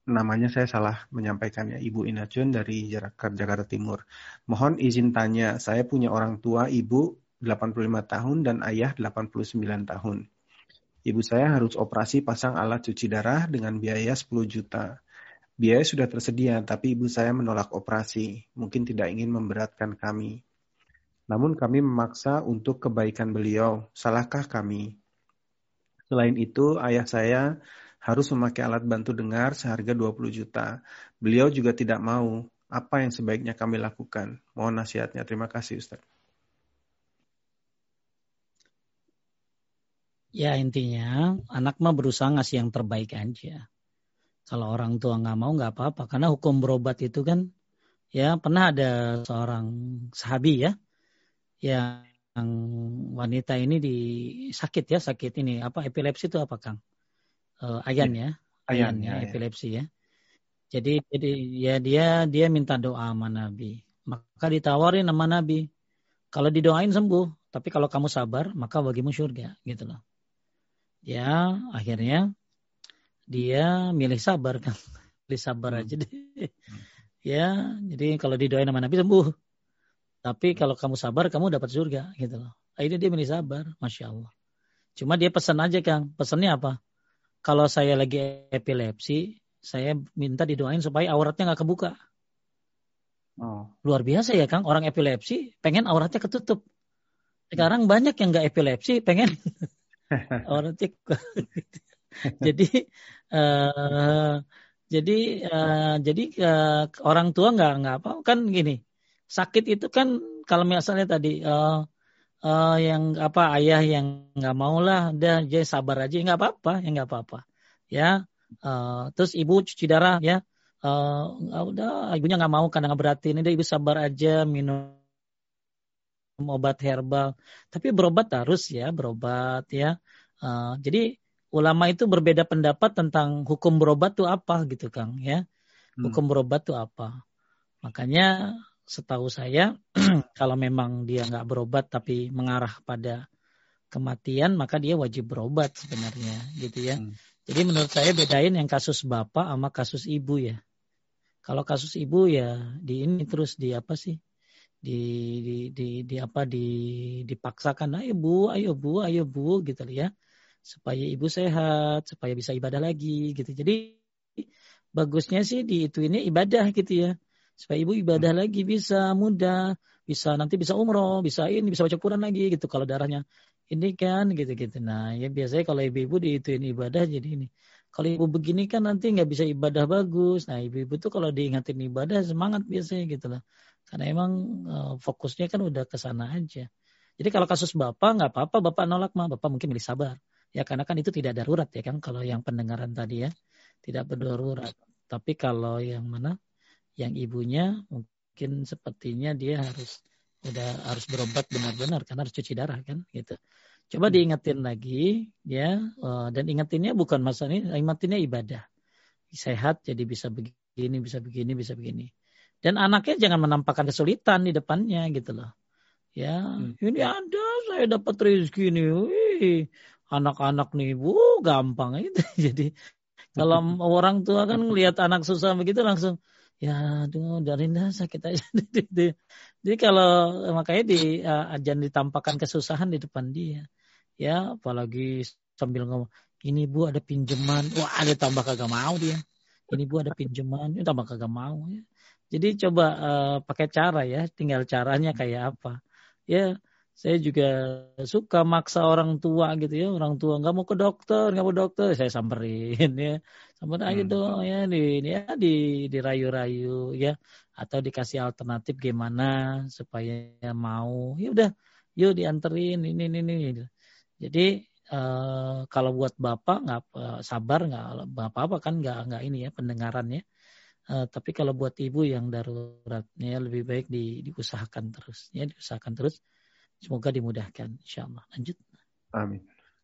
namanya saya salah menyampaikannya. Ibu Inacun dari Jakarta Timur. Mohon izin tanya, saya punya orang tua ibu 85 tahun dan ayah 89 tahun. Ibu saya harus operasi pasang alat cuci darah dengan biaya 10 juta. Biaya sudah tersedia, tapi ibu saya menolak operasi. Mungkin tidak ingin memberatkan kami. Namun kami memaksa untuk kebaikan beliau. Salahkah kami? Selain itu, ayah saya harus memakai alat bantu dengar seharga 20 juta. Beliau juga tidak mau. Apa yang sebaiknya kami lakukan? Mohon nasihatnya. Terima kasih, Ustaz. Ya intinya anak mah berusaha ngasih yang terbaik aja. Kalau orang tua nggak mau nggak apa-apa. Karena hukum berobat itu kan ya pernah ada seorang sahabi ya yang wanita ini sakit ini apa epilepsi itu apa Kang? Ayan ya epilepsi ya. Jadi ya dia minta doa sama Nabi. Maka ditawarin sama Nabi. Kalau didoain sembuh, tapi kalau kamu sabar maka bagimu surga gitu loh. Ya akhirnya dia milih sabar kan. Milih sabar aja deh. Ya, jadi kalau didoain sama Nabi sembuh. Tapi kalau kamu sabar kamu dapat surga gitu loh. Akhirnya dia milih sabar, Masya Allah. Cuma dia pesan aja Kang. Pesannya apa? Kalau saya lagi epilepsi, saya minta didoain supaya auratnya nggak kebuka. Luar biasa ya Kang. Orang epilepsi pengen auratnya ketutup. Sekarang banyak yang nggak epilepsi pengen auratnya. Jadi orang tua nggak apa kan gini. Sakit itu kan kalau misalnya tadi yang apa ayah yang nggak mau lah, udah jadi sabar aja nggak apa-apa ya. Terus ibu cuci darah ya, udah ibunya nggak mau karena ngeberatin, udah ibu sabar aja minum obat herbal. Tapi berobat harus ya berobat ya. Jadi ulama itu berbeda pendapat tentang hukum berobat tuh apa gitu Kang ya. Hukum berobat tuh apa? Makanya setahu saya kalau memang dia nggak berobat tapi mengarah pada kematian maka dia wajib berobat sebenarnya gitu ya. Jadi menurut saya bedain yang kasus bapak sama kasus ibu ya. Kalau kasus ibu ya di ini terus di apa sih? Dipaksakan ayo bu gitu ya. Supaya ibu sehat, supaya bisa ibadah lagi gitu. Jadi bagusnya sih di itu ini ibadah gitu ya. Supaya ibu ibadah lagi bisa mudah, nanti bisa umroh, bisa baca Quran lagi gitu kalau darahnya ini kan gitu-gitu. Nah ya biasanya kalau ibu-ibu diituin ibadah jadi ini. Kalau ibu begini kan nanti nggak bisa ibadah bagus. Nah ibu-ibu tuh kalau diingatin ibadah semangat biasanya gitu lah. Karena emang fokusnya kan udah ke sana aja. Jadi kalau kasus bapak nggak apa-apa, bapak nolak mah, bapak mungkin milih sabar. Ya karena kan itu tidak darurat ya kan kalau yang pendengaran tadi ya tidak berdarurat. Tapi kalau yang mana? Yang ibunya mungkin sepertinya dia harus berobat benar-benar karena harus cuci darah kan gitu. Coba diingetin lagi ya dan ingetinnya bukan masalah ini, ingetinnya ibadah. Sehat jadi bisa begini. Dan anaknya jangan menampakkan kesulitan di depannya gitu loh. Ya, ini ada saya dapat rezeki nih. Wih, anak-anak nih Bu gampang itu. Jadi kalau orang tua kan ngelihat anak susah begitu langsung ya aduh Darinda sakit aja. Jadi kalau makanya jangan ditampakkan kesusahan di depan dia. Ya apalagi sambil ngomong ini Bu ada pinjaman. Wah ada tambah kagak mau dia. Ini Bu ada pinjaman. Ini tambah kagak mau ya. Jadi coba pakai cara ya. Tinggal caranya kayak apa. Ya saya juga suka maksa orang tua gitu ya. Orang tua nggak mau ke dokter. Saya samperin ya. Samperin aja dong ya. Dirayu-rayu ya. Atau dikasih alternatif gimana supaya mau. Ya udah yuk dianterin ini. Jadi kalau buat bapak nggak sabar nggak apa-apa kan nggak ini ya pendengarannya. Tapi kalau buat ibu yang daruratnya lebih baik diusahakan terus. Semoga dimudahkan, insyaallah. Lanjut. Amin.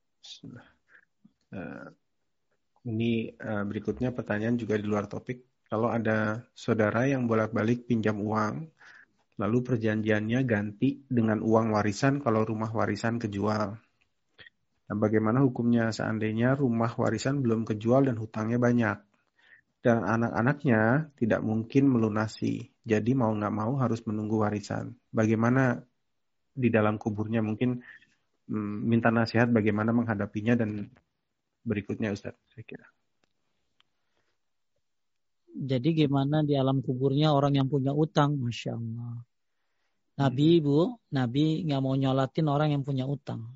Ini berikutnya pertanyaan juga di luar topik. Kalau ada saudara yang bolak-balik pinjam uang, lalu perjanjiannya ganti dengan uang warisan kalau rumah warisan kejual. Nah, bagaimana hukumnya seandainya rumah warisan belum kejual dan hutangnya banyak? dan anak-anaknya tidak mungkin melunasi. Jadi mau nggak mau harus menunggu warisan. Bagaimana di dalam kuburnya, mungkin minta nasihat bagaimana menghadapinya dan berikutnya Ustaz, saya kira. Jadi gimana di alam kuburnya orang yang punya utang, Masya Allah. Nabi nggak mau nyolatin orang yang punya utang.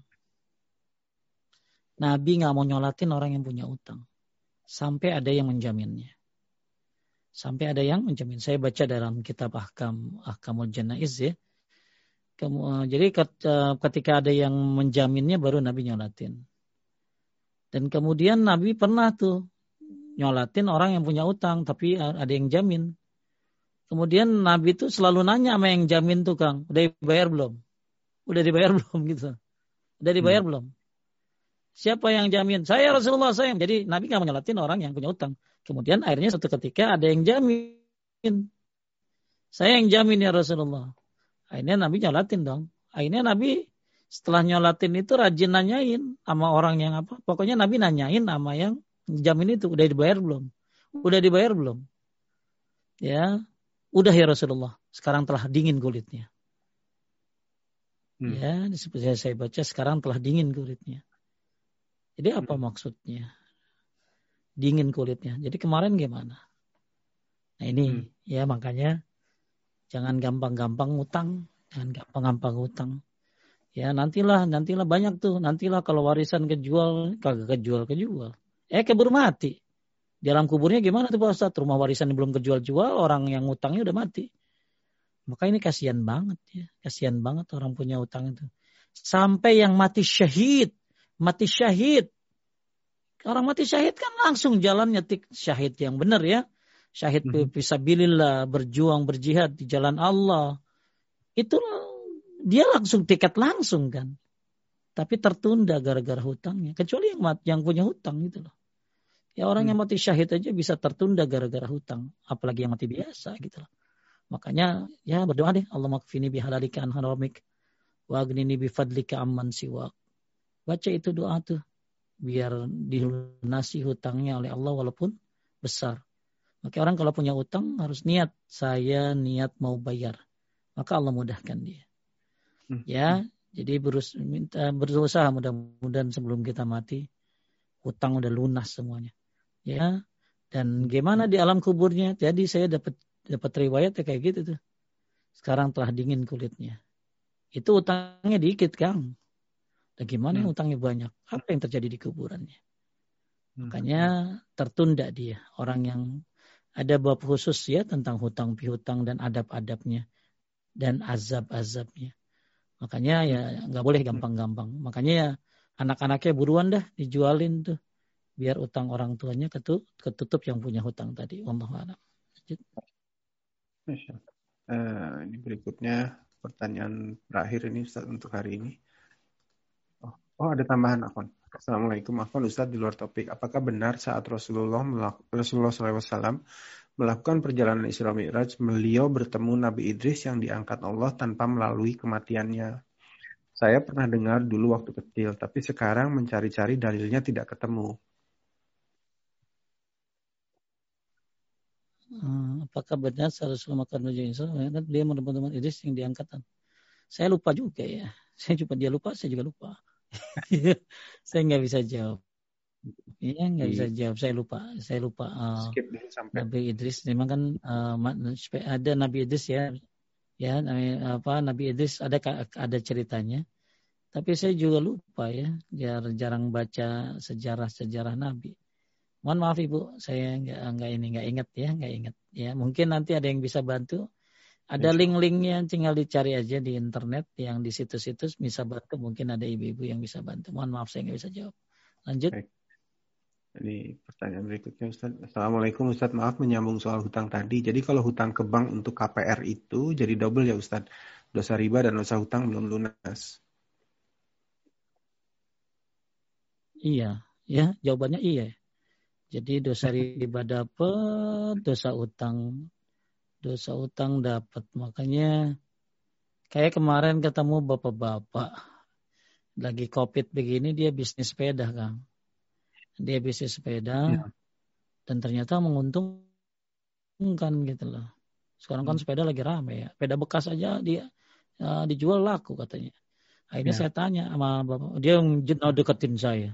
Nabi nggak mau nyolatin orang yang punya utang. Sampai ada yang menjaminnya. Sampai ada yang menjamin. Saya baca dalam kitab Ahkamul Janaiz ya. Jadi ketika ada yang menjaminnya baru Nabi nyolatin. Dan kemudian Nabi pernah tuh nyolatin orang yang punya utang, tapi ada yang jamin. Kemudian Nabi tuh selalu nanya sama yang jamin tuh, Kang, udah dibayar belum? Udah dibayar belum gitu. Udah dibayar belum? Siapa yang jamin? Saya Rasulullah saya. Jadi Nabi nggak menyolatin orang yang punya utang. Kemudian akhirnya suatu ketika ada yang jamin. Saya yang jamin ya Rasulullah. Akhirnya Nabi nyolatin dong. Akhirnya Nabi setelah nyolatin itu rajin nanyain sama orang yang apa. Pokoknya Nabi nanyain sama yang jamin itu. Udah dibayar belum? Udah dibayar belum? Ya. Udah ya Rasulullah. Sekarang telah dingin kulitnya. Ya. Seperti saya baca sekarang telah dingin kulitnya. Jadi apa maksudnya? Dingin kulitnya. Jadi kemarin gimana? Nah ini ya makanya jangan gampang-gampang utang. Jangan gampang-gampang utang. Ya nantilah banyak tuh. Nantilah kalau warisan kejual, kagak kejual. Keburu mati. Di dalam kuburnya gimana tuh Pak Ustadz? Rumah warisan belum kejual-jual, orang yang utangnya udah mati. Maka ini kasihan banget ya. Kasihan banget orang punya utang itu. Sampai yang mati syahid. Orang mati syahid kan langsung jalan nyetik syahid yang benar ya. Syahid fisabilillah, berjuang, berjihad di jalan Allah. Itu dia langsung tiket langsung kan. Tapi tertunda gara-gara hutangnya. Kecuali yang punya hutang gitu loh. Ya orang yang mati syahid aja bisa tertunda gara-gara hutang. Apalagi yang mati biasa gitu loh. Makanya ya berdoa deh. Allahumma kfini bihalalika an haramik. Wa agnini bifadlika amman siwak. Baca itu doa tuh. Biar dilunasi hutangnya oleh Allah walaupun besar. Maka orang kalau punya utang harus niat. Saya niat mau bayar. Maka Allah mudahkan dia. Ya, jadi berusaha mudah-mudahan sebelum kita mati. Hutang udah lunas semuanya. Ya, dan gimana di alam kuburnya? Jadi saya dapat riwayat kayak gitu tuh. Sekarang telah dingin kulitnya. Itu utangnya dikit, Kang. Dan gimana utangnya banyak? Apa yang terjadi di kuburannya? Makanya tertunda dia. Orang yang ada bab khusus ya tentang hutang pihutang dan adab-adabnya. Dan azab-azabnya. Makanya ya nggak boleh gampang-gampang. Makanya ya anak-anaknya buruan dah dijualin tuh. Biar utang orang tuanya ketutup yang punya hutang tadi. Wallahu a'lam. Ini berikutnya pertanyaan terakhir ini Ustaz untuk hari ini. Oh ada tambahan Afwan. Assalamualaikum Afwan Ustaz, di luar topik. Apakah benar saat Rasulullah SAW melakukan perjalanan Isra Mi'raj, beliau bertemu Nabi Idris yang diangkat Allah tanpa melalui kematiannya? Saya pernah dengar dulu waktu kecil, tapi sekarang mencari-cari dalilnya tidak ketemu. Apakah benar saat Rasulullah makan menuju Isra? Dia teman-teman Idris yang diangkat. Saya lupa juga ya. Dia lupa, saya juga lupa. Saya nggak bisa jawab. Iya nggak bisa jawab. Saya lupa. Skip dulu sampai. Nabi Idris memang kan ada Nabi Idris ya. Ya Nabi Idris ada ceritanya. Tapi saya juga lupa ya. Jarang baca sejarah Nabi. Mohon maaf Ibu, saya nggak ingat ya. Mungkin nanti ada yang bisa bantu. Ada link-linknya, tinggal dicari aja di internet yang di situs-situs bisa bantu. Mungkin ada ibu-ibu yang bisa bantu. Mohon maaf saya nggak bisa jawab. Lanjut. Baik. Ini pertanyaan berikutnya Ustaz. Assalamualaikum Ustaz, maaf menyambung soal hutang tadi. Jadi kalau hutang ke bank untuk KPR itu jadi double ya Ustaz. Dosa riba dan dosa hutang belum lunas. Iya, ya jawabannya iya. Jadi dosa riba dapat, dosa utang dapat. Makanya kayak kemarin ketemu bapak-bapak lagi COVID begini, dia bisnis sepeda Kang. Dia bisnis sepeda. dan ternyata menguntungkan gitu loh. Sekarang kan sepeda lagi rame ya. Sepeda bekas aja dia dijual laku katanya. Akhirnya saya tanya sama bapak, dia deketin saya.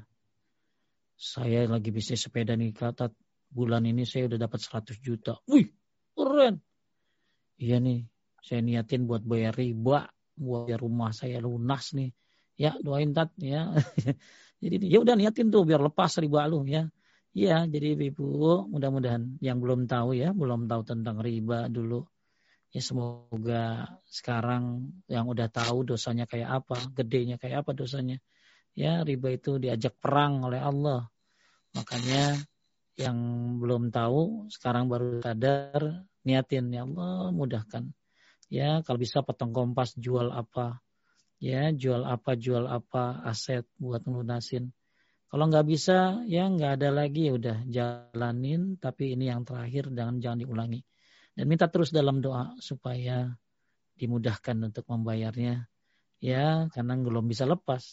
Saya lagi bisnis sepeda nih, kata bulan ini saya udah dapat 100 juta. Wih, keren. Iya nih, saya niatin buat bayar riba, buat bayar rumah saya lunas nih. Ya, doain Tat ya. Jadi ya udah niatin tuh biar lepas riba lu ya. Iya, jadi Ibu mudah-mudahan yang belum tahu ya, belum tahu tentang riba dulu. Ya semoga sekarang yang udah tahu dosanya kayak apa, gedenya kayak apa dosanya. Ya, riba itu diajak perang oleh Allah. Makanya yang belum tahu sekarang baru sadar, niatin ya Allah mudahkan. Ya, kalau bisa potong kompas jual apa. Ya, jual apa aset buat ngelunasin. Kalau nggak bisa ya nggak ada lagi, ya udah jalanin, tapi ini yang terakhir jangan diulangi. Dan minta terus dalam doa supaya dimudahkan untuk membayarnya. Ya, karena belum bisa lepas,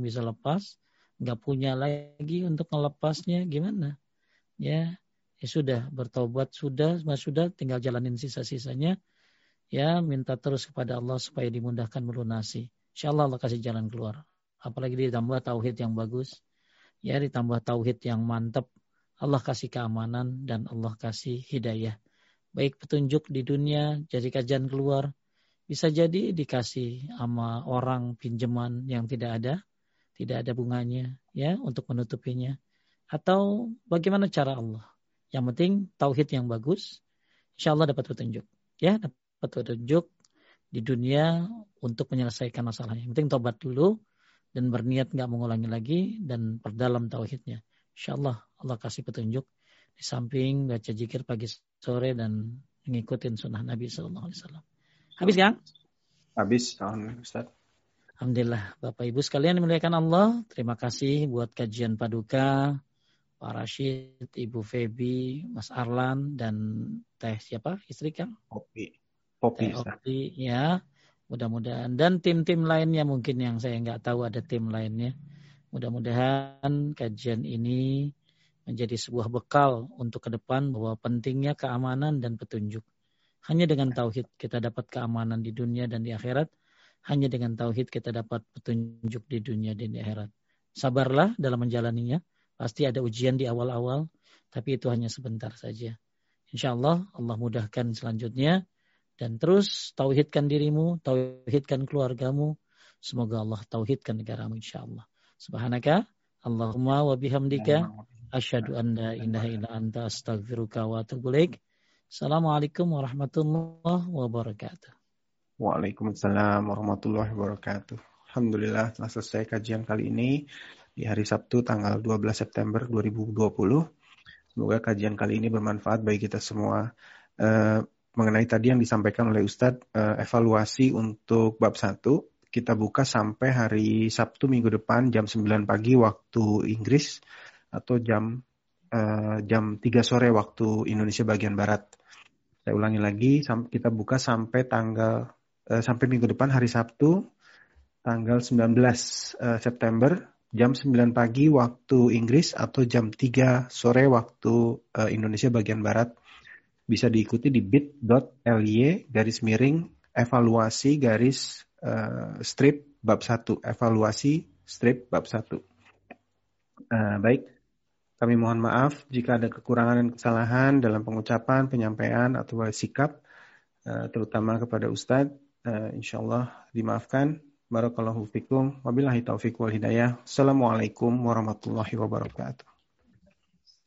nggak punya lagi untuk melepasnya gimana? Ya sudah bertobat sudah tinggal jalanin sisa-sisanya. Ya, minta terus kepada Allah supaya dimudahkan melunasi. Insyaallah Allah kasih jalan keluar. Apalagi ditambah tauhid yang bagus. Ya, ditambah tauhid yang mantap. Allah kasih keamanan dan Allah kasih hidayah. Baik petunjuk di dunia, jadi kajian keluar. Bisa jadi dikasih sama orang pinjaman yang tidak ada bunganya ya untuk menutupinya. Atau bagaimana cara Allah. Yang penting tauhid yang bagus, insyaallah dapat petunjuk. Ya, dapat petunjuk di dunia untuk menyelesaikan masalahnya. Yang penting tobat dulu dan berniat nggak mengulangi lagi dan perdalam tauhidnya. Insyaallah Allah kasih petunjuk di samping baca zikir pagi sore dan mengikuti sunnah Nabi SAW. Habis Kang? Habis, Ustaz. Alhamdulillah Bapak Ibu sekalian dimuliakan Allah. Terima kasih buat kajian Paduka, Pak Rashid, Ibu Febi, Mas Arlan, dan Teh siapa? Istri Kang? Popi. Teh Opi ya. Mudah-mudahan. Dan tim-tim lainnya mungkin yang saya nggak tahu ada tim lainnya. Mudah-mudahan kajian ini menjadi sebuah bekal untuk ke depan bahwa pentingnya keamanan dan petunjuk. Hanya dengan tauhid kita dapat keamanan di dunia dan di akhirat. Hanya dengan tauhid kita dapat petunjuk di dunia dan di akhirat. Sabarlah dalam menjalaninya. Pasti ada ujian di awal-awal, tapi itu hanya sebentar saja. InsyaAllah Allah mudahkan selanjutnya. Dan terus tauhidkan dirimu, tauhidkan keluargamu. Semoga Allah tauhidkan negaramu insyaAllah. Subhanaka Allahumma wa bihamdika asyhadu an la ilaha illa anta astaghfiruka wa atubu ilaik. Assalamualaikum warahmatullahi wabarakatuh. Waalaikumsalam warahmatullahi wabarakatuh. Alhamdulillah telah selesai kajian kali ini di hari Sabtu tanggal 12 September 2020. Semoga kajian kali ini bermanfaat bagi kita semua. Mengenai tadi yang disampaikan oleh Ustadz, evaluasi untuk bab 1, kita buka sampai hari Sabtu minggu depan jam 9 pagi waktu Inggris atau jam 3 sore waktu Indonesia bagian Barat. Saya ulangi lagi, kita buka sampai minggu depan hari Sabtu tanggal 19 September jam 9 pagi waktu Inggris atau jam 3 sore waktu Indonesia bagian Barat. Bisa diikuti di bit.ly/evaluasi strip bab 1. Evaluasi strip bab 1. Baik, kami mohon maaf jika ada kekurangan dan kesalahan dalam pengucapan, penyampaian atau sikap, terutama kepada Ustadz. InsyaAllah dimaafkan. Barakallahu fikum. Wabillahi taufiq wal hidayah. Assalamualaikum warahmatullahi wabarakatuh.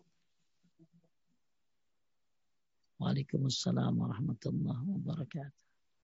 Waalaikumsalam warahmatullahi wabarakatuh.